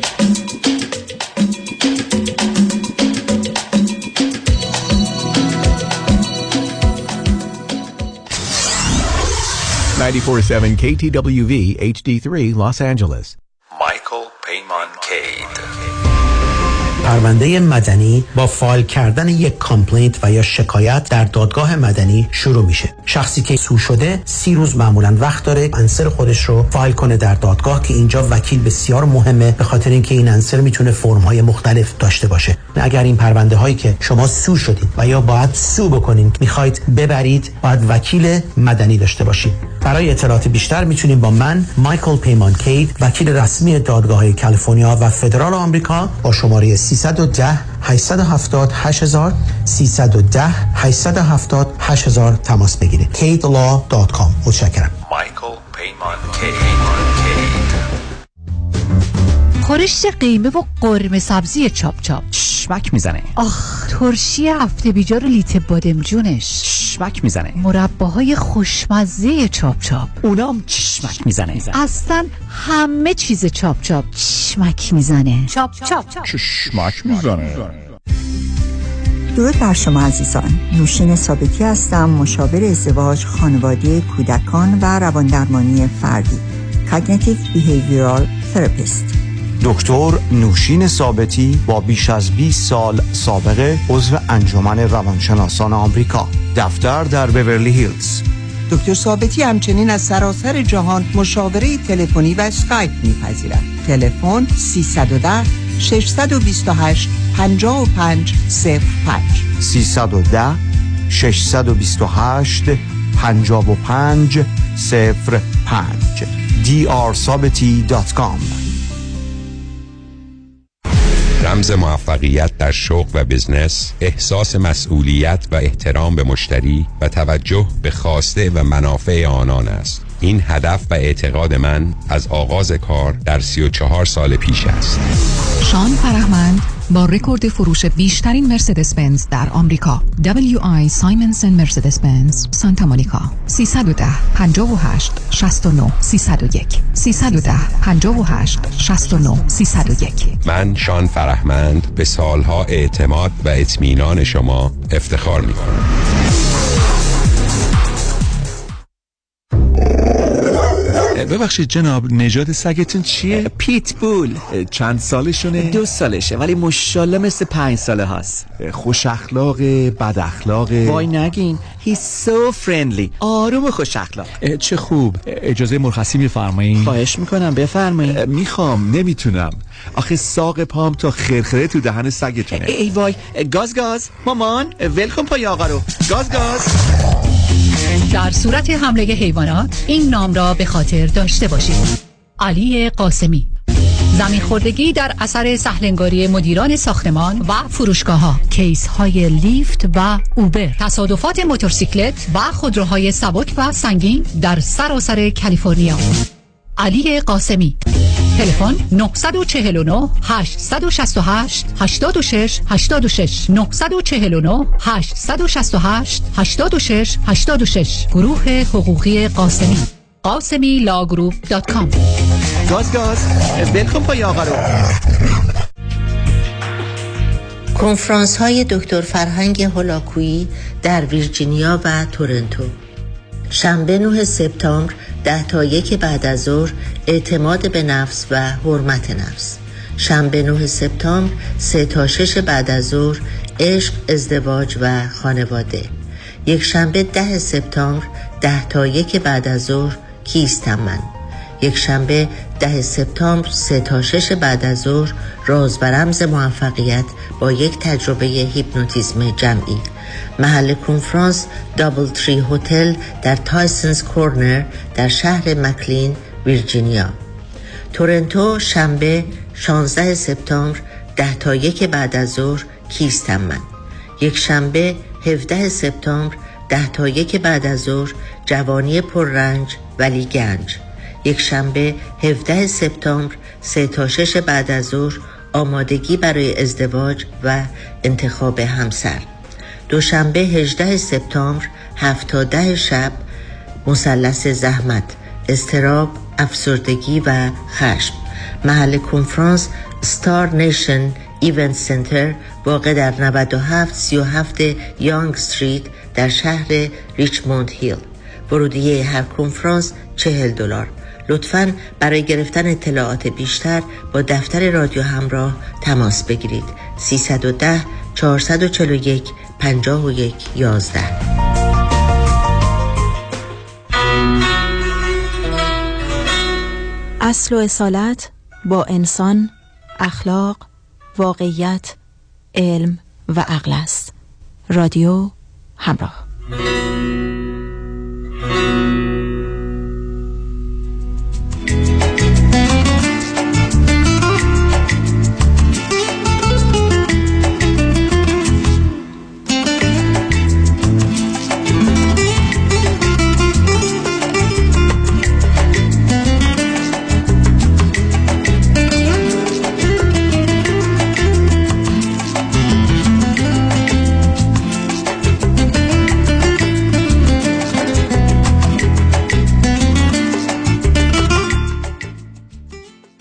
ninety-four point seven K T W V H D three Los Angeles. Michael Payman Cade. پرونده مدنی با فایل کردن یک کامپلینت و یا شکایت در دادگاه مدنی شروع میشه. شخصی که سو شده سی روز معمولا وقت داره انسر خودش رو فایل کنه در دادگاه که اینجا وکیل بسیار مهمه، به خاطر اینکه این انسر میتونه فرم‌های مختلف داشته باشه. اگر این پرونده هایی که شما سو شدید و یا باید سو بکنین میخواید ببرید، باید وکیل مدنی داشته باشید. برای اطلاعات بیشتر میتونید با من مایکل پیمان کید، وکیل رسمی دادگاه‌های کالیفرنیا و فدرال آمریکا، با شماره سیصد و ده هشتصد و هفتاد هشت هزار سیصد و ده هشتصد و هفتاد هشت هزار تماس بگیرید. کید لا دات کام. متشکرم. Michael Payman Cade. خورشت قیمه و قرمه سبزی چاپ چاپ چشمک میزنه. آخ، ترشی هفته بیجار لیت بادمجونش چشمک میزنه. مرباهای خوشمزه چاپ چاپ اونام چشمک میزنه. اصلا همه چیز چاپ چاپ چشمک میزنه. چاپ چاپ چشمک میزنه. درود بر شما عزیزان. نوشین ثابتی هستم، مشاور ازدواج، خانواده، کودکان و رواندرمانی فردی. Cognitive Behavioral Therapist. دکتر نوشین ثابتی با بیش از بیست سال سابقه، عضو انجمن روانشناسان آمریکا، دفتر در بیورلی هیلز. دکتر ثابتی همچنین از سراسر جهان مشاوره تلفنی و اسکایپ می‌پذیرد. تلفن سیصد و ده ششصد و بیست و هشت پنجاه و پنج صفر پنج سیصد و ده ششصد و بیست و هشت پنجاه و پنج صفر پنج دی آر sabati دات کام. رمز موفقیت در شغل و بزنس، احساس مسئولیت و احترام به مشتری و توجه به خواسته و منافع آنان است. این هدف و اعتقاد من از آغاز کار در سی و چهار سال پیش است. شان فرهمند با رکورد فروش بیشترین مرسدس بنز در آمریکا، دبلیو آی سایمنسن مرسدس بنز سانتا مونیکا، سیصد و ده پنجاه و هشت شصت و نه سیصد و یک سیصد و ده پنجاه و هشت شصت و نه سیصد و یک. من شان فرهمند به سالها اعتماد و اطمینان شما افتخار می‌کنم. ببخشید جناب، نژاد سگتون چیه؟ پیت بول. چند سالشونه؟ دو سالشه ولی ماشاءالله مثل پنج ساله هست. خوش اخلاق، بد اخلاق؟ وای نگین، he's so friendly. آروم و خوش اخلاق. چه خوب. اجازه مرخصی میفرمایید؟ خواهش میکنم بفرمایید. میخوام، نمیتونم. آخه ساق پام تا خرخره تو دهن سگتونه. ای وای، گاز گاز مامان، ولکن پای آقا رو. گاز گاز. در صورت حمله حیوانات این نام را به خاطر داشته باشید: علی قاسمی. زمین خوردگی در اثر سهلنگاری مدیران ساختمان و فروشگاه‌ها، کیس های لیفت و اوبر، تصادفات موتورسیکلت و خودروهای سبک و سنگین در سراسر کالیفرنیا. علی قاسمی. تلفن نه چهار نه هشت شش هشت هشت شش هشت شش نه چهار نه هشت شش هشت هشت شش هشت شش. گروه حقوقی قاسمی. قاسمی لاگروپ دات کام. گاز گاز بلکن پای آقا رو. کنفرانس های دکتر فرهنگ هولاکویی در ویرجینیا و تورنتو. شنبه نه سپتامبر ده تا یک بعد از ظهر، اعتماد به نفس و حرمت نفس. شنبه نه سپتامبر سه تا شش بعد از ظهر، عشق، ازدواج و خانواده. یک شنبه ده سپتامبر ده تا یک بعد از ظهر، کیستم من. یک شنبه ده سپتامبر سه تا شش بعد از ظهر، راز و رمز موفقیت با یک تجربه هیپنوتیزم جمعی. محل کنفرانس دابل تری هتل در تایسنز کورنر در شهر مکلین، ویرجینیا. تورنتو شنبه شانزده سپتامبر ده تا یک بعد از ظهر، کیستم من. یک شنبه هفده سپتامبر ده تا یک بعد از ظهر، جوانی پررنج ولی گنج. یک شنبه هفدهم سپتامبر سه تا شش بعد از ظهر آمادگی برای ازدواج و انتخاب همسر. دوشنبه هجدهم سپتامبر هفت تا ده شب مثلث زحمت، اضطراب، افسردگی و خشم. محل کنفرانس ستار نیشن ایونت سنتر واقع در نود و هفت سی و هفت یانگ استریت در شهر ریچموند هیل. ورودیه هر کنفرانس چهل دلار. لطفاً برای گرفتن اطلاعات بیشتر با دفتر رادیو همراه تماس بگیرید. سیصد و ده چهارصد و چهل و یک پنجاه و یک یازده. اصل و اصالت با انسان، اخلاق، واقعیت، علم و عقل است. رادیو همراه.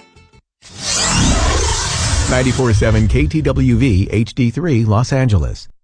ninety-four point seven K T W V H D three Los Angeles.